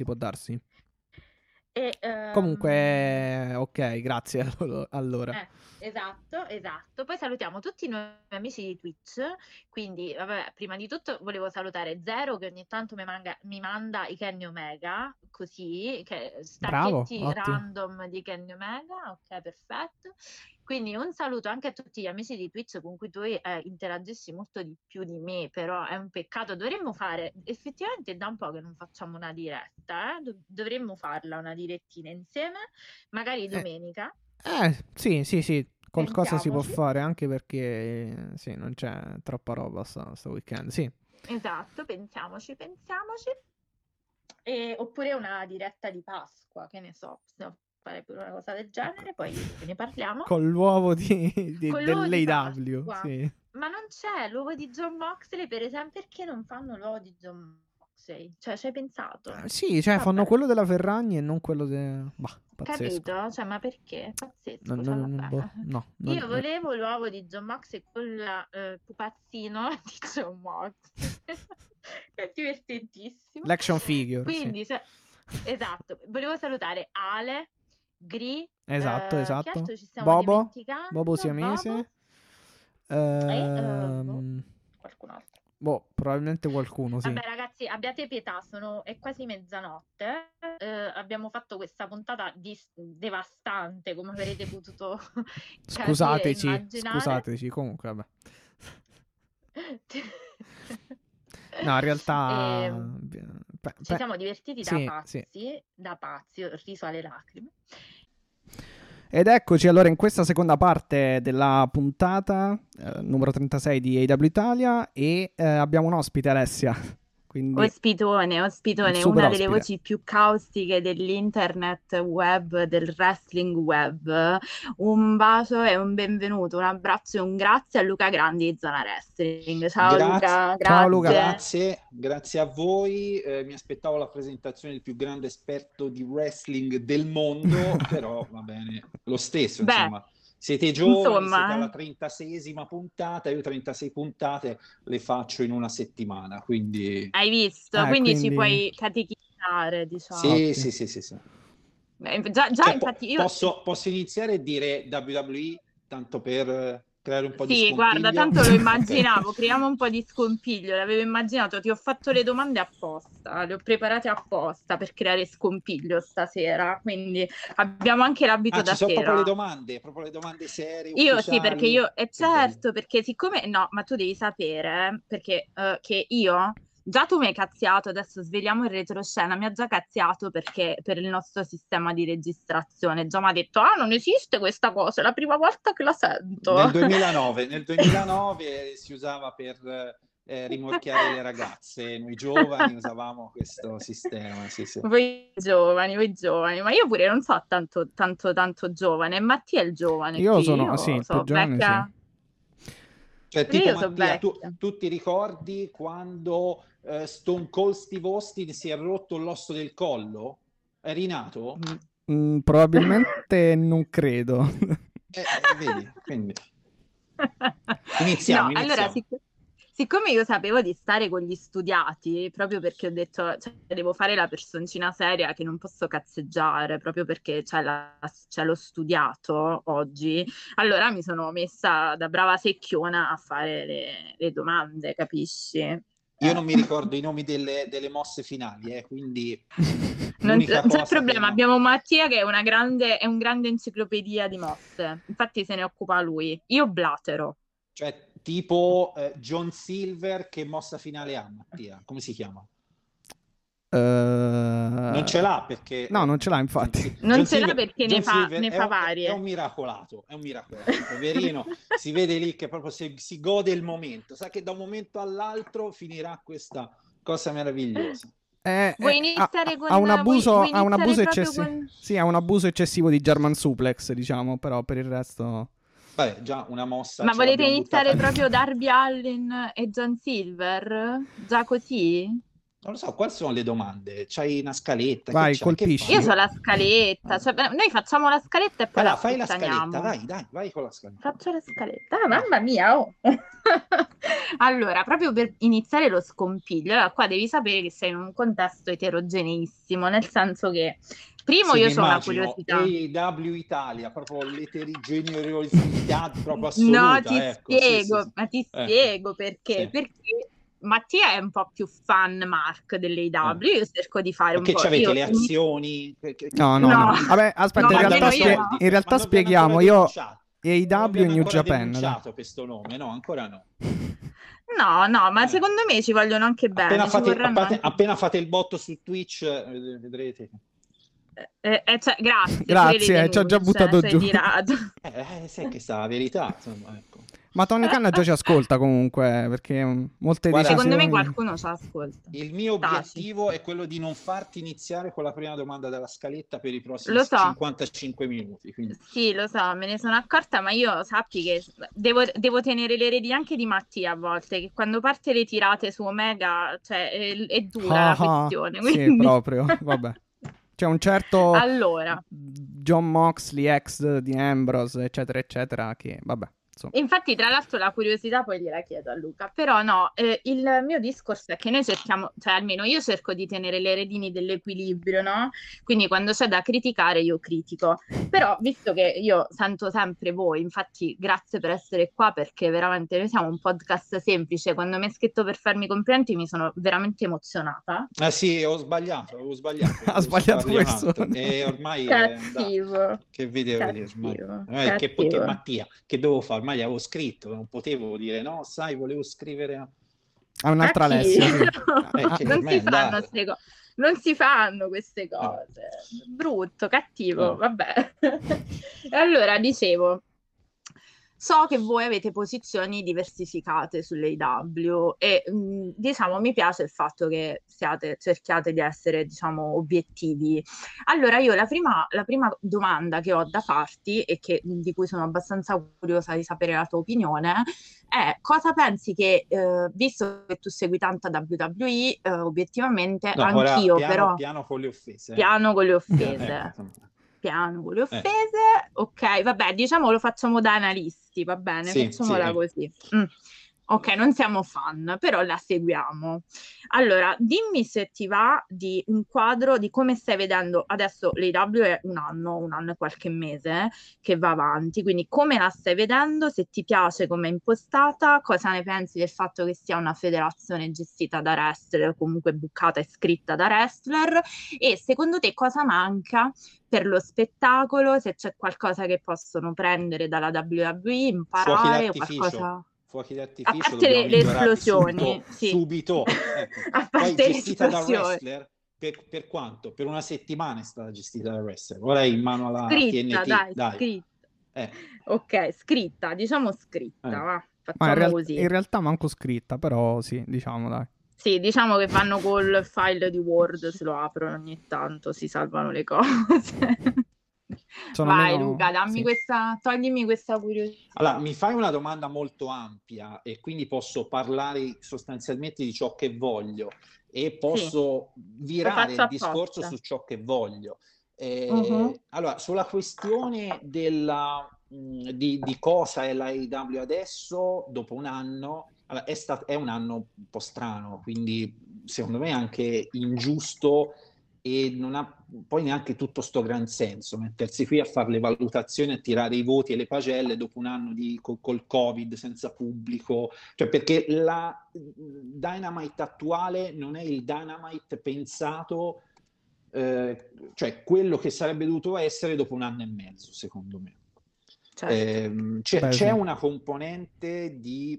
Comunque, ok, grazie allora. Esatto. Poi salutiamo tutti i nuovi amici di Twitch. Quindi, vabbè, prima di tutto volevo salutare Zero, che ogni tanto mi manda i Kenny Omega, così, che stacchetti random di Kenny Omega. Ok, perfetto. Quindi un saluto anche a tutti gli amici di Twitch con cui tu interagisci molto di più di me, però è un peccato. Dovremmo fare, effettivamente da un po' che non facciamo una diretta, dovremmo farla una direttina insieme, magari domenica. Sì, qualcosa si può fare, anche perché sì, non c'è troppa roba sto weekend, sì. Esatto, pensiamoci. Oppure una diretta di Pasqua, che ne so, possiamo fare pure una cosa del genere, poi ne parliamo. Con l'uovo dell'AEW, sì. Ma non c'è l'uovo di Jon Moxley, per esempio, perché non fanno l'uovo di Jon Moxley? Cioè, ci hai pensato? Sì, cioè fanno quello della Ferragni e non quello pazzesco. Capito? Cioè, ma perché? Pazzesco. No, io volevo l'uovo di Jon Moxley con il pupazzino di Jon Moxley. È divertentissimo. L'action figure. Quindi, esatto. Volevo salutare Ale, Gri. Esatto. Chi altro ci stiamo dimenticando? Bobo Siamese. Qualcun altro. Probabilmente qualcuno, sì. Vabbè, ragazzi, abbiate pietà, è quasi mezzanotte. Abbiamo fatto questa puntata devastante, come avrete potuto Scusateci, comunque, vabbè. No, in realtà ci siamo divertiti da pazzi, ho riso alle lacrime. Ed eccoci allora in questa seconda parte della puntata numero 36 di AEW Italia e abbiamo un ospite, Alessia. Quindi Ospitone, una delle voci più caustiche dell'internet web, del wrestling web. Un bacio e un benvenuto, un abbraccio e un grazie a Luca Grandi di Zona Wrestling. Ciao Luca, grazie. Ciao Luca. Grazie a voi. Mi aspettavo la presentazione del più grande esperto di wrestling del mondo, però va bene lo stesso, insomma. Siete giovani, siete alla 36esima puntata, io 36 puntate le faccio in una settimana, quindi... Hai visto? Quindi ci puoi catechizzare, diciamo. Sì. Già infatti io... Posso iniziare a dire WWE, tanto per creare un po' di scompiglio? Sì, guarda, tanto lo immaginavo, creiamo un po' di scompiglio, l'avevo immaginato, ti ho fatto le domande apposta, le ho preparate apposta per creare scompiglio stasera, quindi abbiamo anche l'abito da ci sono sera. proprio le domande serie, io ufficiali. Sì, perché io, certo, perché siccome, no, ma tu devi sapere, perché che io... Già tu mi hai cazziato, adesso sveliamo in retroscena, mi ha già cazziato perché per il nostro sistema di registrazione, già mi ha detto, non esiste questa cosa, è la prima volta che la sento. Nel 2009 si usava per rimorchiare le ragazze, noi giovani usavamo questo sistema. Sì. Voi giovani, ma io pure non so tanto giovane, Mattia è il giovane. Io sono il più giovane, sì. Cioè, tipo Mattia, tu ti ricordi quando Stone Cold Steve Austin si è rotto l'osso del collo? È rinato? Probabilmente non credo. Vedi, quindi iniziamo. Allora, siccome io sapevo di stare con gli studiati, proprio perché ho detto, cioè, devo fare la personcina seria che non posso cazzeggiare, proprio perché c'è lo studiato oggi, allora mi sono messa da brava secchiona a fare le domande, capisci? Io non mi ricordo i nomi delle mosse finali, quindi non c'è problema, abbiamo Mattia che è un grande enciclopedia di mosse, infatti se ne occupa lui, io blatero. Cioè, tipo John Silver, che mossa finale ha, Mattia? Come si chiama? Non ce l'ha perché... No, non ce l'ha infatti. Non ce l'ha perché ne fa varie. È un miracolato, poverino. Si vede lì che proprio si gode il momento. Sa che da un momento all'altro finirà questa cosa meravigliosa. Vuoi iniziare con... Ha un abuso eccessivo. Sì, ha un abuso eccessivo di German suplex, diciamo, però per il resto... Vabbè, già una mossa. Ma volete iniziare proprio Darby Allin e John Silver? Già così? Non lo so, quali sono le domande? C'hai una scaletta? Vai, colpisci. Io so la scaletta. Cioè, noi facciamo la scaletta e poi la fai la scaletta, vai con la scaletta. Faccio la scaletta. Ah, mamma mia, oh. Allora, proprio per iniziare lo scompiglio, allora, qua devi sapere che sei in un contesto eterogeneissimo, nel senso che primo io ho una curiosità. AEW Italia, proprio l'eterogeneità proprio assoluta. No, ti spiego perché. Sì. Perché Mattia è un po' più fan Mark dell'AEW, io cerco di fare perché un po'... Perché c'avete le azioni? No. Vabbè, aspetta, in realtà spieghiamo, io AEW e New Japan. Non abbiamo questo nome, no, ancora no. No, ma secondo me ci vogliono anche bene. Appena fate il botto su Twitch, vedrete. Grazie, ci ho già buttato giù. Sai che sta la verità, insomma, ecco. Ma Tony Khan già ci ascolta comunque, perché molte decisioni... Secondo me qualcuno ci ascolta. Il mio obiettivo è quello di non farti iniziare con la prima domanda della scaletta per i prossimi 55 minuti. Quindi. Sì, lo so, me ne sono accorta, ma io sappi che devo tenere le reti anche di Mattia a volte, che quando parte le tirate su Omega, cioè, è dura la questione. Quindi... Sì, proprio, vabbè. C'è un certo allora John Moxley, ex di Ambrose, eccetera, eccetera, che vabbè. Infatti, tra l'altro, la curiosità poi gliela chiedo a Luca, però no, il mio discorso è che noi cerchiamo, cioè almeno io cerco di tenere le redini dell'equilibrio, no? Quindi quando c'è da criticare io critico, però visto che io sento sempre voi, infatti grazie per essere qua perché veramente noi siamo un podcast semplice, quando mi hai scritto per farmi i complimenti mi sono veramente emozionata. Sì, ho sbagliato. Ha sbagliato questo. E ormai cattivo. Che vedevo ormai. Che Mattia, che devo fare? Ormai avevo scritto, non potevo dire no, sai, volevo scrivere a un'altra Alessia. Non si fanno queste cose. Brutto, cattivo, vabbè. E allora dicevo, so che voi avete posizioni diversificate sull'AEW e diciamo mi piace il fatto che cerchiate di essere diciamo obiettivi. Allora io la prima domanda che ho da farti e di cui sono abbastanza curiosa di sapere la tua opinione è cosa pensi che visto che tu segui tanta WWE obiettivamente anch'io piano con le offese. Piano con le offese. Ok, vabbè, diciamo lo facciamo da analisti, va bene, facciamola così. Ok, non siamo fan, però la seguiamo. Allora, dimmi se ti va di un quadro di come stai vedendo adesso l'AEW è un anno e qualche mese che va avanti, quindi come la stai vedendo, se ti piace come è impostata, cosa ne pensi del fatto che sia una federazione gestita da wrestler o comunque buccata e scritta da wrestler e secondo te cosa manca per lo spettacolo, se c'è qualcosa che possono prendere dalla WWE, imparare o qualcosa... Fuochi d'artificio, a parte le esplosioni subito. Ecco. A parte poi gestita da wrestler per quanto? Per una settimana è stata gestita da wrestler, ora è in mano alla TNT. Scritta. Ok, scritta, diciamo scritta, va. Facciamo così. In realtà manco scritta, però sì, diciamo dai. Sì, diciamo che vanno col file di Word, se lo aprono ogni tanto, si salvano le cose. Vai Luca, toglimi questa curiosità. Allora, mi fai una domanda molto ampia e quindi posso parlare sostanzialmente di ciò che voglio e posso virare il discorso su ciò che voglio. Allora, sulla questione di cosa è la AEW adesso, dopo un anno, allora, è un anno un po' strano, quindi secondo me anche ingiusto e non ha poi neanche tutto sto gran senso mettersi qui a fare le valutazioni, a tirare i voti e le pagelle dopo un anno col Covid senza pubblico, cioè perché la Dynamite attuale non è il Dynamite pensato, cioè quello che sarebbe dovuto essere dopo un anno e mezzo, secondo me. Certo. C'è una componente di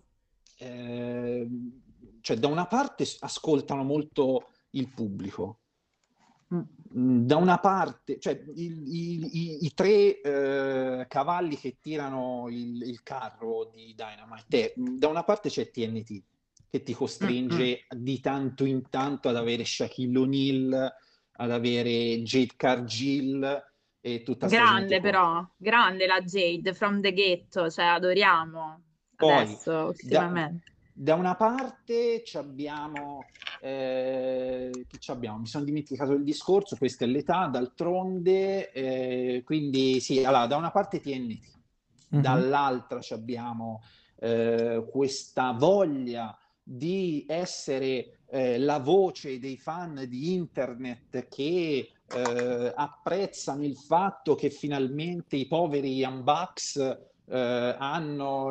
cioè da una parte ascoltano molto il pubblico, da una parte, cioè i tre cavalli che tirano il carro di Dynamite, da una parte c'è TNT che ti costringe di tanto in tanto ad avere Shaquille O'Neal, ad avere Jade Cargill e tutta grande però, grande la Jade from the Ghetto, cioè adoriamo. Poi, adesso ultimamente da una parte abbiamo chi abbiamo? Mi sono dimenticato il discorso, questa è l'età, d'altronde, quindi sì, allora da una parte TNT, dall'altra abbiamo questa voglia di essere la voce dei fan di internet che apprezzano il fatto che finalmente i poveri Young Bucks hanno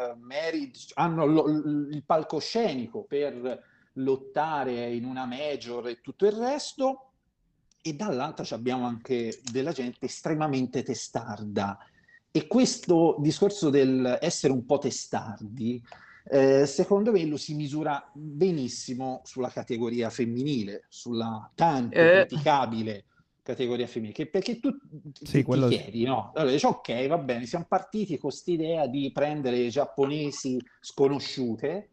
il palcoscenico per lottare in una major e tutto il resto, e dall'altra abbiamo anche della gente estremamente testarda, e questo discorso del essere un po' testardi secondo me lo si misura benissimo sulla categoria femminile, sulla tanto criticabile categoria femminile, perché tu ti chiedi, no? Allora dici, ok, va bene, siamo partiti con quest'idea di prendere giapponesi sconosciute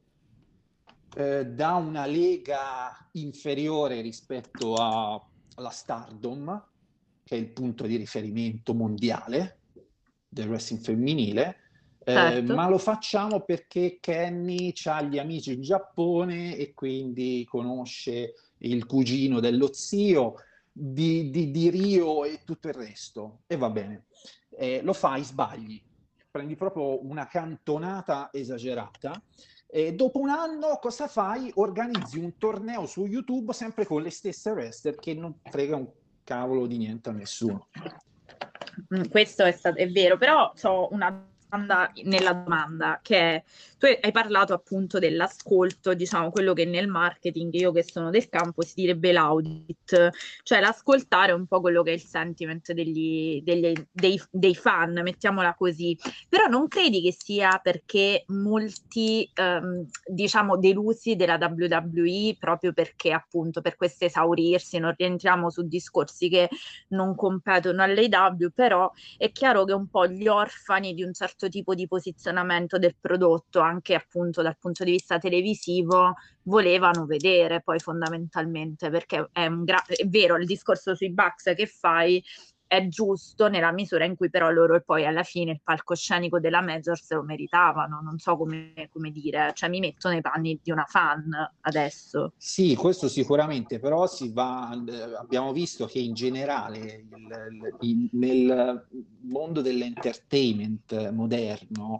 da una lega inferiore rispetto alla Stardom, che è il punto di riferimento mondiale del wrestling femminile, certo. Ma lo facciamo perché Kenny ha gli amici in Giappone e quindi conosce il cugino dello zio di Rio e tutto il resto, e va bene. Lo fai, sbagli, prendi proprio una cantonata esagerata, e dopo un anno cosa fai? Organizzi un torneo su YouTube sempre con le stesse wrestler che non frega un cavolo di niente a nessuno. Questo è vero, però ho una nella domanda, che è, tu hai parlato appunto dell'ascolto, diciamo quello che nel marketing, io che sono del campo, si direbbe l'audit, cioè l'ascoltare un po' quello che è il sentiment dei fan, mettiamola così. Però non credi che sia perché molti diciamo delusi della WWE, proprio perché appunto per questo esaurirsi, non rientriamo su discorsi che non competono all'AEW, però è chiaro che un po' gli orfani di un certo tipo di posizionamento del prodotto, anche appunto dal punto di vista televisivo, volevano vedere poi fondamentalmente, perché è vero il discorso sui Bucks che fai è giusto nella misura in cui però loro poi alla fine il palcoscenico della major se lo meritavano, non so come dire, cioè mi metto nei panni di una fan adesso. Sì, questo sicuramente, però abbiamo visto che in generale nel mondo dell'entertainment moderno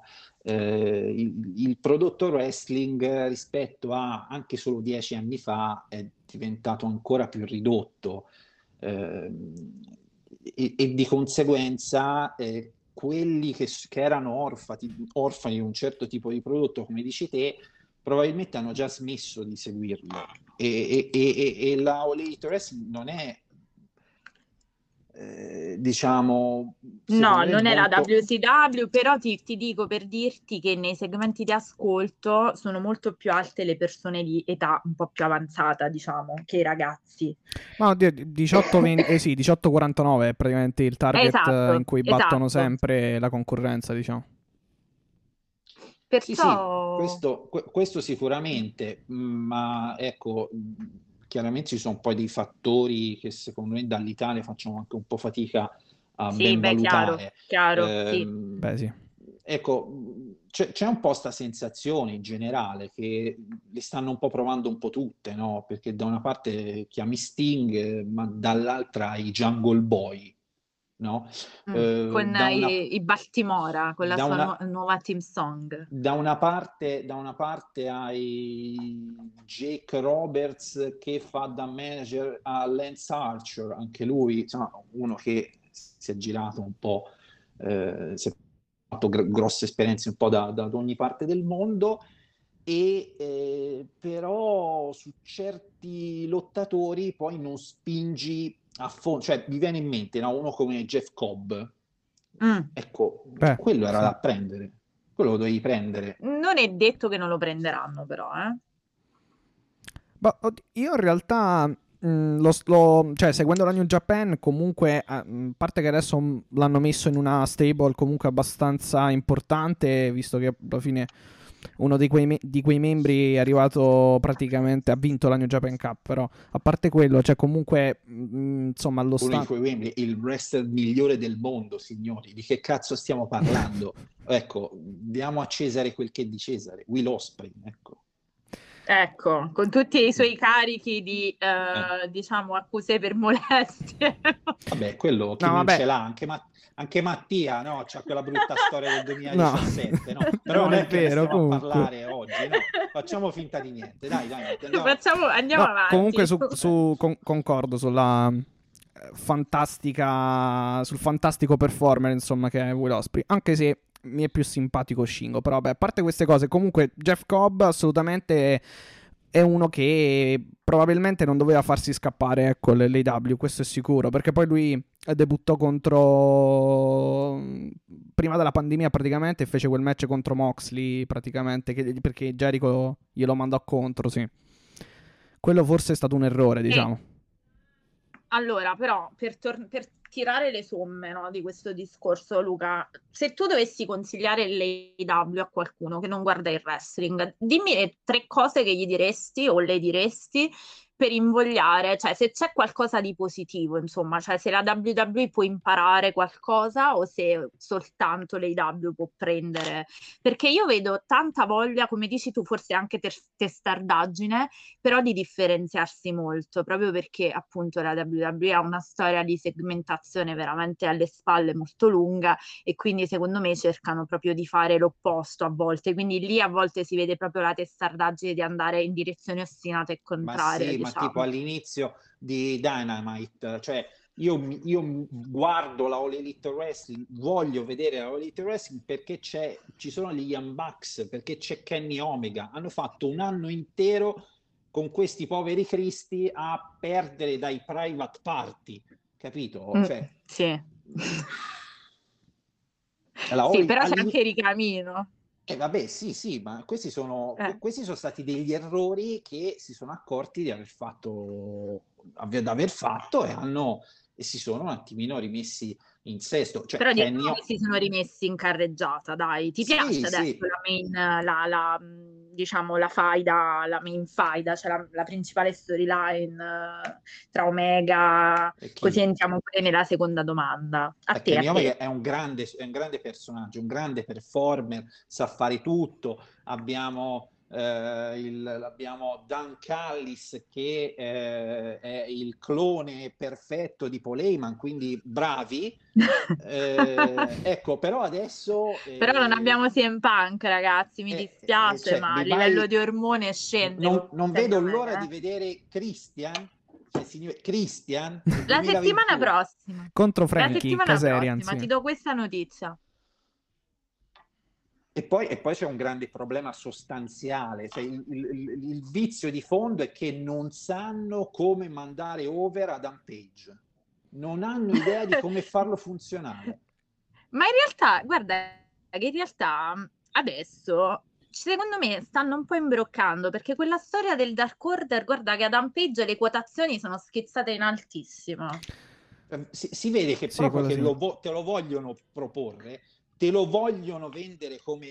il prodotto wrestling rispetto a anche solo 10 anni fa è diventato ancora più ridotto. E di conseguenza quelli che erano orfani di un certo tipo di prodotto, come dici te, probabilmente hanno già smesso di seguirlo, e la All Elite Wrestling non è diciamo no, non è la WCW, però ti dico, per dirti che nei segmenti di ascolto sono molto più alte le persone di età un po' più avanzata, diciamo, che i ragazzi. Ma oddio, 18-49 è praticamente il target, esatto, in cui battono sempre la concorrenza, diciamo. Perciò... Sì, questo sicuramente, ma ecco, chiaramente ci sono poi dei fattori che secondo me dall'Italia facciamo anche un po' fatica a Sì, ben beh, valutare. chiaro, sì. Beh, sì. Ecco, c'è un po' sta sensazione in generale che le stanno un po' provando un po' tutte, no? Perché da una parte chiami Sting, ma dall'altra i Jungle Boy, no? Con i Baltimora, con la da sua una, nuova team song. da una parte hai Jake Roberts che fa da manager a Lance Archer, anche lui, insomma, uno che si è girato un po', si è fatto grosse esperienze un po' da ogni parte del mondo, e però su certi lottatori poi non spingi a fondo, cioè mi viene in mente, no, uno come Jeff Cobb. Ecco, Beh, quello era sì. da prendere, quello lo dovevi prendere. Non è detto che non lo prenderanno, però, Io in realtà, cioè, seguendo la New Japan, comunque, a parte che adesso l'hanno messo in una stable comunque abbastanza importante, visto che alla fine uno di quei membri è arrivato praticamente, ha vinto la New Japan Cup, però a parte quello, cioè comunque, insomma, allo Uno di stato... quei membri, il wrestler migliore del mondo, signori, di che cazzo stiamo parlando? Ecco, diamo a Cesare quel che è di Cesare, Will Ospreay, ecco. Ecco, con tutti i suoi carichi di, Eh. diciamo, accuse per molestie. Vabbè, quello chi No, non vabbè. ce l'ha, anche Mattia, no? C'ha quella brutta storia del 2017, no? Però Non non è è che ne vero, stiamo comunque. a parlare oggi, no? Facciamo finta di niente, dai, Andiamo No, avanti. comunque concordo sulla sul fantastico performer, insomma, che è Will Ospreay, anche se mi è più simpatico Shingo, però vabbè, a parte queste cose, comunque Jeff Cobb assolutamente è uno che probabilmente non doveva farsi scappare, ecco, l'AEW, questo è sicuro, perché poi lui debuttò contro, prima della pandemia praticamente, e fece quel match contro Moxley praticamente, perché Jericho glielo mandò contro, sì. Quello forse è stato un errore, diciamo. Allora, però, per tirare le somme, no, di questo discorso, Luca, se tu dovessi consigliare l'AEW a qualcuno che non guarda il wrestling, dimmi le 3 cose che gli diresti o le diresti per invogliare, cioè se c'è qualcosa di positivo, insomma, cioè se la WWE può imparare qualcosa o se soltanto l'AEW può prendere, perché io vedo tanta voglia, come dici tu, forse anche testardaggine, però di differenziarsi molto, proprio perché appunto la WWE ha una storia di segmentazione veramente alle spalle molto lunga, e quindi secondo me cercano proprio di fare l'opposto a volte, quindi lì a volte si vede proprio la testardaggine di andare in direzione ostinata e contraria, Ma diciamo. tipo all'inizio di Dynamite, cioè io guardo la All Elite Wrestling, voglio vedere la All Elite Wrestling perché ci sono gli Young Bucks, perché c'è Kenny Omega, hanno fatto un anno intero con questi poveri cristi a perdere dai private party, capito? Cioè, sì. allora, Sì, però c'è anche Ricamino. Vabbè, sì, ma questi sono stati degli errori che si sono accorti di aver fatto e si sono un attimino rimessi in sesto. Cioè, però diciamo che si sono rimessi in carreggiata, dai. Ti piace adesso sì. diciamo la main faida, cioè la principale storyline tra Omega, così entriamo pure nella seconda domanda. Kenny Omega è un grande personaggio, un grande performer, sa fare tutto. Abbiamo Dan Callis che è il clone perfetto di Paul Heyman, quindi bravi. Ecco, però adesso però non abbiamo CM Punk, ragazzi, mi dispiace, ma a livello di ormone scende. Non vedo l'ora di vedere Christian la settimana prossima contro Frankie Kazarian, sì. Ti do questa notizia. E poi c'è un grande problema sostanziale, cioè il vizio di fondo è che non sanno come mandare over Adam Page, non hanno idea di come farlo funzionare. Ma in realtà, guarda, che in realtà adesso secondo me stanno un po' imbroccando, perché quella storia del Dark Order, guarda che Adam Page le quotazioni sono schizzate in altissimo. Si vede che proprio che te lo vogliono proporre, te lo vogliono vendere come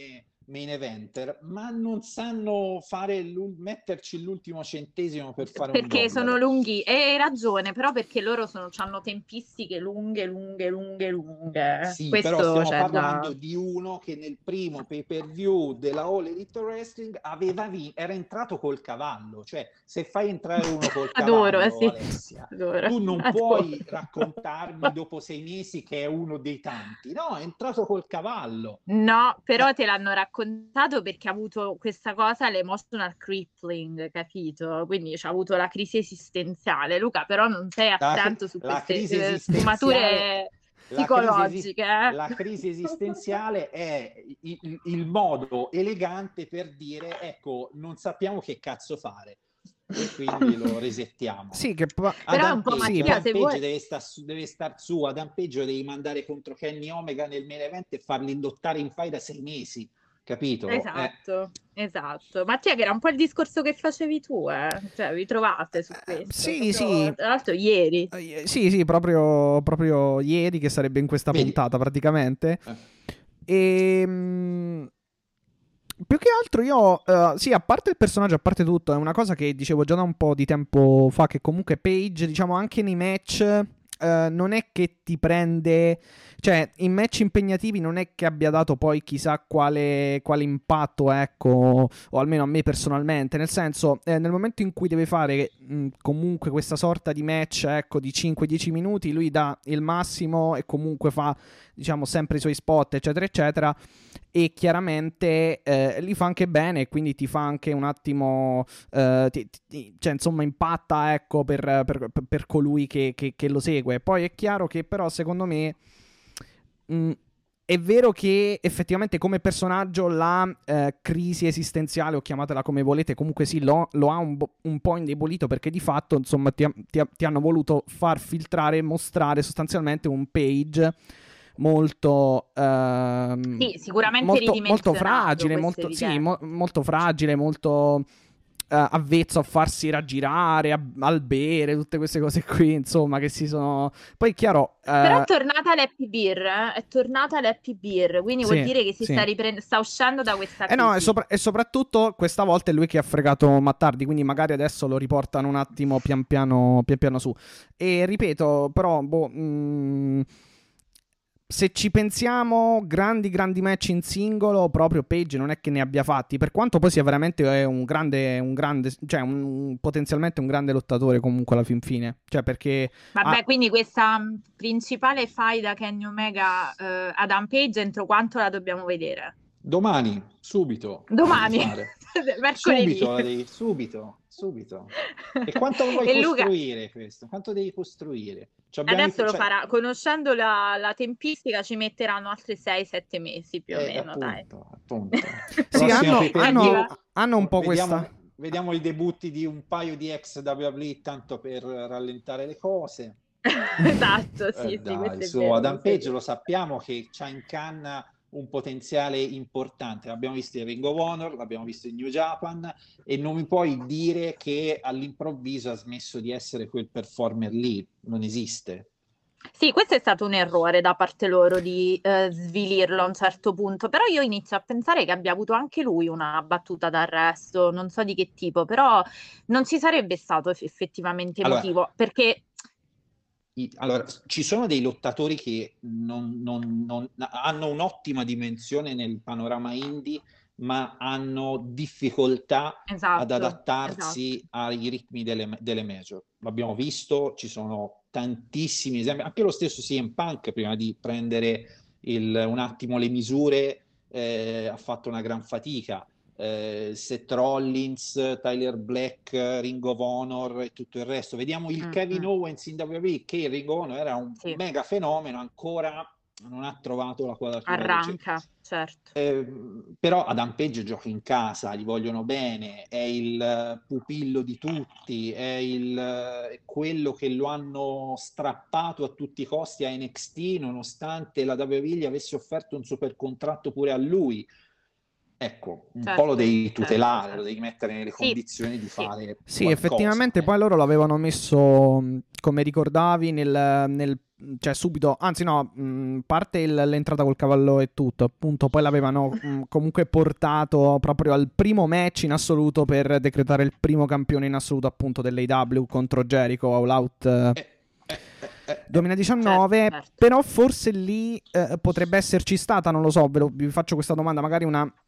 main eventer, ma non sanno metterci l'ultimo centesimo per fare un Perché sono dollaro. lunghi, e hai ragione, però perché loro hanno tempistiche lunghe. Sì, però Questo stiamo c'è parlando da... di uno che nel primo pay-per-view della All Elite Wrestling era entrato col cavallo. Cioè, se fai entrare uno col Adoro, cavallo, sì, Alessia, adoro, tu non adoro. puoi raccontarmi dopo 6 mesi che è uno dei tanti. No, è entrato col cavallo. No, però Eh, te l'hanno raccontato perché ha avuto questa cosa, l'emotional crippling, capito? Quindi c'ha avuto la crisi esistenziale. Luca, però non sei la, attento su la queste crisi esistenziale, sfumature la crisi, psicologiche, eh? la crisi esistenziale è il modo elegante per dire, ecco, non sappiamo che cazzo fare e quindi lo resettiamo. Sì, che Però un po' sì, Mattia, Adam se Page vuoi... deve star su, Adam Page lo devi mandare contro Kenny Omega nel main event e farli lottare in fai da 6 mesi, capito? Esatto. Mattia, che era un po' il discorso che facevi tu, eh? Cioè, vi trovate su questo, sì, sì. tra l'altro ieri. Sì, proprio ieri, che sarebbe in questa Vedi? puntata praticamente. E più che altro io, sì, a parte il personaggio, a parte tutto, è una cosa che dicevo già da un po' di tempo fa, che comunque Page, diciamo, anche nei match, non è che ti prende, cioè, in match impegnativi non è che abbia dato poi chissà quale impatto, ecco, o almeno a me personalmente, nel senso, nel momento in cui deve fare comunque questa sorta di match, ecco, di 5-10 minuti, lui dà il massimo e comunque fa, diciamo, sempre i suoi spot, eccetera, eccetera, e chiaramente li fa anche bene, e quindi ti fa anche un attimo, cioè, insomma, impatta, ecco, per colui che lo segue. Poi è chiaro che però secondo me è vero che effettivamente come personaggio la crisi esistenziale, o chiamatela come volete, comunque sì, lo ha un po' indebolito, perché di fatto, insomma, ti hanno voluto far filtrare e mostrare sostanzialmente un Page molto Sì, sicuramente molto ridimensionato, fragile, questo è evidente. molto fragile, molto avvezzo a farsi raggirare, al bere, tutte queste cose qui, insomma, che si sono... Poi è chiaro... Però è tornata l'Happy Beer, è tornata l'Happy Beer, quindi vuol sì, dire che si sì. sta uscendo da questa No, crisi. e soprattutto questa volta è lui che ha fregato Mattardi, quindi magari adesso lo riportano un attimo pian piano su. E ripeto, però, se ci pensiamo, grandi match in singolo, proprio Page non è che ne abbia fatti, per quanto poi sia veramente un grande, cioè potenzialmente un grande lottatore comunque alla fin fine, cioè perché Vabbè, quindi questa principale faida Kenny Omega Adam Page, entro quanto la dobbiamo vedere? Domani, subito, la devi Domani, fare. mercoledì. Subito. E quanto vuoi E Luca, costruire questo? Quanto devi costruire? adesso lo farà, conoscendo la tempistica ci metteranno altri 6-7 mesi più o meno, dai. appunto. sì, Prossimo hanno un po' vediamo, questa... vediamo i debutti di un paio di ex WWE, tanto per rallentare le cose. Esatto, sì, Dai, questo è su vero. Adam Page lo sappiamo che c'ha in canna un potenziale importante. L'abbiamo visto in Ring of Honor, l'abbiamo visto in New Japan, e non mi puoi dire che all'improvviso ha smesso di essere quel performer lì. Non esiste. Sì, questo è stato un errore da parte loro di svilirlo a un certo punto, però io inizio a pensare che abbia avuto anche lui una battuta d'arresto, non so di che tipo, però non ci sarebbe stato effettivamente motivo, perché... Allora, ci sono dei lottatori che hanno un'ottima dimensione nel panorama indie, ma hanno difficoltà ad adattarsi ai ritmi delle major. L'abbiamo visto, ci sono tantissimi esempi, anche lo stesso CM Punk, prima di prendere un attimo le misure, ha fatto una gran fatica. Seth Rollins, Tyler Black, Ring of Honor e tutto il resto. Vediamo il Kevin Owens in WWE, che in Ring of Honor era un mega fenomeno, ancora non ha trovato la quadratura. Arranca, certo. Però Adam Page gioca in casa, gli vogliono bene, è il pupillo di tutti, è quello che lo hanno strappato a tutti i costi a NXT, nonostante la WWE gli avesse offerto un super contratto pure a lui. Ecco, un Certo, po' lo devi tutelare, certo. lo devi mettere nelle condizioni di fare Sì, qualcosa. effettivamente poi loro l'avevano messo, come ricordavi, cioè subito, anzi no, parte l'entrata col cavallo e tutto, appunto, poi l'avevano comunque portato proprio al primo match in assoluto per decretare il primo campione in assoluto, appunto, dell'AEW contro Jericho All Out 2019, certo. però forse lì potrebbe esserci stata, non lo so, vi faccio questa domanda, magari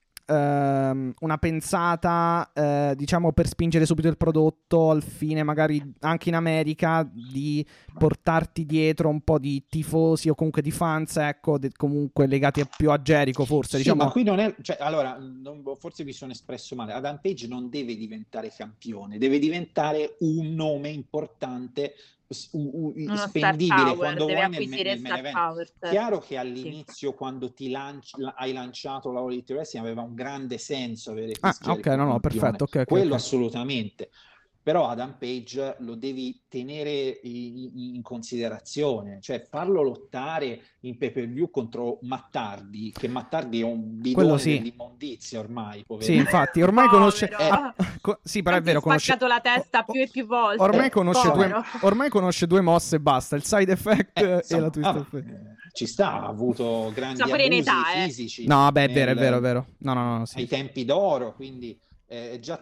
una pensata, diciamo, per spingere subito il prodotto al fine magari anche in America di portarti dietro un po' di tifosi o comunque di fans, ecco, comunque legati più a Jericho, forse, Sì, diciamo. ma qui non è, cioè, allora, forse mi sono espresso male. Adam Page non deve diventare campione, deve diventare un nome importante, spendibile quando deve vuoi acquisire nel main star event. power, certo. Chiaro che all'inizio, quando hai lanciato la All Elite Wrestling, aveva un grande senso avere Chris Jericho ok, no, campione. perfetto, ok, quello ok. assolutamente. Però Adam Page lo devi tenere in considerazione, cioè farlo lottare in pay-per-view contro Mattardi, che Mattardi è un bidone dell'immondizia ormai, poverino. Sì, infatti, ormai conosce... sì, però è vero, conosce... spaccato la testa più e più volte. Ormai conosce due mosse e basta, il side effect e la twist effect. Ci sta, ha avuto grandi abusi fisici. No, beh, è vero. No, sì. Ai tempi d'oro, quindi è già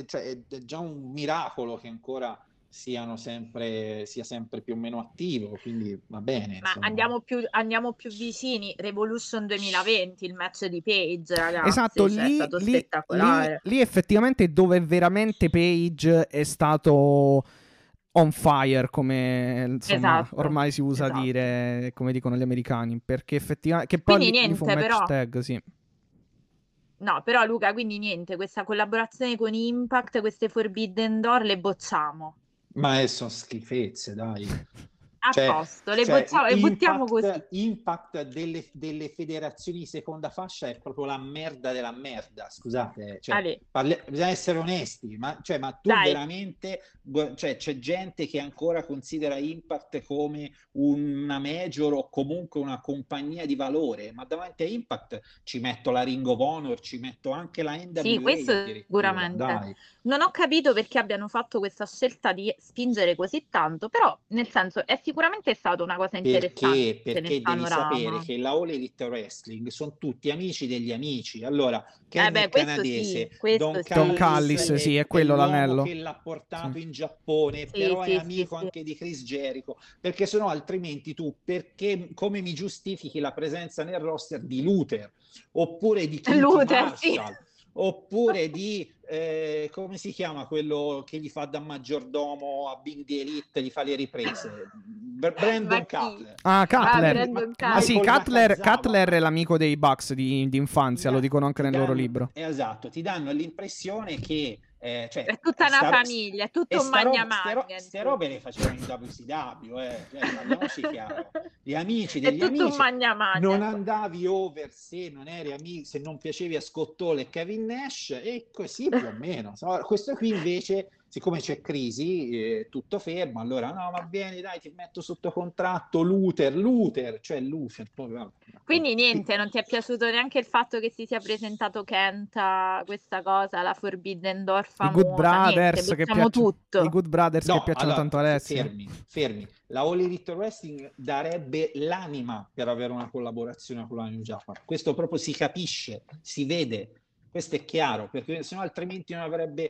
un miracolo che ancora sia sempre più o meno attivo, quindi va bene. Ma andiamo più vicini, Revolution 2020, il match di Page, ragazzi. Esatto, è stato spettacolare. Lì effettivamente dove veramente Page è stato on fire, come insomma ormai si usa dire, come dicono gli americani, perché effettivamente... Che poi quindi niente, lì fu un match però... tag, sì. No, però Luca, quindi niente, questa collaborazione con Impact, queste Forbidden Door le bocciamo. Ma sono schifezze, dai. Posto, le bocciamo e buttiamo così. Impact delle federazioni di seconda fascia è proprio la merda della merda, scusate. Bisogna essere onesti, ma tu veramente... Cioè, c'è gente che ancora considera Impact come una major o comunque una compagnia di valore, ma davanti a Impact ci metto la Ring of Honor, ci metto anche la NWA. Sì, questo sicuramente. Dai. Non ho capito perché abbiano fatto questa scelta di spingere così tanto, però nel senso è sicuramente stata una cosa interessante. Perché devi sapere che la All Elite Wrestling sono tutti amici degli amici. Allora, Kenny è canadese, Don Callis, sì, è quello l'anello che l'ha portato in Giappone, però è amico anche di Chris Jericho, perché sennò altrimenti tu, come mi giustifichi la presenza nel roster di Luther oppure di Keith Marshall oppure di come si chiama quello che gli fa da maggiordomo a Big The Elite, gli fa le riprese, Brandon Cutler. Cutler è l'amico dei Bucks di infanzia, lo dicono anche nel loro libro. Esatto, ti danno l'impressione che è tutta una famiglia, è tutto un magna-magna. Queste robe le facevano in WCW, parliamoci chiaro. Gli amici degli amici, non andavi over se non eri amico, se non piacevi a Scott Hall e Kevin Nash, e così più o meno. Questo qui invece, siccome c'è crisi, tutto fermo, allora no, va bene, dai, ti metto sotto contratto Luther, proprio. Quindi niente, non ti è piaciuto neanche il fatto che si sia presentato Kent a questa cosa, la Forbidden Door famosa? I Good Brothers, che piacciono tanto a Alessio. Fermi. La All Elite Wrestling darebbe l'anima per avere una collaborazione con la New Japan. Questo proprio si capisce, si vede. Questo è chiaro, perché sennò altrimenti non avrebbe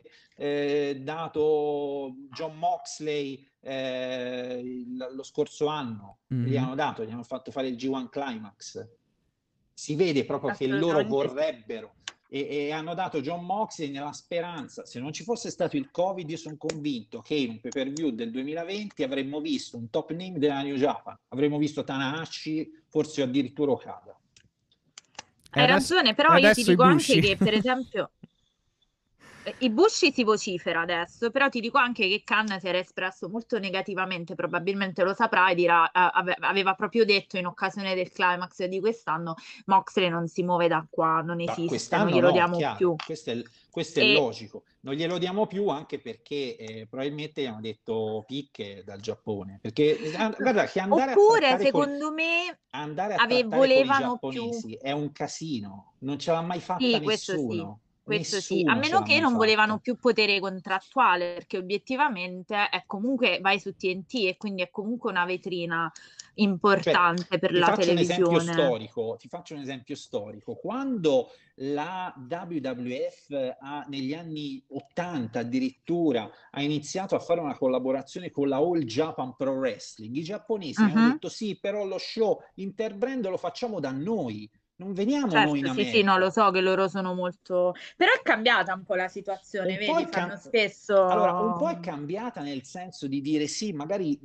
dato John Moxley lo scorso anno. Gli hanno fatto fare il G1 Climax. Si vede proprio che loro vorrebbero e hanno dato John Moxley nella speranza. Se non ci fosse stato il Covid, io sono convinto che in un pay-per-view del 2020 avremmo visto un top name della New Japan, avremmo visto Tanahashi, forse addirittura Okada. Hai ragione, però io ti dico anche che, per esempio, Ibushi si vocifera adesso, però ti dico anche che Khan si era espresso molto negativamente, probabilmente lo saprai, dirà, aveva proprio detto in occasione del climax di quest'anno, Moxley non si muove da qua, non Ma esiste, non quest'anno glielo no, diamo chiaro, più. questo è logico, non glielo diamo più anche perché probabilmente gli hanno detto picche dal Giappone, perché guarda che Oppure, secondo me, andare a trattare con i volevano più. giapponesi è un casino, non ce l'ha mai fatta Sì, questo sì, nessuno, questo sì, a nessuno ce meno l'ha che mai non volevano fatta. più potere contrattuale, perché obiettivamente è comunque vai su TNT e quindi è comunque una vetrina Cioè, importante per la televisione. ti faccio un esempio storico. Quando la WWF negli anni 80 addirittura ha iniziato a fare una collaborazione con la All Japan Pro Wrestling, i giapponesi hanno Mhm. detto sì, però lo show interbrand lo facciamo da noi, non veniamo noi in Certo, sì, sì, no, lo America. so che loro sono molto. Però è cambiata un po' la situazione, Un po' vedi, è fanno cam- allora, un po' spesso. è cambiata nel senso di dire sì, magari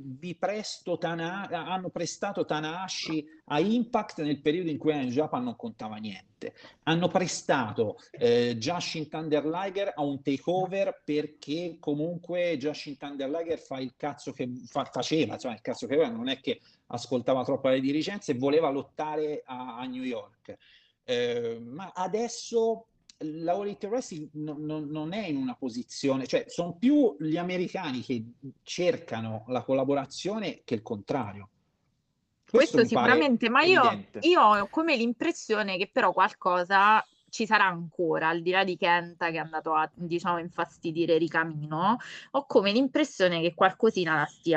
hanno prestato Tanahashi a Impact nel periodo in cui New Japan non contava niente. Hanno prestato Jushin Thunder Liger a un takeover perché comunque Jushin Thunder Liger fa il cazzo che faceva, cioè il cazzo che aveva, non è che ascoltava troppo le dirigenze e voleva lottare a New York. Ma adesso la All Elite Wrestling non è in una posizione, cioè sono più gli americani che cercano la collaborazione che il contrario. Questo Questo mi pare sicuramente, ma evidente. io ho come l'impressione che però qualcosa ci sarà ancora, al di là di Kenta che è andato a, diciamo, infastidire Ricamino, ho come l'impressione che qualcosina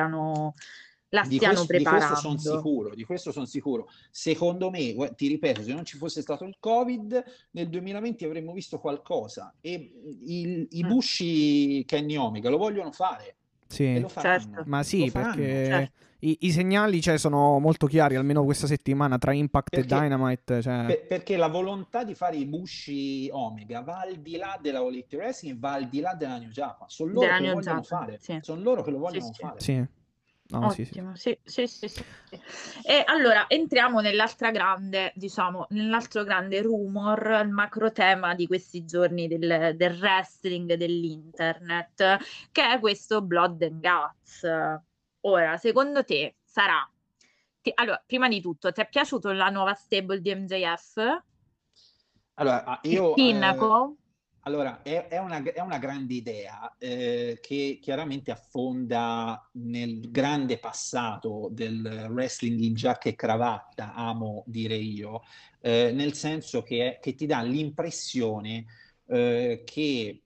la stiano Di questo sono preparando. sicuro, di questo sono sicuro. Secondo me, ti ripeto, se non ci fosse stato il Covid, nel 2020 avremmo visto qualcosa e i Mm, Bushi Kenny Omega lo vogliono fare e Sì, lo certo, faranno, ma lo sì, faranno. perché certo. i segnali, cioè, sono molto chiari, almeno questa settimana, tra Impact e Perché, Dynamite, cioè. perché la volontà di fare i Bushi Omega va al di là della All Elite Wrestling e va al di là della New Japan. Sono loro Della che lo New vogliono Japan, fare. sì. Sono loro che lo Sì, vogliono sì. fare. Sì. No, sì, sì. Ottimo, sì, sì, sì, sì, sì. E allora entriamo nell'altra grande, diciamo, nell'altro grande rumor, il macro tema di questi giorni del wrestling, dell'internet, che è questo Blood and Guts. Ora, secondo te sarà? Allora, prima di tutto, ti è piaciuto la nuova stable di MJF? Allora, Il io Pinnacle? allora, è una grande idea che chiaramente affonda nel grande passato del wrestling in giacca e cravatta, amo dire io, nel senso che ti dà l'impressione che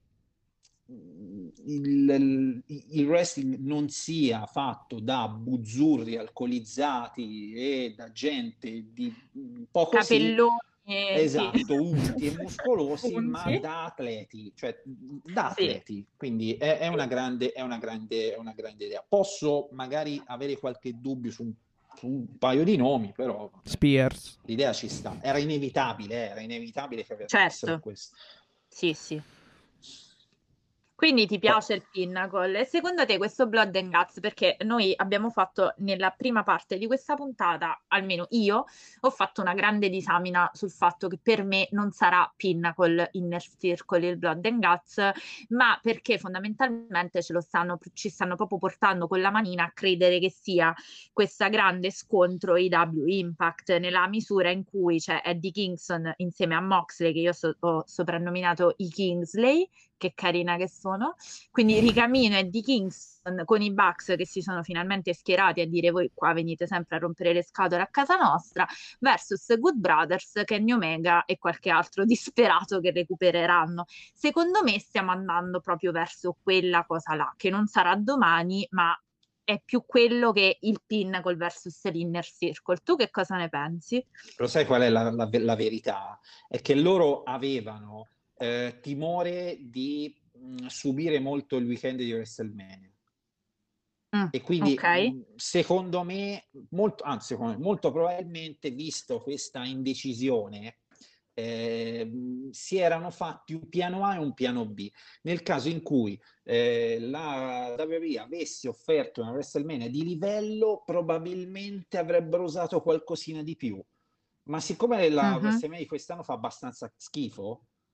il wrestling non sia fatto da buzzurri alcolizzati e da gente di po' così, Capelloni, sì. esatto, unti e muscolosi, ma Punti. da atleti, cioè da Sì. atleti. Quindi è una grande idea. Posso magari avere qualche dubbio su un paio di nomi, però vabbè, Spears. l'idea ci sta. Era inevitabile che avessero Certo, questo. sì, sì. Quindi ti Poi, piace il Pinnacle? E secondo te questo Blood and Guts, perché noi abbiamo fatto nella prima parte di questa puntata, almeno io, ho fatto una grande disamina sul fatto che per me non sarà Pinnacle Inner Circle il Blood and Guts, ma perché fondamentalmente ci stanno proprio portando con la manina a credere che sia questo grande scontro IW Impact, nella misura in cui c'è Eddie Kingston insieme a Moxley, che io ho soprannominato i Kingsley, che carina che sono. Quindi Ricamino e di Kingston con i Bucks che si sono finalmente schierati a dire voi qua venite sempre a rompere le scatole a casa nostra, versus Good Brothers, Kenny Omega e qualche altro disperato che recupereranno. Secondo me stiamo andando proprio verso quella cosa là, che non sarà domani, ma è più quello che il Pinnacle versus l'Inner Circle. Tu che cosa ne pensi? lo sai qual è la verità? È che loro avevano timore di subire molto il weekend di WrestleMania. E Ok. quindi secondo me, molto probabilmente, visto questa indecisione, si erano fatti un piano A e un piano B. Nel caso in cui la WWE avesse offerto una WrestleMania di livello, probabilmente avrebbero usato qualcosina di più. Ma siccome la Mhm. WrestleMania di quest'anno fa abbastanza schifo,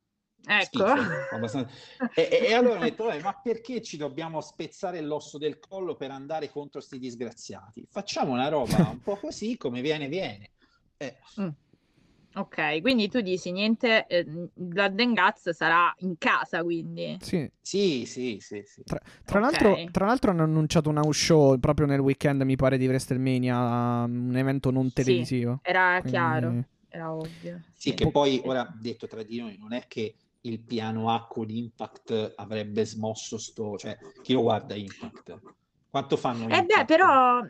Ecco. Schifo, e allora ho detto, ma perché ci dobbiamo spezzare l'osso del collo per andare contro sti disgraziati? Facciamo una roba un po' così, come viene. Ok, quindi tu dici niente, Blood and Guts sarà in casa, quindi. Sì. Tra l'altro hanno annunciato un house show proprio nel weekend, mi pare, di WrestleMania, un evento non televisivo. Sì, era chiaro, era ovvio. Sì, che poi, ora detto tra di noi, non è che il piano acqua di Impact avrebbe smosso cioè, chi lo guarda Impact? Quanto fanno Impact? Però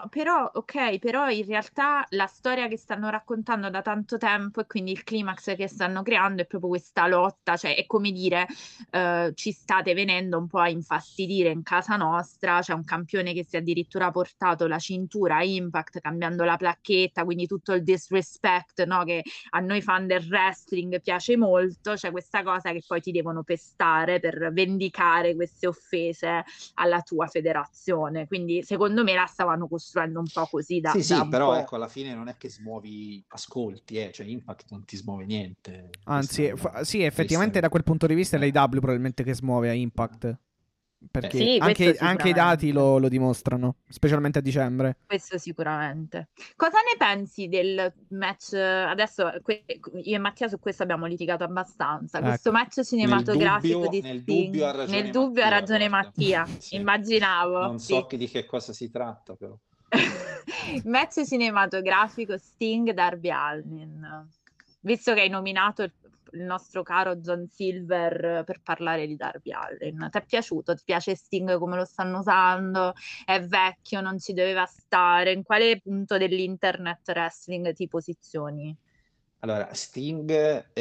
in realtà la storia che stanno raccontando da tanto tempo e quindi il climax che stanno creando è proprio questa lotta, cioè è come dire ci state venendo un po' a infastidire in casa nostra, c'è un campione che si è addirittura portato la cintura a Impact cambiando la placchetta, quindi tutto il disrespect, no, che a noi fan del wrestling piace molto, c'è questa cosa che poi ti devono pestare per vendicare queste offese alla tua federazione. Quindi secondo me la stavano costruendo un po' così sì, però ecco, alla fine non è che smuovi ascolti, cioè Impact non ti smuove niente. Anzi, sì, effettivamente da quel punto di vista è l'AEW probabilmente che smuove a Impact. Perché sì, anche i dati lo dimostrano, specialmente a dicembre. Questo sicuramente. Cosa ne pensi del match? Adesso io e Mattia su questo abbiamo litigato abbastanza. Ecco. Questo match cinematografico di Sting. Nel dubbio ha ragione Mattia. Sì. Immaginavo. Non so di che cosa si tratta, però. Match cinematografico Sting Darby Allin. Visto che hai nominato il nostro caro John Silver per parlare di Darby Allin, ti è piaciuto? Ti piace Sting come lo stanno usando? È vecchio, non ci doveva stare? In quale punto dell'internet wrestling ti posizioni? Allora, Sting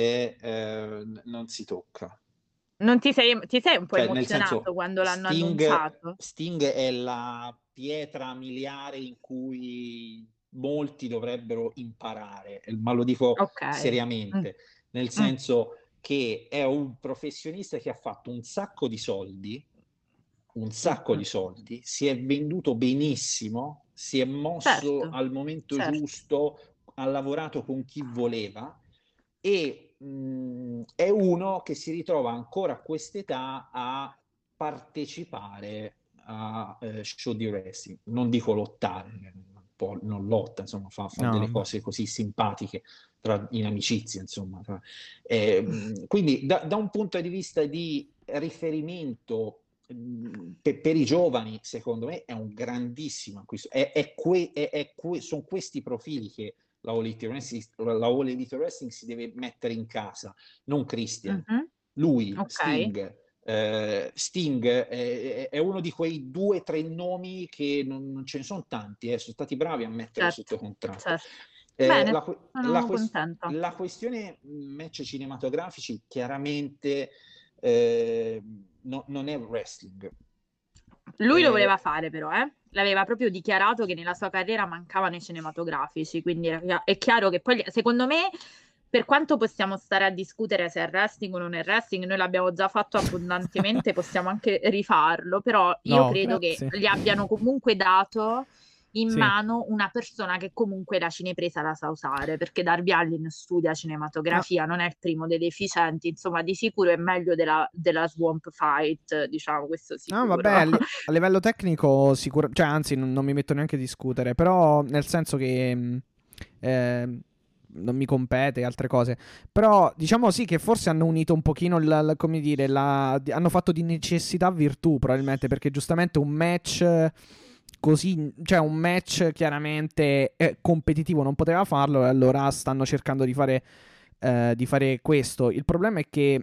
non si tocca. Non ti sei un po' emozionato quando l'hanno annunciato? Sting è la pietra miliare in cui molti dovrebbero imparare, ma lo dico seriamente, nel senso che è un professionista che ha fatto un sacco di soldi, si è venduto benissimo, si è mosso al momento giusto, ha lavorato con chi voleva e è uno che si ritrova ancora a quest'età a partecipare a show di wrestling, non dico lottare, non lotta, insomma, fa delle cose così simpatiche in amicizia, insomma. Quindi da un punto di vista di riferimento per i giovani, secondo me è un grandissimo acquisto. Sono questi profili che la All Elite Wrestling si deve mettere in casa, non Christian. Lui, Sting è uno di quei 2 o 3 nomi che non ce ne sono tanti, sono stati bravi a mettere sotto contratto. Bene, la questione match cinematografici chiaramente non è wrestling. Lui lo voleva fare però, l'aveva proprio dichiarato che nella sua carriera mancavano i cinematografici, quindi è chiaro che poi, secondo me, per quanto possiamo stare a discutere se è wrestling o non è wrestling, noi l'abbiamo già fatto abbondantemente, possiamo anche rifarlo, però io credo che gli abbiano comunque dato in mano una persona che comunque la cinepresa la sa usare, perché Darby Allin studia cinematografia, non è il primo dei deficienti, insomma di sicuro è meglio della Swamp Fight, diciamo, questo sicuro. No, vabbè, a livello tecnico sicuro, cioè anzi non mi metto neanche a discutere, però nel senso che non mi compete altre cose, però diciamo sì che forse hanno unito un pochino come dire, hanno fatto di necessità virtù probabilmente, perché giustamente un match così, cioè un match chiaramente competitivo non poteva farlo, e allora stanno cercando di fare questo. Il problema è che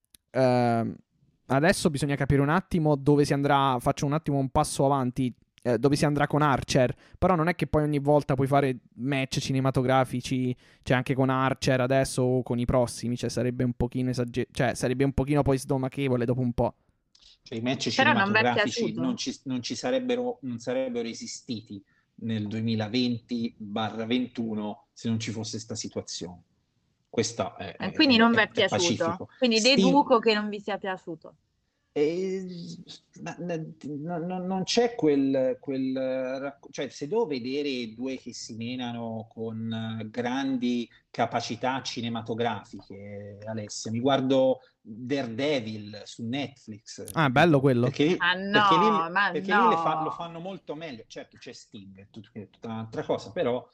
adesso bisogna capire un attimo dove si andrà. Faccio un attimo un passo avanti, dove si andrà con Archer, però non è che poi ogni volta puoi fare match cinematografici, cioè anche con Archer adesso o con i prossimi, cioè sarebbe un pochino cioè sarebbe un pochino poi sdomachevole dopo un po'. Cioè, i match cinematografici non sarebbero esistiti nel 2020-21 se non ci fosse questa situazione. Questa quindi non vi è piaciuto. Quindi deduco che non vi sia piaciuto. Non c'è cioè, se devo vedere due che si menano con grandi capacità cinematografiche, Alessia, mi guardo Daredevil su Netflix. Ah, bello quello. Perché no, lì lo fanno molto meglio. Certo, c'è Sting, è tutta un'altra cosa, però...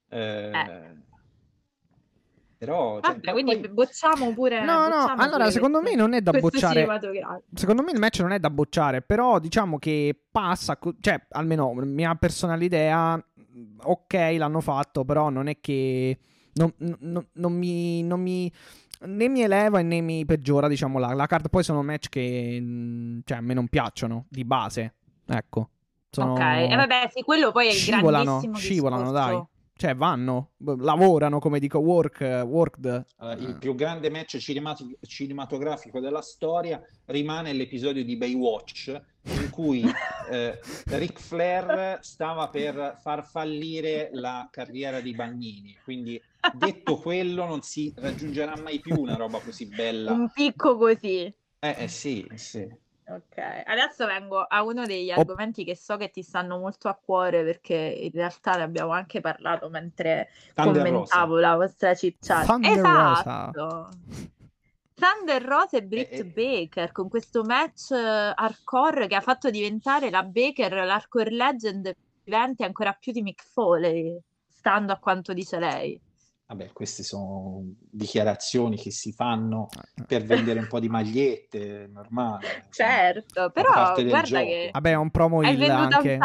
Però, vabbè, quindi bocciamo pure. No, allora secondo me non è da bocciare. Secondo me il match non è da bocciare, però diciamo che passa, cioè almeno mia personale idea, ok, l'hanno fatto, però non è che non mi né mi eleva né mi peggiora, diciamo, la card. Poi sono match che cioè a me non piacciono di base, ecco. Ok, e vabbè, sì, quello poi è il grandissimo scivolano, discorso. dai. Cioè lavorano, come dico, worked. Il più grande match cinematografico della storia rimane l'episodio di Baywatch in cui Ric Flair stava per far fallire la carriera di Bagnini, quindi detto quello non si raggiungerà mai più una roba così bella. Un picco così. Sì. Ok, adesso vengo a uno degli argomenti che so che ti stanno molto a cuore, perché in realtà ne abbiamo anche parlato mentre commentavo la vostra chit-chat. Esatto! Thunder Rosa e Britt Baker, con questo match hardcore che ha fatto diventare la Baker l'hardcore legend vivente ancora più di Mick Foley, stando a quanto dice lei. Vabbè, queste sono dichiarazioni che si fanno per vendere un po' di magliette, normale. Certo, però guarda gioco. che vabbè, è un promo heel anche,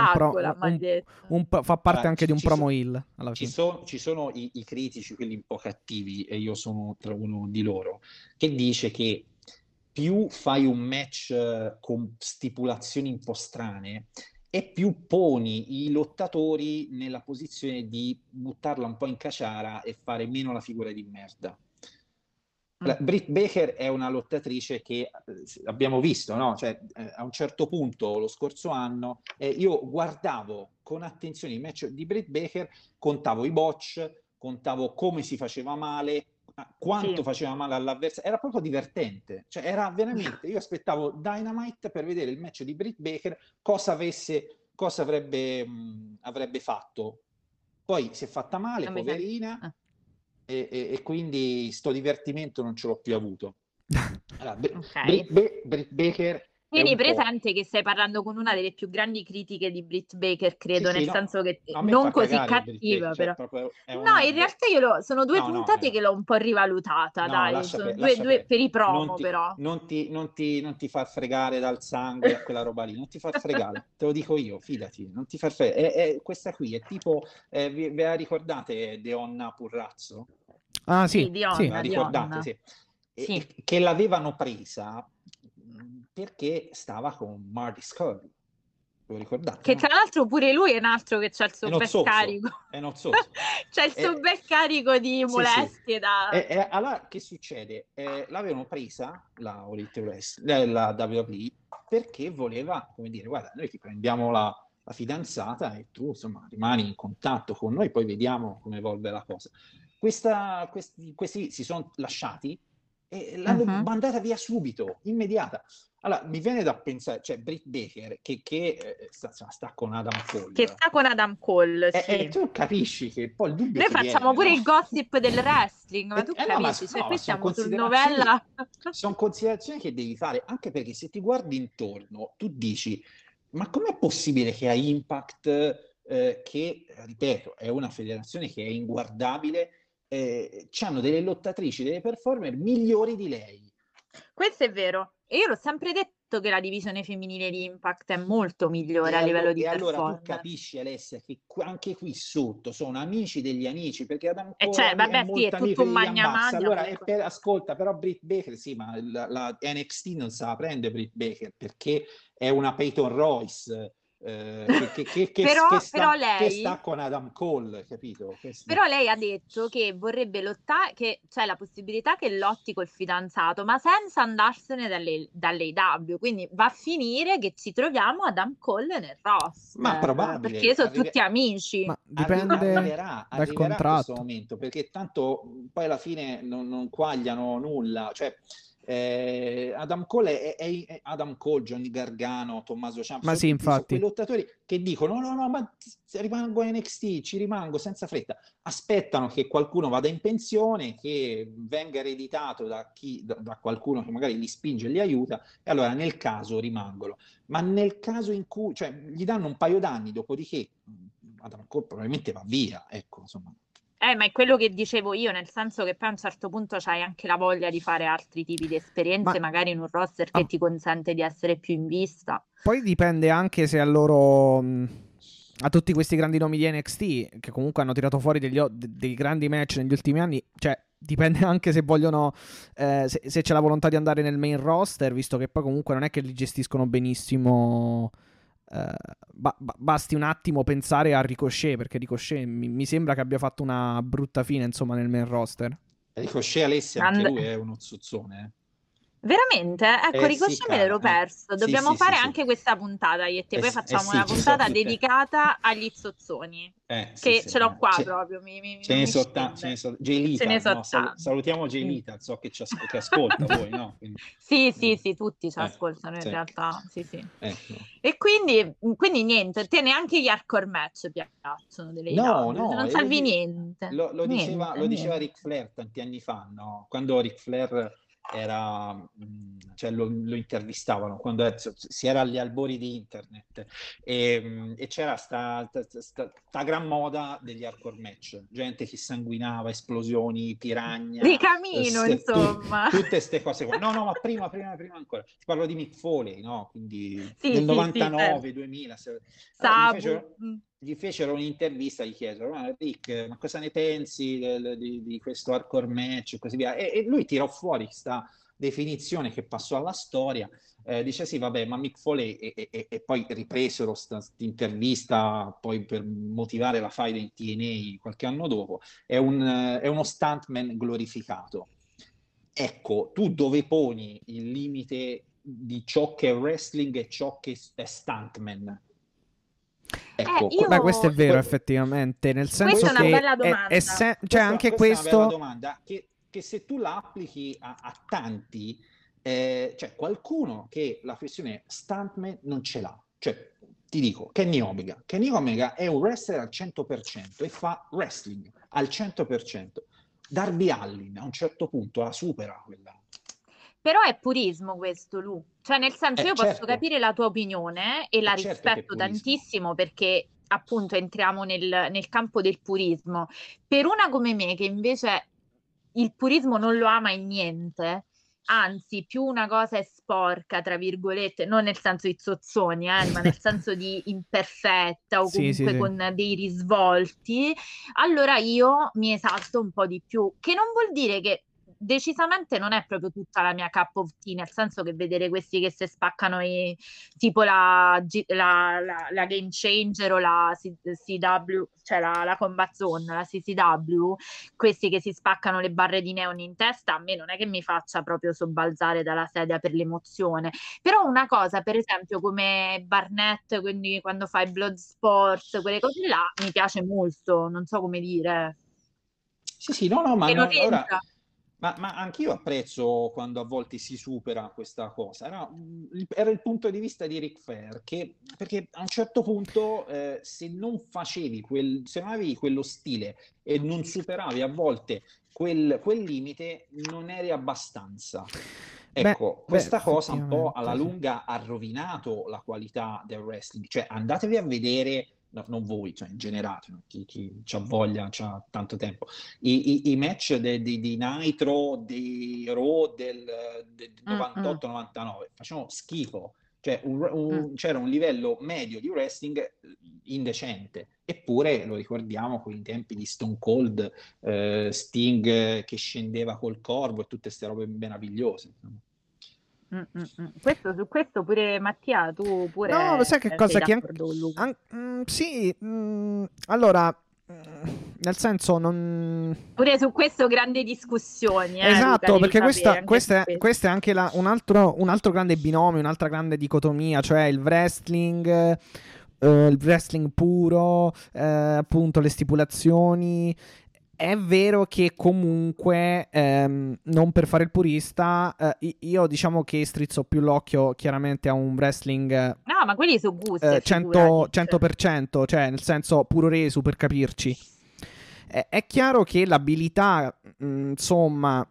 fa parte anche di un promo heel. Ci sono i critici, quelli un po' cattivi, e io sono tra uno di loro, che dice che più fai un match con stipulazioni un po' strane e più poni i lottatori nella posizione di buttarla un po' in caciara e fare meno la figura di merda. Britt Baker è una lottatrice che abbiamo visto, no? Cioè, a un certo punto lo scorso anno io guardavo con attenzione i match di Britt Baker, contavo i botch, contavo come si faceva male, quanto faceva male all'avversario, era proprio divertente, cioè era veramente, io aspettavo Dynamite per vedere il match di Britt Baker, cosa avrebbe fatto. Poi si è fatta male, poverina, e quindi sto divertimento non ce l'ho più avuto. Allora, Britt Baker. Tieni presente che stai parlando con una delle più grandi critiche di Britt Baker, credo, nel senso che non così cattiva, però. No, in realtà sono due puntate che l'ho un po' rivalutata, dai, sono due per i promo, però. Non ti far fregare dal sangue, quella roba lì, non ti far fregare, te lo dico io, fidati, non ti far fregare. Questa qui è tipo, ve la ricordate Deonna Purrazzo? Ah sì, la ricordate? Sì. Che l'avevano presa perché stava con Marty Scurll, lo ricordate? Che tra l'altro pure lui è un altro che c'ha il suo bel carico. È nozzoso. C'è il suo bel carico di molestie. Sì. Allora che succede? L'avevano presa la WWE perché voleva, come dire, guarda, noi ti prendiamo la fidanzata e tu insomma rimani in contatto con noi, poi vediamo come evolve la cosa. Questi si sono lasciati e l'hanno mandata via subito, immediata. Allora, mi viene da pensare, cioè Britt Baker che sta con Adam Cole. Che sta con Adam Cole, sì. Tu capisci che poi il dubbio noi facciamo pure il gossip del wrestling, ma tu capisci? Qui siamo sul novella. Sono considerazioni che devi fare, anche perché se ti guardi intorno, tu dici, ma com'è possibile che a Impact, che, ripeto, è una federazione che è inguardabile, c'hanno delle lottatrici, delle performer migliori di lei? Questo è vero, e io l'ho sempre detto che la divisione femminile di Impact è molto migliore a livello di performance. Allora tu capisci, Alessia, che anche qui sotto sono amici degli amici, perché Adam Cole è molto tutto un magna. Allora ascolta, però Britt Baker, sì, ma la NXT non se la prende Britt Baker, perché è una Peyton Royce, però lei, che sta con Adam Cole, capito? Però lei ha detto che vorrebbe lottare, che c'è la possibilità che lotti col fidanzato, ma senza andarsene dalle AEW, quindi va a finire che ci troviamo Adam Cole nel roster, ma probabile, perché sono tutti amici. Ma dipende dal contratto, questo momento, perché tanto poi alla fine non quagliano nulla, cioè Adam Cole è Adam Cole, Johnny Gargano, Tommaso Ciampa, ma sì, infatti, quei lottatori che dicono no, ma rimango a NXT, ci rimango senza fretta, aspettano che qualcuno vada in pensione, che venga ereditato da qualcuno che magari li spinge e li aiuta, e allora nel caso rimangono. Ma nel caso in cui, cioè, gli danno un paio d'anni, dopodiché Adam Cole probabilmente va via, ecco, insomma. Ma è quello che dicevo io, nel senso che poi a un certo punto c'hai anche la voglia di fare altri tipi di esperienze, magari in un roster che ti consente di essere più in vista. Poi dipende anche se a loro, a tutti questi grandi nomi di NXT, che comunque hanno tirato fuori dei grandi match negli ultimi anni, cioè dipende anche se vogliono, se c'è la volontà di andare nel main roster, visto che poi comunque non è che li gestiscono benissimo. Basti un attimo pensare a Ricochet, perché Ricochet mi sembra che abbia fatto una brutta fine, insomma, nel main roster. Ricochet, Alessia, anche lui è uno zuzzone, Veramente? Ecco, Ricochet me l'ero perso. Dobbiamo fare anche questa puntata io e te, poi facciamo una puntata dedicata agli zozzoni, che ce l'ho qua proprio. Ce ne so Gelita, salutiamo Gelita, so che ascolta voi, no? Quindi... Sì, tutti ci ascoltano in realtà, sì. Ecco. E quindi niente, te neanche gli hardcore match piacciono delle no, non salvi niente. Lo diceva Ric Flair tanti anni fa, no? Quando Ric Flair cioè lo intervistavano quando si era agli albori di internet e c'era sta gran moda degli hardcore match, gente che sanguinava, esplosioni, piragna, ricamino, insomma, tutte queste cose qua. No, ma prima ancora ti parlo di Mick Foley, no? Quindi del 99 2000 gli fecero un'intervista, gli chiesero: Rick, ma cosa ne pensi di questo hardcore match e così via, e lui tirò fuori questa definizione che passò alla storia, dice sì vabbè, ma Mick Foley e poi ripresero questa intervista poi per motivare la faida in TNA qualche anno dopo, è uno stuntman glorificato. Ecco, tu dove poni il limite di ciò che è wrestling e ciò che è stuntman? Ecco, questo è vero, effettivamente, nel senso che è una bella domanda. Cioè anche questo è una bella domanda che se tu la applichi a tanti, c'è qualcuno che la questione stuntman non ce l'ha. Cioè, ti dico, Kenny Omega è un wrestler al 100% e fa wrestling al 100%. Darby Allin a un certo punto la supera quella. Però è purismo questo, Lu. Cioè, nel senso, io posso capire la tua opinione e la rispetto tantissimo, perché appunto entriamo nel campo del purismo. Per una come me, che invece il purismo non lo ama in niente, anzi, più una cosa è sporca, tra virgolette, non nel senso di zozzoni, ma nel senso di imperfetta o comunque con dei risvolti, allora io mi esalto un po' di più, che non vuol dire che decisamente non è proprio tutta la mia cup of tea, nel senso che vedere questi che si spaccano tipo la Game Changer o la CW, cioè la Combat Zone, la CCW, questi che si spaccano le barre di neon in testa, a me non è che mi faccia proprio sobbalzare dalla sedia per l'emozione. Però una cosa, per esempio, come Barnett, quindi quando fa i Bloodsport, quelle cose là, mi piace molto, non so come dire. Sì, no, ma ora... Ma anch'io apprezzo quando a volte si supera questa cosa. Era il punto di vista di Ric Flair, perché a un certo punto se non avevi quello stile e non superavi a volte quel limite, non eri abbastanza. Ecco, questa cosa un po' alla lunga ha rovinato la qualità del wrestling. Cioè, andatevi a vedere... No, non voi, cioè in generale, chi c'ha voglia, c'ha tanto tempo, i match di Nitro, di Raw del 98-99 facevano schifo, cioè c'era un livello medio di wrestling indecente, eppure lo ricordiamo con i tempi di Stone Cold, Sting che scendeva col corvo e tutte queste robe meravigliose. Su questo pure Mattia, tu pure no, sai che cosa che sì, allora nel senso non pure su questo grande discussioni, esatto, Luca, perché questa è anche un altro grande binomio, un'altra grande dicotomia, cioè il wrestling puro, appunto le stipulazioni, È vero che comunque, non per fare il purista, io diciamo che strizzo più l'occhio chiaramente a un wrestling No, ma quelli sono gusti, 100%, cioè nel senso puro resu, per capirci. È chiaro che l'abilità, insomma...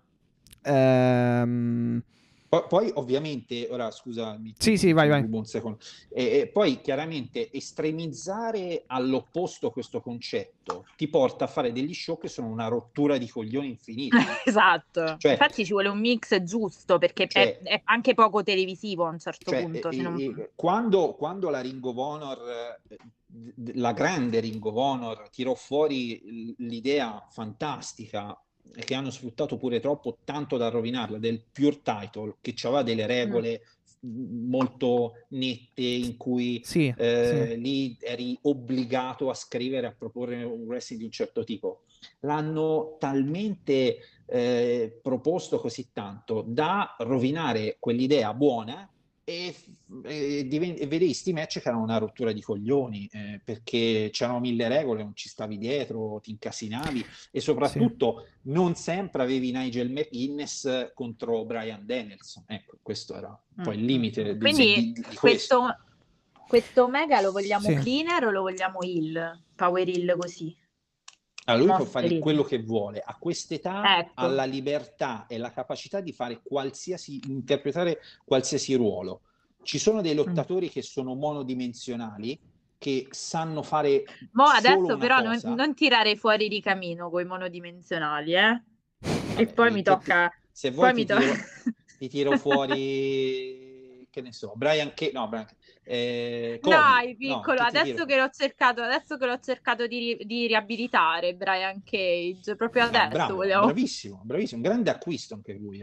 Poi ovviamente, ora scusami, sì, vai. Un secondo. Poi chiaramente estremizzare all'opposto questo concetto ti porta a fare degli show che sono una rottura di coglioni infinita. Esatto, cioè, infatti ci vuole un mix giusto, perché è anche poco televisivo a un certo punto. Quando la Ring of Honor, la grande Ring of Honor, tirò fuori l'idea fantastica, e che hanno sfruttato pure troppo, tanto da rovinarla, del Pure Title, che aveva delle regole molto nette, in cui lì eri obbligato a scrivere, a proporre un wrestling di un certo tipo. L'hanno talmente proposto così tanto da rovinare quell'idea buona, e vedevi sti match che erano una rottura di coglioni, perché c'erano 1000 regole, non ci stavi dietro, ti incasinavi, e soprattutto non sempre avevi Nigel McGuinness contro Bryan Danielson. Ecco, questo era poi il limite quindi di questo. Questo Omega lo vogliamo cleaner o lo vogliamo heel? Power heel così? Allora, lui può fare quello che vuole, a quest'età, ecco, ha la libertà e la capacità di fare interpretare qualsiasi ruolo. Ci sono dei lottatori che sono monodimensionali, che sanno fare adesso però non tirare fuori di camino coi monodimensionali, e poi mi tocca... Se vuoi ti tiro fuori, che ne so, Brian Dai, piccolo, adesso che l'ho cercato di riabilitare Brian Cage, proprio adesso. Bravo, bravissimo, un grande acquisto anche lui,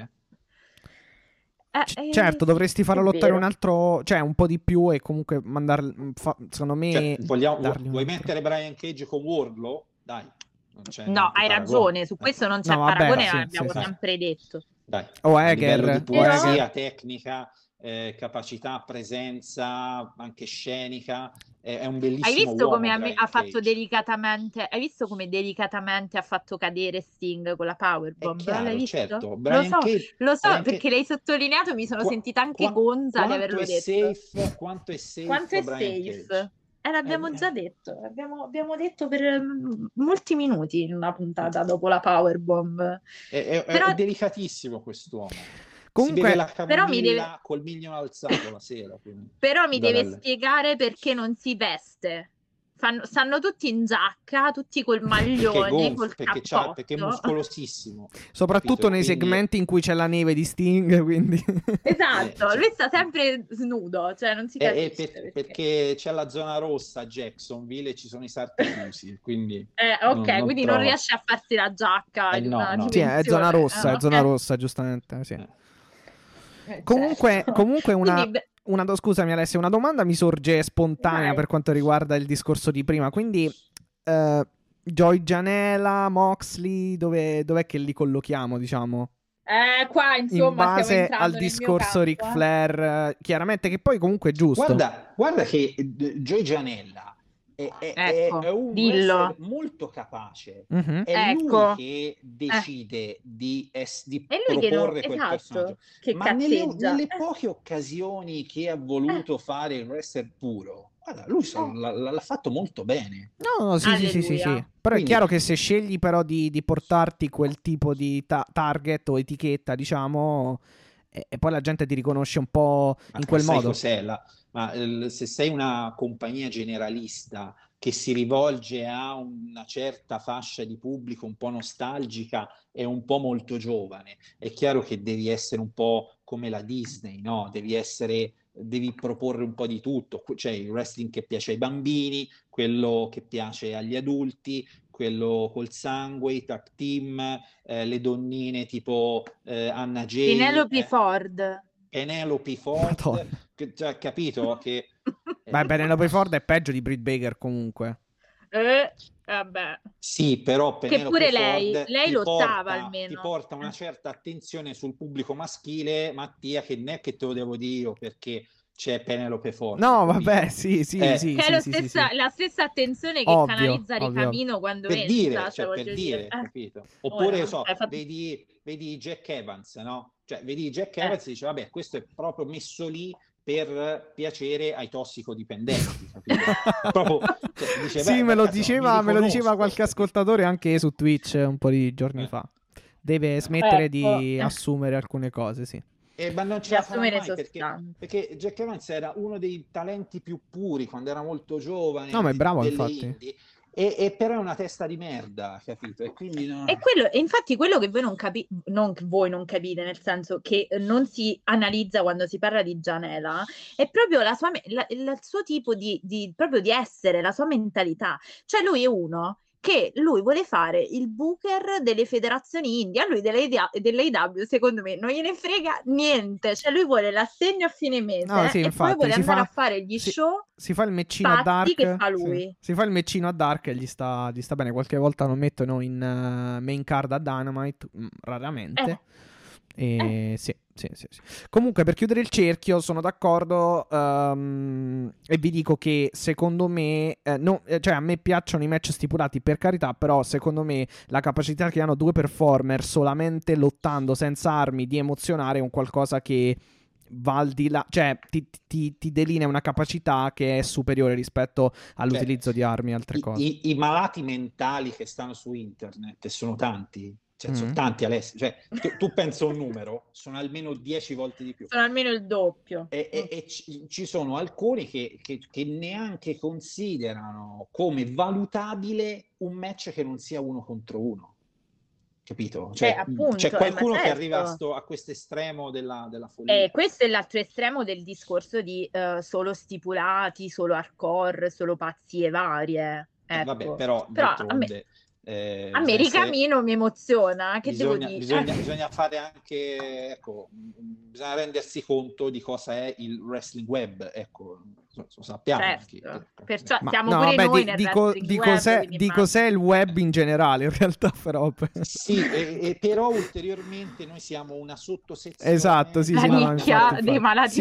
certo, dovresti farlo lottare un altro, cioè un po' di più, e comunque mandarlo, secondo me, vuoi mettere Brian Cage con Wardlow? Dai, non c'è hai ragione, su questo non c'è paragone, l'abbiamo sempre detto. Dai, a livello di poesia, tecnica, capacità, presenza anche scenica, è un bellissimo uomo. Hai visto come ha fatto delicatamente? Hai visto come delicatamente ha fatto cadere Sting con la powerbomb? L'hai visto? Certo. Lo so perché l'hai sottolineato, mi sono sentita anche gonza di averlo detto. Quanto è safe? L'abbiamo già detto, abbiamo detto per molti minuti in una puntata dopo la powerbomb. È delicatissimo quest'uomo. Comunque, si vede la camomilla col miglione alzato la sera. Però mi deve spiegare perché non si veste. Stanno tutti in giacca, tutti col maglione, col cappotto. Perché è muscolosissimo. Soprattutto nei segmenti in cui c'è la neve di Sting, quindi... Esatto, lui sta sempre snudo, cioè non si capisce. Perché c'è la zona rossa a Jacksonville e ci sono i sarti chiusi, quindi... quindi non riesce a farsi la giacca. Sì, è zona rossa, è zona rossa, giustamente, sì. Comunque scusami Alessia, una domanda mi sorge spontanea per quanto riguarda il discorso di prima. Quindi Joey Janela, Moxley, dov'è che li collochiamo, diciamo? Qua insomma in base al nel discorso Ric Flair, chiaramente, che poi comunque è giusto. Guarda che Joey Janela è un wrestler molto capace, è lui che decide di proporre quel personaggio, ma nelle poche occasioni che ha voluto fare il wrestler puro, guarda, lui l'ha fatto molto bene. No, sì. Però quindi, è chiaro che se scegli però di portarti quel tipo di target o etichetta, diciamo, e poi la gente ti riconosce un po' in quel modo. Cos'è se sei una compagnia generalista che si rivolge a una certa fascia di pubblico un po' nostalgica e un po' molto giovane, è chiaro che devi essere un po' come la Disney, no? Devi proporre un po' di tutto, cioè il wrestling che piace ai bambini, quello che piace agli adulti, quello col sangue, i tag team, le donnine tipo Anna Jay, Penelope Ford, cioè, capito che... Penelope Ford è peggio di Britt Baker comunque. Vabbè. Sì, però Penelope che pure Ford lei lottava almeno. Ti porta una certa attenzione sul pubblico maschile, Mattia, che non è che te lo devo dire io, perché c'è Penelope Ford. No, vabbè, sì. Che è la stessa attenzione che canalizza Ricamino quando per entra. per dire, capito? Oppure, vedi Jack Evans, no? Cioè, vedi Jack Evans e dice, vabbè, questo è proprio messo lì per piacere ai tossicodipendenti, capito? Proprio, cioè, dice, sì, me lo diceva qualche ascoltatore anche su Twitch un po' di giorni fa. Deve smettere di assumere alcune cose, sì. Ma non ce la farà mai perché Jack Evans era uno dei talenti più puri quando era molto giovane. No, ma è bravo, infatti. Indie, e però è una testa di merda, capito? E quindi no. Infatti quello che voi non capite, nel senso che non si analizza quando si parla di Gianella, è proprio il suo tipo proprio di essere, la sua mentalità. Cioè lui è uno che lui vuole fare il booker delle federazioni indie, a lui dell'AEW secondo me non gliene frega niente, cioè lui vuole l'assegno a fine mese e poi vuole andare a fare gli show. Si fa il meccino a Dark che fa lui. Si fa il meccino a Dark e gli sta bene. Qualche volta lo mettono in main card a Dynamite, raramente. Sì. Comunque, per chiudere il cerchio, sono d'accordo e vi dico che secondo me cioè a me piacciono i match stipulati, per carità, però secondo me la capacità che hanno due performer solamente lottando senza armi di emozionare è un qualcosa che va al di là, cioè ti delinea una capacità che è superiore rispetto all'utilizzo di armi e altre cose. I malati mentali che stanno su internet, e sono tanti. Cioè, sono tanti, Alessio. Cioè, tu pensa un numero, sono almeno 10 volte di più. Sono almeno il doppio. E ci sono alcuni che neanche considerano come valutabile un match che non sia 1 contro 1. Capito? Cioè, appunto, c'è qualcuno che certo. arriva a questo estremo della follia. Questo è l'altro estremo del discorso di solo stipulati, solo hardcore, solo pazzie varie. Ecco. Vabbè, però a me Ricamino mi emoziona, che devo dire? Bisogna fare anche, ecco, bisogna rendersi conto di cosa è il wrestling web, ecco, lo sappiamo. Certo. Perciò siamo pure noi nel wrestling web. Di cos'è il web in generale, in realtà, però. Sì, e però ulteriormente noi siamo una sottosezione. Esatto, sì, la nicchia dei malati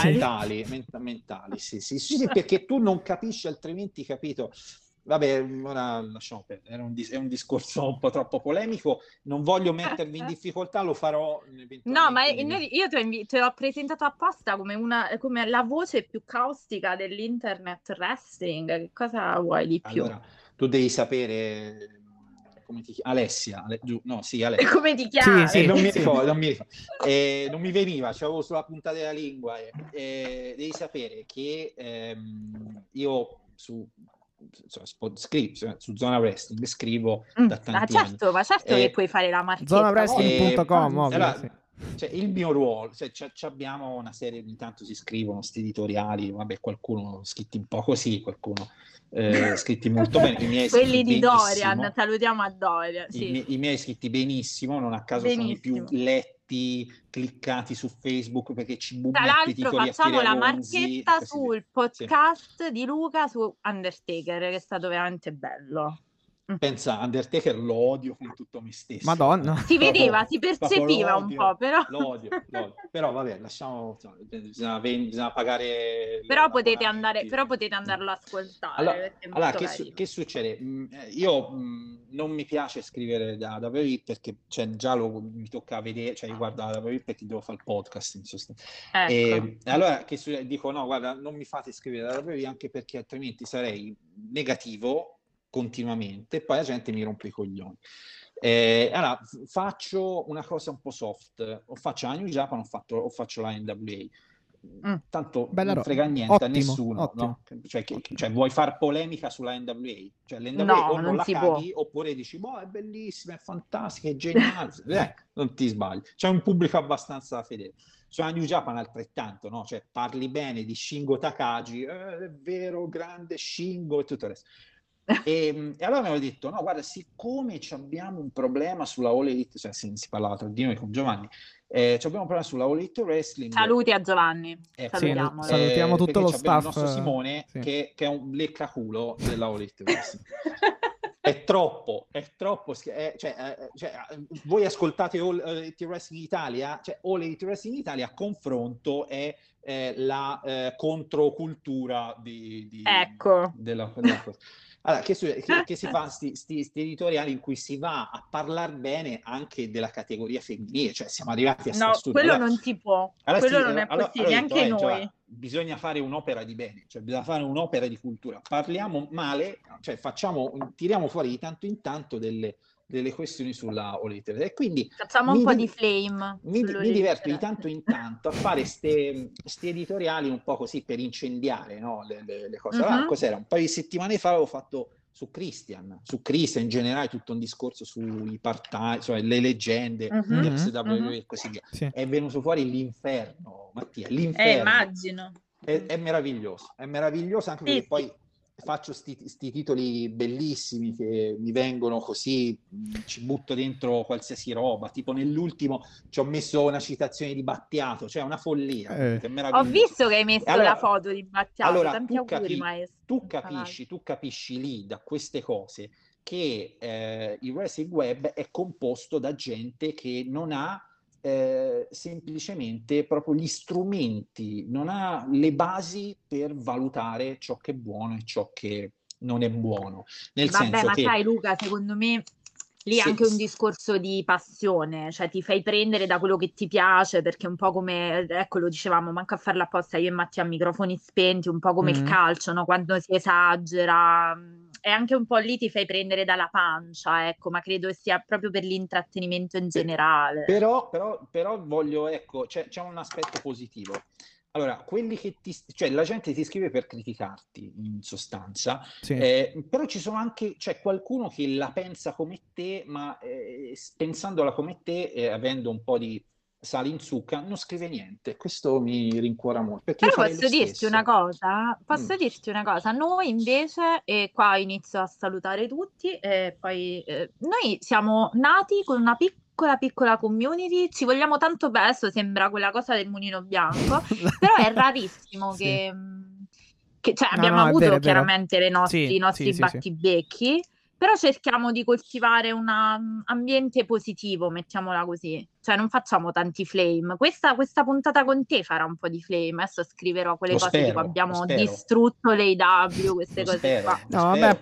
mentali. Sì, perché tu non capisci, altrimenti, capito? Vabbè, ora lasciamo perdere, è un discorso un po' troppo polemico, non voglio mettervi in difficoltà, lo farò no, ma io te l'ho presentato apposta come la voce più caustica dell'internet wrestling. Che cosa vuoi di più? Allora, tu devi sapere come ti chiami? Alessia, Alessia. Come ti chiami? Sì, non mi ricordo. Non mi veniva, c'avevo sulla punta della lingua. Devi sapere che io su Zona Wrestling scrivo da tanti anni. Ma certo che puoi fare la marchetta. zonawrestling.com cioè, il mio ruolo, abbiamo una serie, ogni tanto si scrivono sti editoriali, vabbè, qualcuno scritti un po' così, qualcuno scritti molto bene, i miei quelli di Dorian, salutiamo a Dorian, sì. I miei scritti benissimo, non a caso sono i più letti, cliccati su Facebook, perché ci tra l'altro facciamo la marchetta sul podcast di Luca su Undertaker, che è stato veramente bello. Pensa, Undertaker lo odio con tutto me stesso. Madonna. Si vedeva, si percepiva un po', però. L'odio. Però vabbè, lasciamo, bisogna pagare. Però potete andarlo ad ascoltare. Allora che succede? Io non mi piace scrivere da WWE perché già mi tocca vedere, cioè io guardo da WWE perché devo fare il podcast in sostanza. Ecco. E allora dico no, guarda, non mi fate scrivere da WWE anche perché altrimenti sarei negativo continuamente, poi la gente mi rompe i coglioni. Allora faccio una cosa un po' soft, o faccio la New Japan o faccio la NWA, tanto non frega niente a nessuno, no? Cioè vuoi far polemica sulla NWA, cioè l'NWA o non la caghi oppure dici boh, è bellissima, è fantastica, è geniale. Non ti sbagli, c'è un pubblico abbastanza fedele. Sulla New Japan altrettanto, no? Cioè parli bene di Shingo Takagi, è vero, grande Shingo e tutto il resto. E allora mi avevo detto no, guarda, siccome abbiamo un problema sulla All Elite, cioè si parlava tra di noi con Giovanni, abbiamo un problema sulla All Elite Wrestling. Saluti a Giovanni, salutiamo tutto lo staff, il nostro Simone che è un leccaculo della All Elite Wrestling. È troppo, voi ascoltate All Elite Wrestling Italia, cioè All Elite Wrestling Italia a confronto è la controcultura della cosa. Allora, che si fa sti editoriali in cui si va a parlare bene anche della categoria femminile, cioè siamo arrivati a no, quello non si può, quello non è possibile, anche noi. Cioè, bisogna fare un'opera di bene, cioè bisogna fare un'opera di cultura. Parliamo male, cioè tiriamo fuori di tanto in tanto delle questioni sulla Olite. E quindi facciamo un po' di flame. Mi diverto di tanto in tanto a fare sti editoriali un po' così per incendiare, no? le cose. Allora, cos'era? Un paio di settimane fa avevo fatto su Christian in generale tutto un discorso sui part-time, cioè le leggende di XW e così via. Sì. È venuto fuori l'inferno, Mattia, l'inferno. Immagino. È meraviglioso anche perché poi faccio sti titoli bellissimi che mi vengono così, ci butto dentro qualsiasi roba, tipo nell'ultimo ci ho messo una citazione di Battiato, cioè una follia. Ho visto che hai messo la foto di Battiato, allora, tanti auguri maestro. Tu capisci lì da queste cose che il wrestling web è composto da gente che non ha semplicemente proprio gli strumenti, non ha le basi per valutare ciò che è buono e ciò che non è buono. Ma sai Luca, secondo me lì è anche un discorso di passione, cioè ti fai prendere da quello che ti piace, perché un po' come, ecco, lo dicevamo, manca a farla apposta io e Mattia a microfoni spenti, un po' come il calcio, no? Quando si esagera, e anche un po' lì ti fai prendere dalla pancia, ecco, ma credo sia proprio per l'intrattenimento in generale. Però voglio, ecco, c'è un aspetto positivo. Allora, quelli che cioè la gente ti scrive per criticarti, in sostanza, però ci sono anche, c'è qualcuno che la pensa come te, ma pensandola come te, avendo un po' di sale in zucca, non scrive niente. Questo mi rincuora molto. Perché però posso dirti una cosa? Noi invece, e qua inizio a salutare tutti, e poi noi siamo nati con una piccola community, ci vogliamo tanto bene, adesso sembra quella cosa del mulino bianco, però è rarissimo che cioè, abbiamo avuto vero, chiaramente i nostri battibecchi, però cerchiamo di coltivare un ambiente positivo, mettiamola così, cioè non facciamo tanti flame. Questa puntata con te farà un po' di flame, adesso scriverò quelle cose tipo abbiamo distrutto le IW, queste cose qua. No, vabbè, a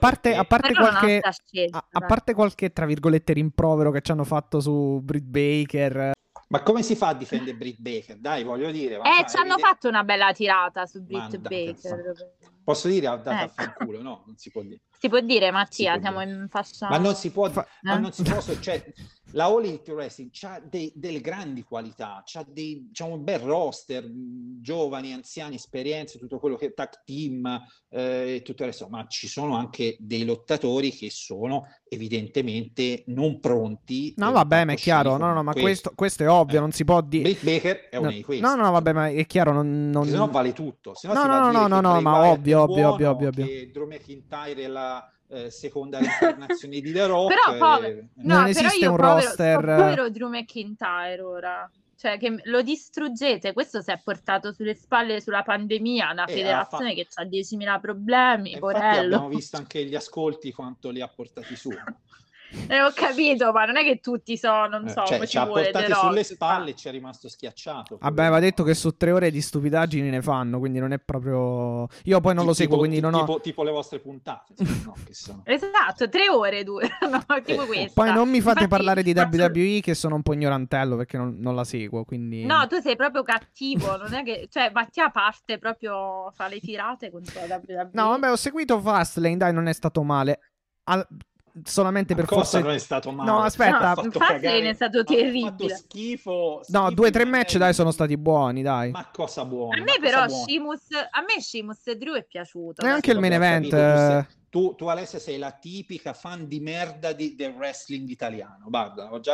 parte qualche tra virgolette rimprovero che ci hanno fatto su Britt Baker. Ma come si fa a difendere Britt Baker? Dai, voglio dire. Ci hanno fatto una bella tirata su Britt Baker. Posso dire a fanculo? No, non si può dire. Si può dire, Mattia, siamo in fascia. Ma non si può, cioè, la All Elite Wrestling c'ha delle grandi qualità, c'ha un bel roster, giovani, anziani, esperienze, tutto quello che tag team e tutto il resto, ma ci sono anche dei lottatori che sono evidentemente non pronti. No, vabbè, ma è chiaro, no, ma questo è ovvio, non si può dire. Britt Baker è una di queste. No, vabbè, ma è chiaro, non... Se no vale tutto. No, ma ovvio. Che Drew McIntyre è la seconda incarnazione di The Rock. Però non esiste un roster. Povero Drew McIntyre ora. Cioè che lo distruggete, questo si è portato sulle spalle sulla pandemia, una federazione che ha 10.000 problemi, porello. Abbiamo visto anche gli ascolti quanto li ha portati su. Ho capito, ma non è che tutti sono, non so, ci ha portati sulle spalle e ci è rimasto schiacciato. Vabbè, va detto che su 3 ore di stupidaggini ne fanno, quindi non è proprio... Io poi non lo seguo, quindi non ho... Tipo le vostre puntate. No, che sono... Esatto, 3 ore durano, tipo questa. Poi non mi fate parlare di WWE, che sono un po' ignorantello, perché non la seguo, quindi... No, tu sei proprio cattivo, non è che... Cioè, Mattia parte proprio, fa le tirate contro la WWE. No, vabbè, ho seguito Fastlane, dai, non è stato male. Solamente per forse non è stato male. No, aspetta, Fastlane è stato terribile. Ha fatto schifo. No, 2-3 match dai sono stati buoni, dai. Ma cosa buona. A me però Sheamus e Drew è piaciuto. E anche il main event. Tu Alessia sei la tipica fan di merda del wrestling italiano. Guarda, l'ho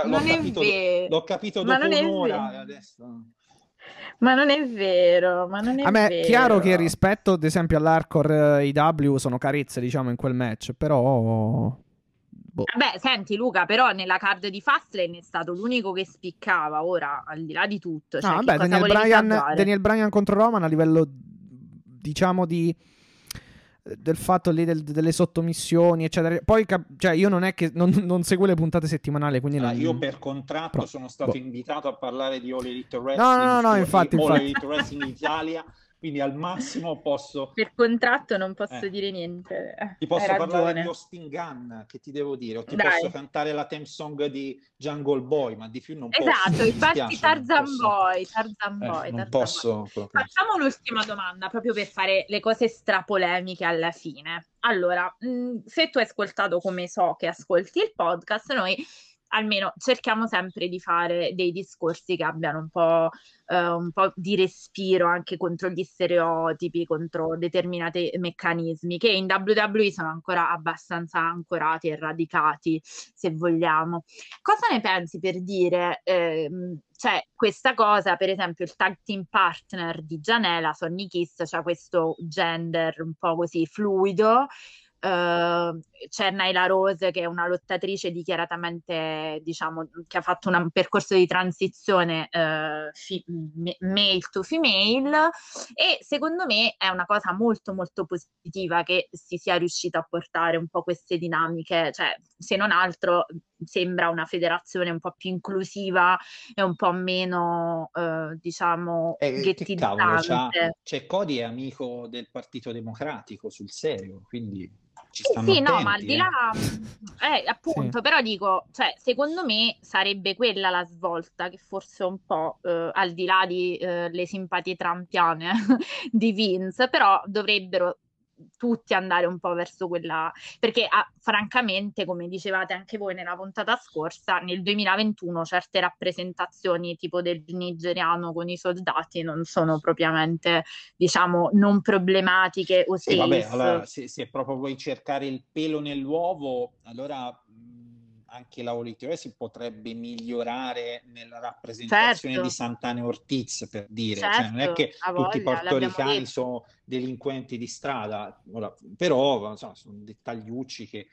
capito dopo un'ora adesso. Ma non è vero, a me è chiaro che rispetto ad esempio all'Hardcore IW sono carezze, diciamo, in quel match, però Vabbè, senti Luca, però nella card di Fastlane è stato l'unico che spiccava, ora al di là di tutto. Cioè, no, vabbè, Daniel Bryan contro Roman a livello, diciamo, di del fatto lì delle sottomissioni, eccetera. Poi, cioè, io non è che non seguo le puntate settimanali, quindi io per contratto sono stato invitato a parlare di All Elite Wrestling, no, infatti. All Elite Wrestling in Italia, quindi al massimo posso... Per contratto non posso dire niente. Ti posso parlare di Austin Gunn, che ti devo dire, o ti posso cantare la theme song di Jungle Boy, ma di più non posso. Esatto, infatti Tarzan Boy. Non posso. Facciamo l'ultima domanda, proprio per fare le cose strapolemiche alla fine. Allora, se tu hai ascoltato, come so che ascolti il podcast, noi almeno cerchiamo sempre di fare dei discorsi che abbiano un po' di respiro anche contro gli stereotipi, contro determinati meccanismi che in WWE sono ancora abbastanza ancorati e radicati, se vogliamo. Cosa ne pensi, per dire, cioè questa cosa, per esempio il tag team partner di Janela, Sonny Kiss, c'ha questo gender un po' così fluido. C'è Nyla Rose, che è una lottatrice dichiaratamente, diciamo, che ha fatto un percorso di transizione male to female, e secondo me è una cosa molto molto positiva che si sia riuscito a portare un po' queste dinamiche, cioè se non altro sembra una federazione un po' più inclusiva e un po' meno diciamo ghettizzante. C'è Cody, è amico del Partito Democratico, sul serio, quindi ci stanno attenti, no, ma al di là appunto, sì. Però dico, cioè, secondo me sarebbe quella la svolta che forse un po' al di là di le simpatie trampiane di Vince, però dovrebbero tutti andare un po' verso quella, perché francamente, come dicevate anche voi nella puntata scorsa, nel 2021 certe rappresentazioni tipo del nigeriano con i soldati non sono propriamente, diciamo, non problematiche o safe. Vabbè, allora se proprio vuoi cercare il pelo nell'uovo, allora anche la Olite si potrebbe migliorare nella rappresentazione di Santana e Ortiz, per dire, cioè, non è che tutti i portoricani sono delinquenti di strada, però insomma, sono dettagliucci che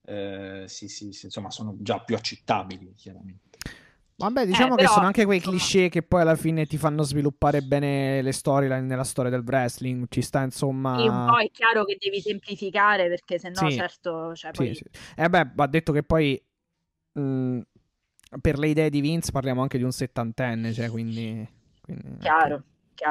insomma, sono già più accettabili, chiaramente. Vabbè, diciamo che sono anche quei cliché che poi alla fine ti fanno sviluppare bene le storyline nella storia del wrestling. Ci sta, insomma. Sì, un po' è chiaro che devi semplificare, perché sennò certo. Cioè, poi... sì. Va detto che poi per le idee di Vince parliamo anche di un 70enne, cioè, quindi chiaro.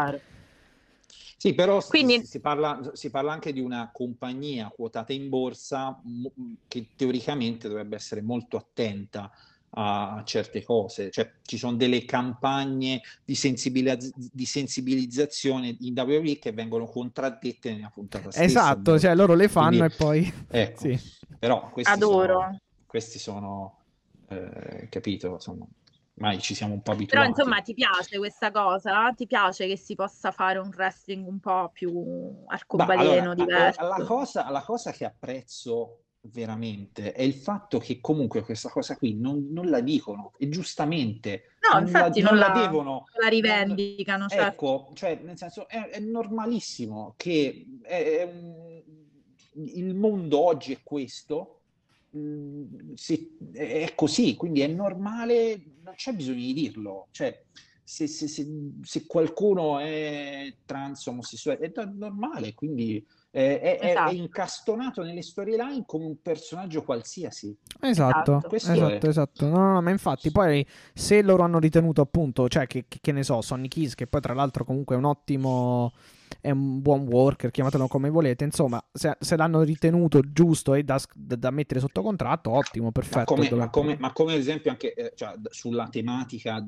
Sì, però quindi... si parla anche di una compagnia quotata in borsa che teoricamente dovrebbe essere molto attenta a certe cose, cioè ci sono delle campagne di sensibilizzazione in WWE che vengono contraddette nella puntata stessa. Esatto, cioè loro le fanno, quindi, e poi ecco, sì. Però questi sono capito, insomma, mai ci siamo un po' abituati. Però insomma ti piace questa cosa? Ti piace che si possa fare un wrestling un po' più arcobaleno, diverso? La cosa che apprezzo veramente è il fatto che comunque questa cosa qui non la dicono, e giustamente infatti non la devono, la rivendicano, ecco, cioè nel senso è normalissimo che il mondo oggi è questo, è così, quindi è normale, non c'è bisogno di dirlo, cioè se qualcuno è trans, omosessuale, è normale, quindi è incastonato nelle storyline come un personaggio qualsiasi. Esatto. No, ma infatti poi se loro hanno ritenuto appunto, cioè che ne so, Sonny Kiss, che poi tra l'altro comunque è un buon worker, chiamatelo come volete, insomma, se l'hanno ritenuto giusto e da mettere sotto contratto, ottimo, perfetto. Ma come ad esempio anche cioè, sulla tematica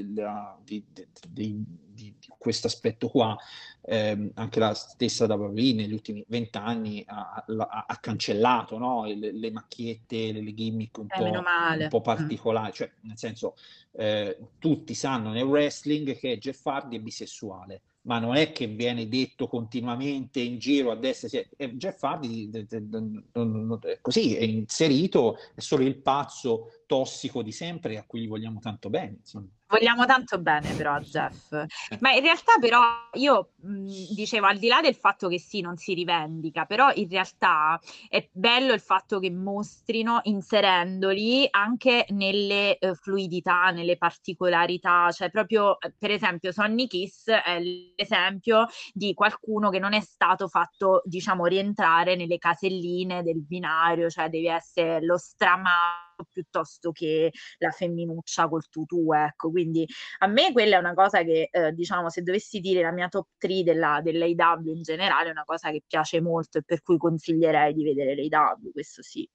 di questo aspetto qua, anche la stessa WWE negli ultimi 20 anni ha cancellato, no? le macchiette, le gimmick un po' particolari, cioè nel senso tutti sanno nel wrestling che Jeff Hardy è bisessuale, ma non è che viene detto continuamente in giro a destra, Jeff Hardy così è inserito, è solo il pazzo tossico di sempre a cui gli vogliamo tanto bene, insomma. Vogliamo tanto bene però a Jeff, ma in realtà però io dicevo, al di là del fatto che sì, non si rivendica, però in realtà è bello il fatto che mostrino, inserendoli anche nelle fluidità, nelle particolarità, cioè proprio per esempio Sonny Kiss è l'esempio di qualcuno che non è stato fatto, diciamo, rientrare nelle caselline del binario, cioè devi essere lo stramato piuttosto che la femminuccia col tutù, ecco. Quindi a me quella è una cosa che, diciamo, se dovessi dire la mia top 3 dell'AEW in generale, è una cosa che piace molto e per cui consiglierei di vedere l'AEW, questo sì.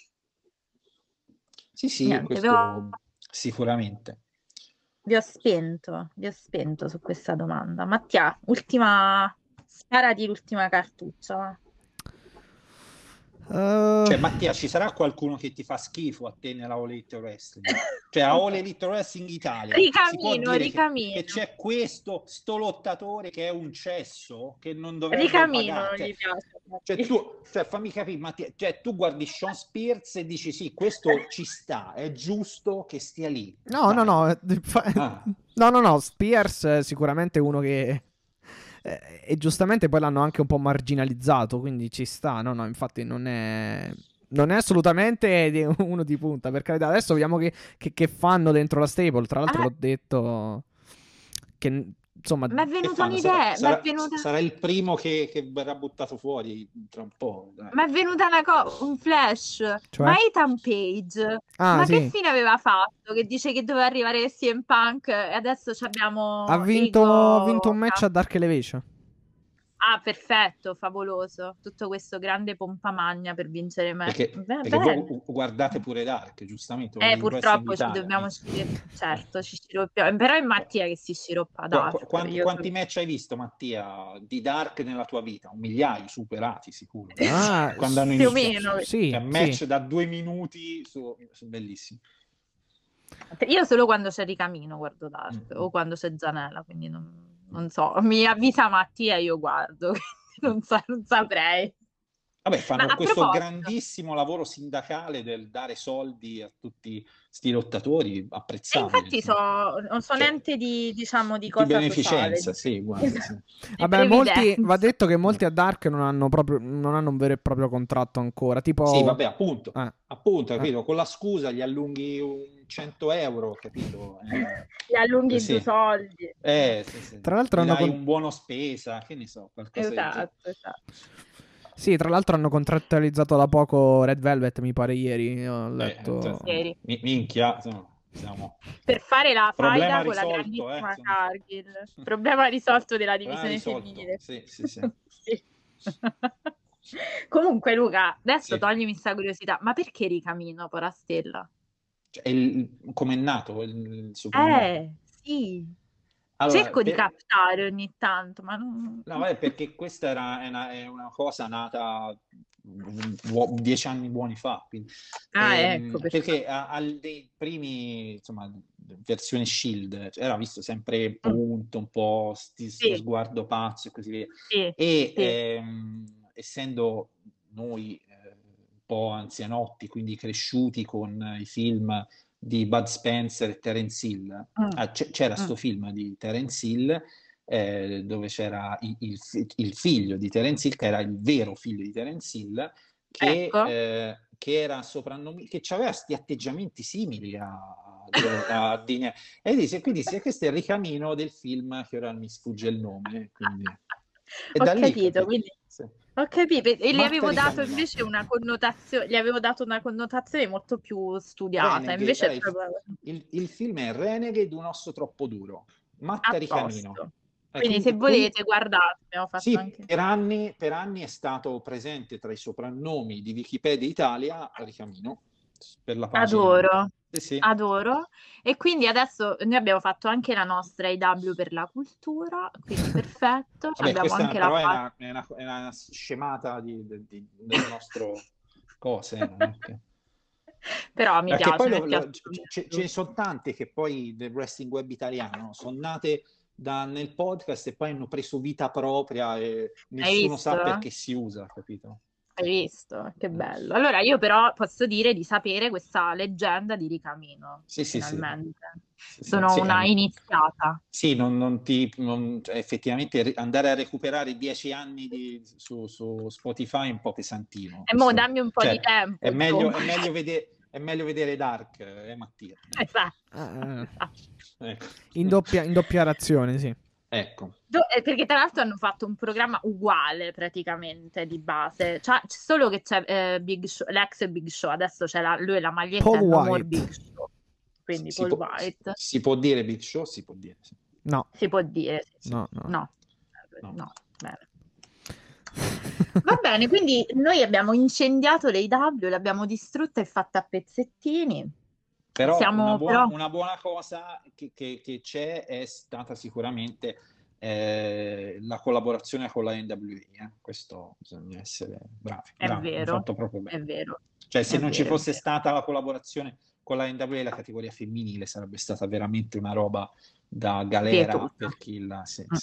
Sì, Niente, questo sicuramente. Vi ho spento su questa domanda. Mattia, sparati l'ultima cartuccia. Cioè, Mattia, ci sarà qualcuno che ti fa schifo a te nella All Elite Wrestling? Cioè, a All Elite Wrestling Italia Ricamino. che c'è sto lottatore che è un cesso che non dovrebbe pagare. Non gli piace. Cioè, fammi capire, Mattia, cioè, tu guardi Sean Spears e dici sì, questo ci sta, è giusto che stia lì. No, Spears è sicuramente uno che e giustamente poi l'hanno anche un po' marginalizzato, quindi ci sta. No, infatti non è assolutamente uno di punta, per carità. Adesso vediamo che fanno dentro la stable. Tra l'altro l'ho detto che insomma, mi è venuta un'idea. Sarà il primo che verrà buttato fuori tra un po'. Mi è venuta un flash. Cioè? Ma Ethan Page, che fine aveva fatto? Che dice che doveva arrivare CM Punk e adesso abbiamo ha vinto un match a Dark Elevation. Ah, perfetto, favoloso. Tutto questo grande pompa magna per vincere perché voi guardate pure Dark, giustamente. Purtroppo ci dobbiamo certo, ci sciroppiamo. Però è Mattia che si sciroppa Dark. Quanti match hai visto, Mattia, di Dark nella tua vita? Un migliaio superati, sicuro. Quando hanno più o meno. Sì, match da 2 minuti sono bellissimi. Io solo quando c'è Ricamino guardo Dark o quando c'è Zanella, quindi non so, mi avvisa Mattia e io guardo, non saprei. Vabbè, fanno questo grandissimo lavoro sindacale del dare soldi a tutti sti lottatori, apprezzabili. Infatti sono ente di, diciamo, di cosa beneficenza, sociale. sì, guarda, sì. Vabbè, va detto che molti a Dark non hanno un vero e proprio contratto ancora, tipo... Sì, vabbè, appunto, capito? Con la scusa gli allunghi 100 euro, capito? Gli allunghi 2 soldi. Sì. Tra l'altro dai un buono spesa, che ne so, qualcosa esatto. Sì, tra l'altro hanno contrattualizzato da poco Red Velvet, mi pare ieri, ho letto. Ieri. Minchia, siamo... Per fare la faida con risolto, la grandissima Cargill. Problema risolto della divisione femminile. Sì. Comunque, Luca, adesso toglimi questa curiosità. Ma perché Ricamino, Porastella? Come è nato il suo sì. Allora, cerco di captare ogni tanto, ma non... No, perché questa è una cosa nata 10 anni buoni fa. Quindi, ecco perché dei primi, insomma, versione Shield era visto sempre punto, un po' sguardo pazzo e così via. E essendo noi un po' anzianotti, quindi cresciuti con i film di Bud Spencer e Terence Hill, c'era sto film di Terence Hill dove c'era il figlio di Terence Hill, che era il vero figlio di Terence Hill, che era soprannominato, che aveva questi atteggiamenti simili a Dean. E dice, quindi questo è il ricamino del film, che ora mi sfugge il nome. Quindi... Ho capito, quindi... Ho capito, e gli avevo dato invece una connotazione molto più studiata. Renegade, invece il film è Renegade, un osso troppo duro. Matta Ricamino. Quindi se volete guardate, anche... per anni è stato presente tra i soprannomi di Wikipedia Italia Ricamino, per la pagina. Adoro. E quindi adesso noi abbiamo fatto anche la nostra AEW per la cultura, quindi perfetto. Abbiamo anche è una scemata del nostro cose. Però mi piace. Ce ne sono tante che poi del wrestling web italiano sono nate nel podcast e poi hanno preso vita propria e nessuno sa perché si usa, capito? Hai visto? Che bello. Allora io però posso dire di sapere questa leggenda di Ricamino, Sì, finalmente. sì, Sono una iniziata. sì, cioè, effettivamente andare a recuperare 10 anni su Spotify è un po' pesantino. E mo dammi un po' di tempo. È meglio vedere Dark, Mattia. Esatto. Ecco. In doppia razione, sì. Ecco. Perché tra l'altro hanno fatto un programma uguale praticamente di base, solo che c'è Big Show, l'ex Big Show, adesso c'è lui la maglietta Paul No More White. Big Show, quindi Paul White. Si può dire Big Show? Si può dire, sì. No. Si può dire, sì. No. Bene. Va bene, quindi noi abbiamo incendiato l'AEW, l'abbiamo distrutta e fatta a pezzettini. Però una buona cosa che c'è è stata sicuramente la collaborazione con la NWE. Questo bisogna essere bravi. È vero, fatto proprio bene. È vero. Cioè, se non ci fosse stata la collaborazione con la NWE, la categoria femminile sarebbe stata veramente una roba da galera per chi la...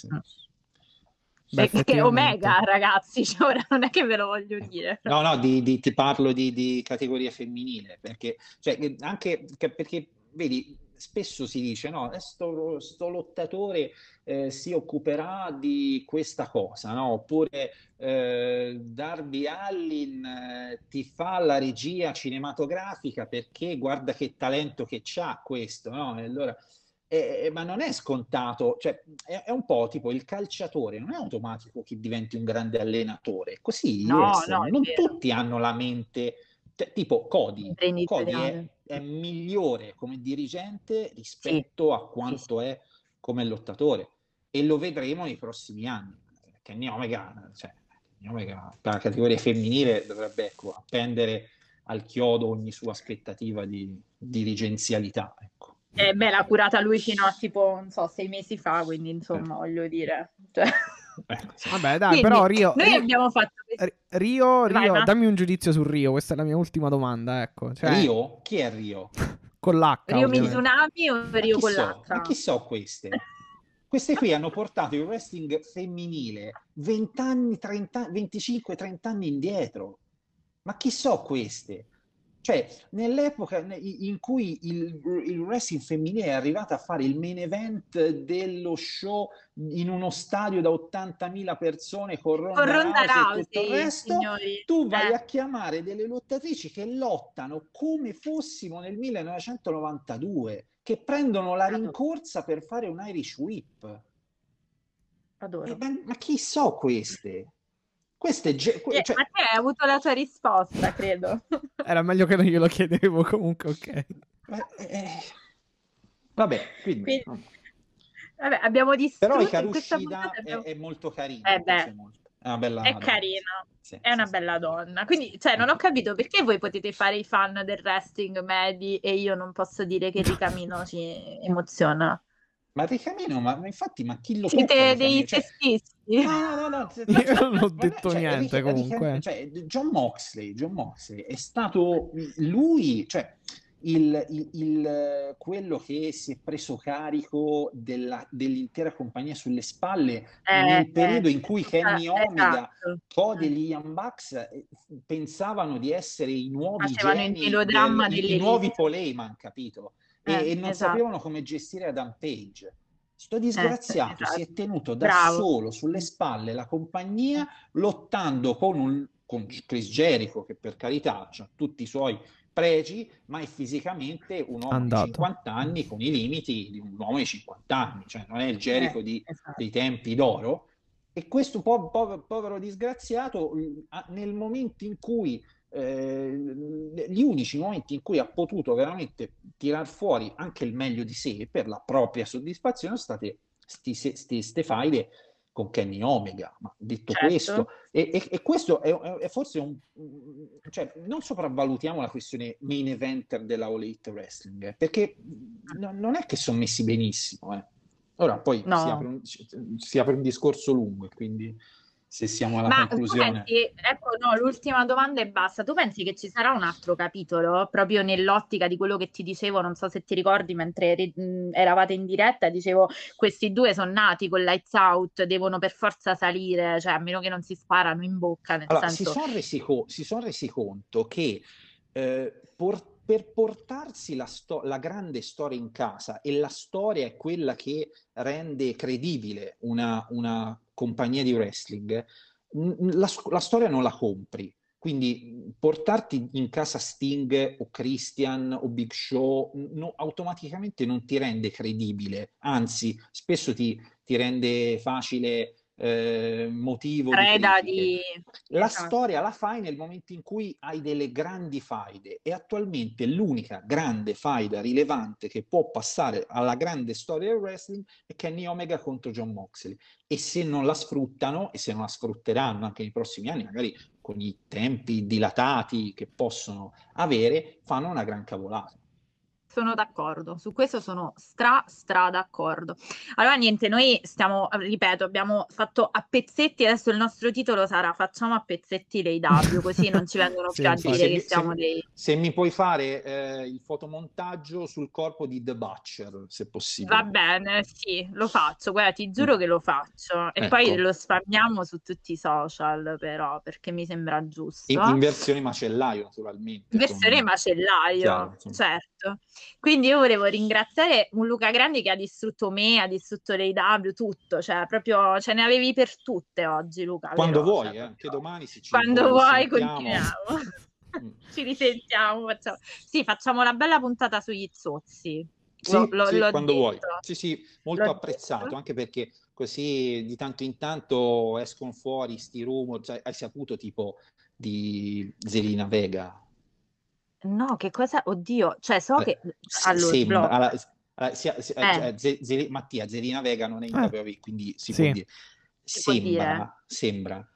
Che Omega, ragazzi, cioè, ora non è che ve lo voglio dire. No, ti parlo di categoria femminile, perché, cioè, anche perché, vedi, spesso si dice, no, sto lottatore si occuperà di questa cosa, no? Oppure Darby Allin ti fa la regia cinematografica perché guarda che talento che c'ha questo, no? E allora... ma non è scontato, cioè è un po' tipo il calciatore, non è automatico che diventi un grande allenatore, così non tutti hanno la mente, tipo Cody è migliore come dirigente rispetto a quanto è come lottatore, e lo vedremo nei prossimi anni. Kenny Omega per la categoria femminile dovrebbe appendere al chiodo ogni sua aspettativa di dirigenzialità, ecco. L'ha curata lui fino a tipo, non so, 6 mesi fa, quindi insomma, voglio dire. Cioè... Vabbè, dai, quindi, però Rio... Noi abbiamo fatto... Rio, dammi un giudizio su Rio, questa è la mia ultima domanda, ecco. Cioè... Rio? Chi è Rio? Con l'H, Rio Mizunami o Rio con l'H? Ma chi so queste? Queste qui hanno portato il wrestling femminile 20 anni, 25-30 anni indietro. Ma chi so queste? Cioè, nell'epoca in cui il wrestling femminile è arrivato a fare il main event dello show in uno stadio da 80.000 persone con Ronda Rousey e tutto il resto, signori. Tu vai a chiamare delle lottatrici che lottano come fossimo nel 1992, che prendono la rincorsa per fare un Irish Whip. Adoro. Ma chi so queste? Cioè... Ma te hai avuto la tua risposta, credo. Era meglio che non glielo chiedevo, comunque, ok. Vabbè, quindi... Vabbè, abbiamo distrutto... Però Hikaru Shida è molto carina. È una bella è carina, è una bella donna. Quindi, cioè, non ho capito perché voi potete fare i fan del wrestling medi e io non posso dire che Ricamino ci emoziona. Ma Ricamino, ma infatti, ma chi lo siete dei testisti? No. Io non ho detto niente, comunque. John Moxley è stato lui, cioè quello che si è preso carico dell'intera compagnia sulle spalle nel periodo in cui Kenny Omega, Cody e gli Young Bucks pensavano di essere i nuovi geni, i nuovi Paul Heyman, capito? E non sapevano come gestire Adam Page. Sto disgraziato si è tenuto da solo sulle spalle la compagnia, lottando con Chris Jericho, che per carità ha tutti i suoi pregi, ma è fisicamente un uomo di 50 anni con i limiti di un uomo di 50 anni, cioè non è il Jericho dei tempi d'oro. E questo povero disgraziato, nel momento in cui gli unici momenti in cui ha potuto veramente tirar fuori anche il meglio di sé per la propria soddisfazione sono state ste faide con Kenny Omega. Ma detto questo, e questo è forse cioè, non sopravvalutiamo la questione main eventer della All Elite Wrestling, perché non è che sono messi benissimo. Ora poi si apre un discorso lungo, e quindi se siamo alla Ma tu conclusione. pensi, ecco, no, l'ultima domanda e basta. Tu pensi che ci sarà un altro capitolo proprio nell'ottica di quello che ti dicevo? Non so se ti ricordi mentre eravate in diretta, dicevo questi due sono nati con Lights Out, devono per forza salire, cioè a meno che non si sparano in bocca, nel Allora, senso. si son resi conto che per portarsi la grande storia in casa, e la storia è quella che rende credibile una compagnia di wrestling, la storia non la compri. Quindi portarti in casa Sting o Christian o Big Show automaticamente non ti rende credibile, anzi spesso ti rende facile motivo di Preda critiche. La Esatto. storia la fai nel momento in cui hai delle grandi faide, e attualmente l'unica grande faida rilevante che può passare alla grande storia del wrestling è Kenny Omega contro Jon Moxley, e se non la sfruttano, e se non la sfrutteranno anche nei prossimi anni, magari con i tempi dilatati che possono avere, fanno una gran cavolata. Sono d'accordo, su questo sono stra d'accordo. Allora niente, noi stiamo, ripeto, abbiamo fatto a pezzetti, adesso il nostro titolo sarà Facciamo a pezzetti dei W, così non ci vengono più a dire che siamo dei... Se mi puoi fare il fotomontaggio sul corpo di The Butcher, se possibile. Va bene, sì, lo faccio, guarda, ti giuro che lo faccio. E Ecco. poi lo spammiamo su tutti i social, però, perché mi sembra giusto. In versione macellaio, naturalmente. In versione macellaio, Chiaro, certo. Quindi io volevo ringraziare un Luca Grandi che ha distrutto me, ha distrutto l'AEW, tutto, cioè proprio ce ne avevi per tutte oggi, Luca. Quando vero? vuoi, Cioè, anche domani se ci quando vuoi sentiamo. continuiamo. Ci risentiamo. Sì, facciamo una bella puntata sugli zozzi. Sì, L'ho quando detto. vuoi. Sì, molto L'ho apprezzato, detto. anche perché così di tanto in tanto escono fuori sti rumor. Cioè, hai saputo tipo di Zelina Vega? No, che cosa? Oddio, cioè so che... Allora, sembra, blocco. Mattia, Zelina Vega non è in WWE, quindi si Sì. può dire. Si può dire. Sembra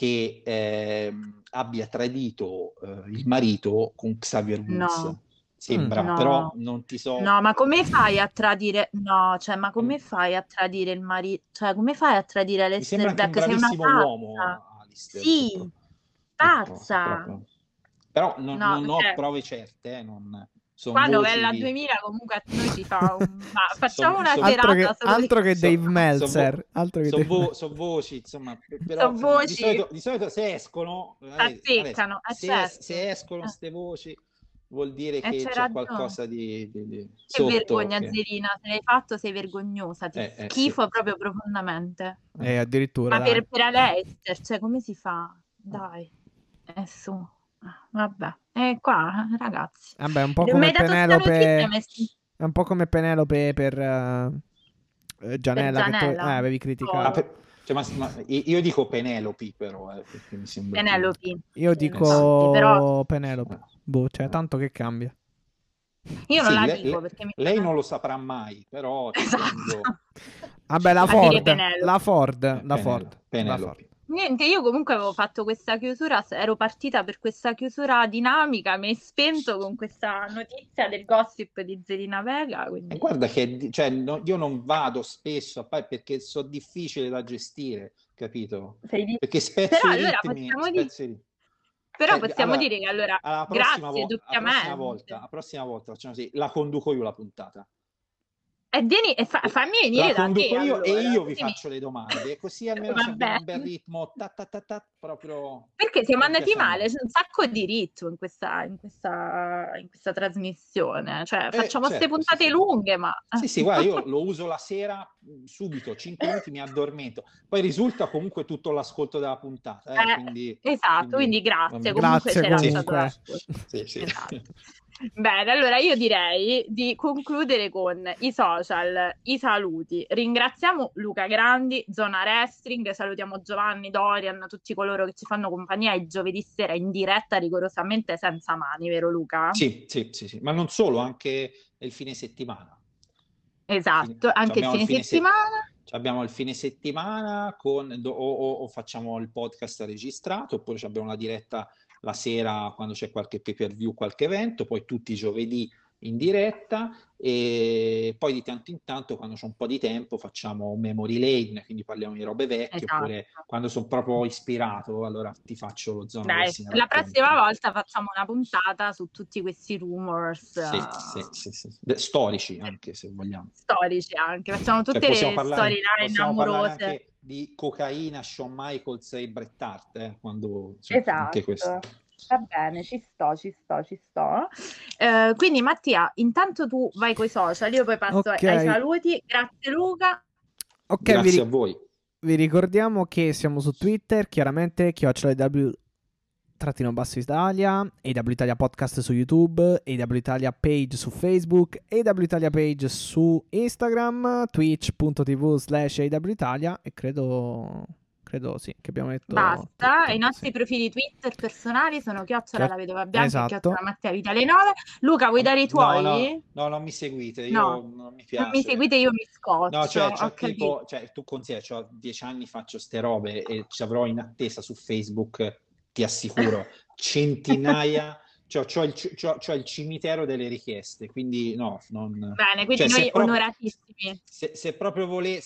che abbia tradito il marito con Xavier Woods. No. Sembra, No. però non ti so. No, ma come fai a tradire? No, cioè, ma come fai a tradire il marito? Cioè, come fai a tradire Mi sembra Alistair anche un Black? Sei una bravissimo uomo, pazza. Alistair. Sì, pazza. Però No, non ho cioè, prove certe, sono qua voci Novella di... 2000 comunque a noi si fa ma facciamo una Son- serata solo altro di... che Dave Meltzer. Sono voci, insomma, però Sono voci. di solito se escono, Azzeccano, certo. se escono queste voci vuol dire che c'è c'è ragione. qualcosa di Che sotto. vergogna, Zerina, se l'hai fatto sei vergognosa, ti schifo sì. proprio profondamente. Addirittura, Ma dai. per Aleister, cioè come si fa? Dai, su. Vabbè, qua ragazzi. Vabbè, un po' Mi come hai dato sta Penelope. notizia, È un po' come Penelope per Gianella, che tu Gianella. avevi criticato. Ma io dico Penelope, però, perché mi sembra Penelope. Io dico Infatti, però Penelope. Boh, cioè, tanto che cambia. io non sì, la dico perché mi lei non lo saprà mai, però Esatto. Vabbè, la A dire Ford. Penelope. La Ford. La Ford. Penelope. Niente, io comunque avevo fatto questa chiusura, ero partita per questa chiusura dinamica, mi hai spento con questa notizia del gossip di Zelina Vega. Quindi... guarda che io non vado spesso perché so difficile da gestire, capito? Perché spezzo però i allora ritmi. Però possiamo dire che allora grazie doppiamente. La prossima volta facciamo così, la conduco io la puntata. E fammi venire da te, io allora. e io vi faccio le domande, così almeno abbiamo un bel ritmo, proprio. Perché siamo andati male, c'è un sacco di ritmo in questa trasmissione, cioè facciamo queste puntate lunghe, ma... Sì, guarda, io lo uso la sera, subito, 5 minuti mi addormento, poi risulta comunque tutto l'ascolto della puntata, quindi grazie, comunque c'è comunque. Sì. Esatto. Bene, allora io direi di concludere con i social, i saluti. Ringraziamo Luca Grandi, Zona Wrestling, salutiamo Giovanni, Dorian, tutti coloro che ci fanno compagnia il giovedì sera in diretta rigorosamente senza mani, vero Luca? Sì, ma non solo, anche il fine settimana. Esatto, anche il fine settimana. Abbiamo il fine settimana o facciamo il podcast registrato, oppure abbiamo la diretta la sera quando c'è qualche pay per view, qualche evento, poi tutti i giovedì in diretta, e poi di tanto in tanto, quando c'è un po' di tempo, facciamo memory lane, quindi parliamo di robe vecchie, oppure quando sono proprio ispirato, allora ti faccio lo Zona Wrestling. La prossima volta facciamo una puntata su tutti questi rumors. Sì. Storici anche, se vogliamo. Storici anche, facciamo tutte le storyline amorose. Anche di cocaina, Shawn Michaels e Bret Hart, quando anche questo. Va bene, ci sto. Quindi Mattia, intanto tu vai coi social, io poi passo ai saluti. Grazie Luca. Grazie a voi. Vi ricordiamo che siamo su Twitter, chiaramente @Italia, AW Italia Podcast su YouTube, AW Italia Page su Facebook, AW Italia Page su Instagram, twitch.tv/AW Italia, e credo sì, che abbiamo detto. Basta, i nostri profili Twitter personali sono @La Vedova Bianca e @Mattia Vitale 9. Luca, vuoi dare i tuoi? No, non mi seguite, non mi piace. Non mi seguite, io mi scoccio. No, tu consideri, ho 10 anni, faccio ste robe e ci avrò in attesa su Facebook, ti assicuro, centinaia. C'ho il cimitero delle richieste, quindi no, non... Bene, quindi noi onoratissimi. Se proprio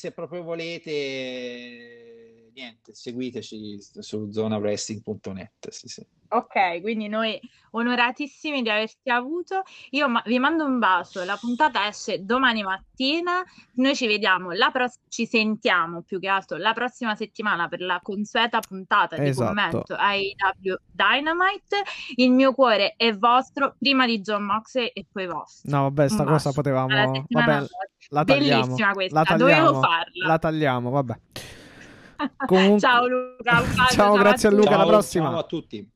volete, niente, seguiteci su zonawrestling.net. Sì. Ok, quindi noi onoratissimi di averti avuto. Io vi mando un bacio, la puntata esce domani mattina, noi ci vediamo, ci sentiamo più che altro la prossima settimana per la consueta puntata di commento AEW Dynamite. Il mio cuore è vostro, prima di Jon Moxley e poi vostro. No, vabbè, sta cosa potevamo... Vabbè, la tagliamo. Bellissima questa, dovevo farla. La tagliamo, vabbè. Comunque... Ciao Luca, ciao, grazie a Luca, alla prossima. Ciao a tutti.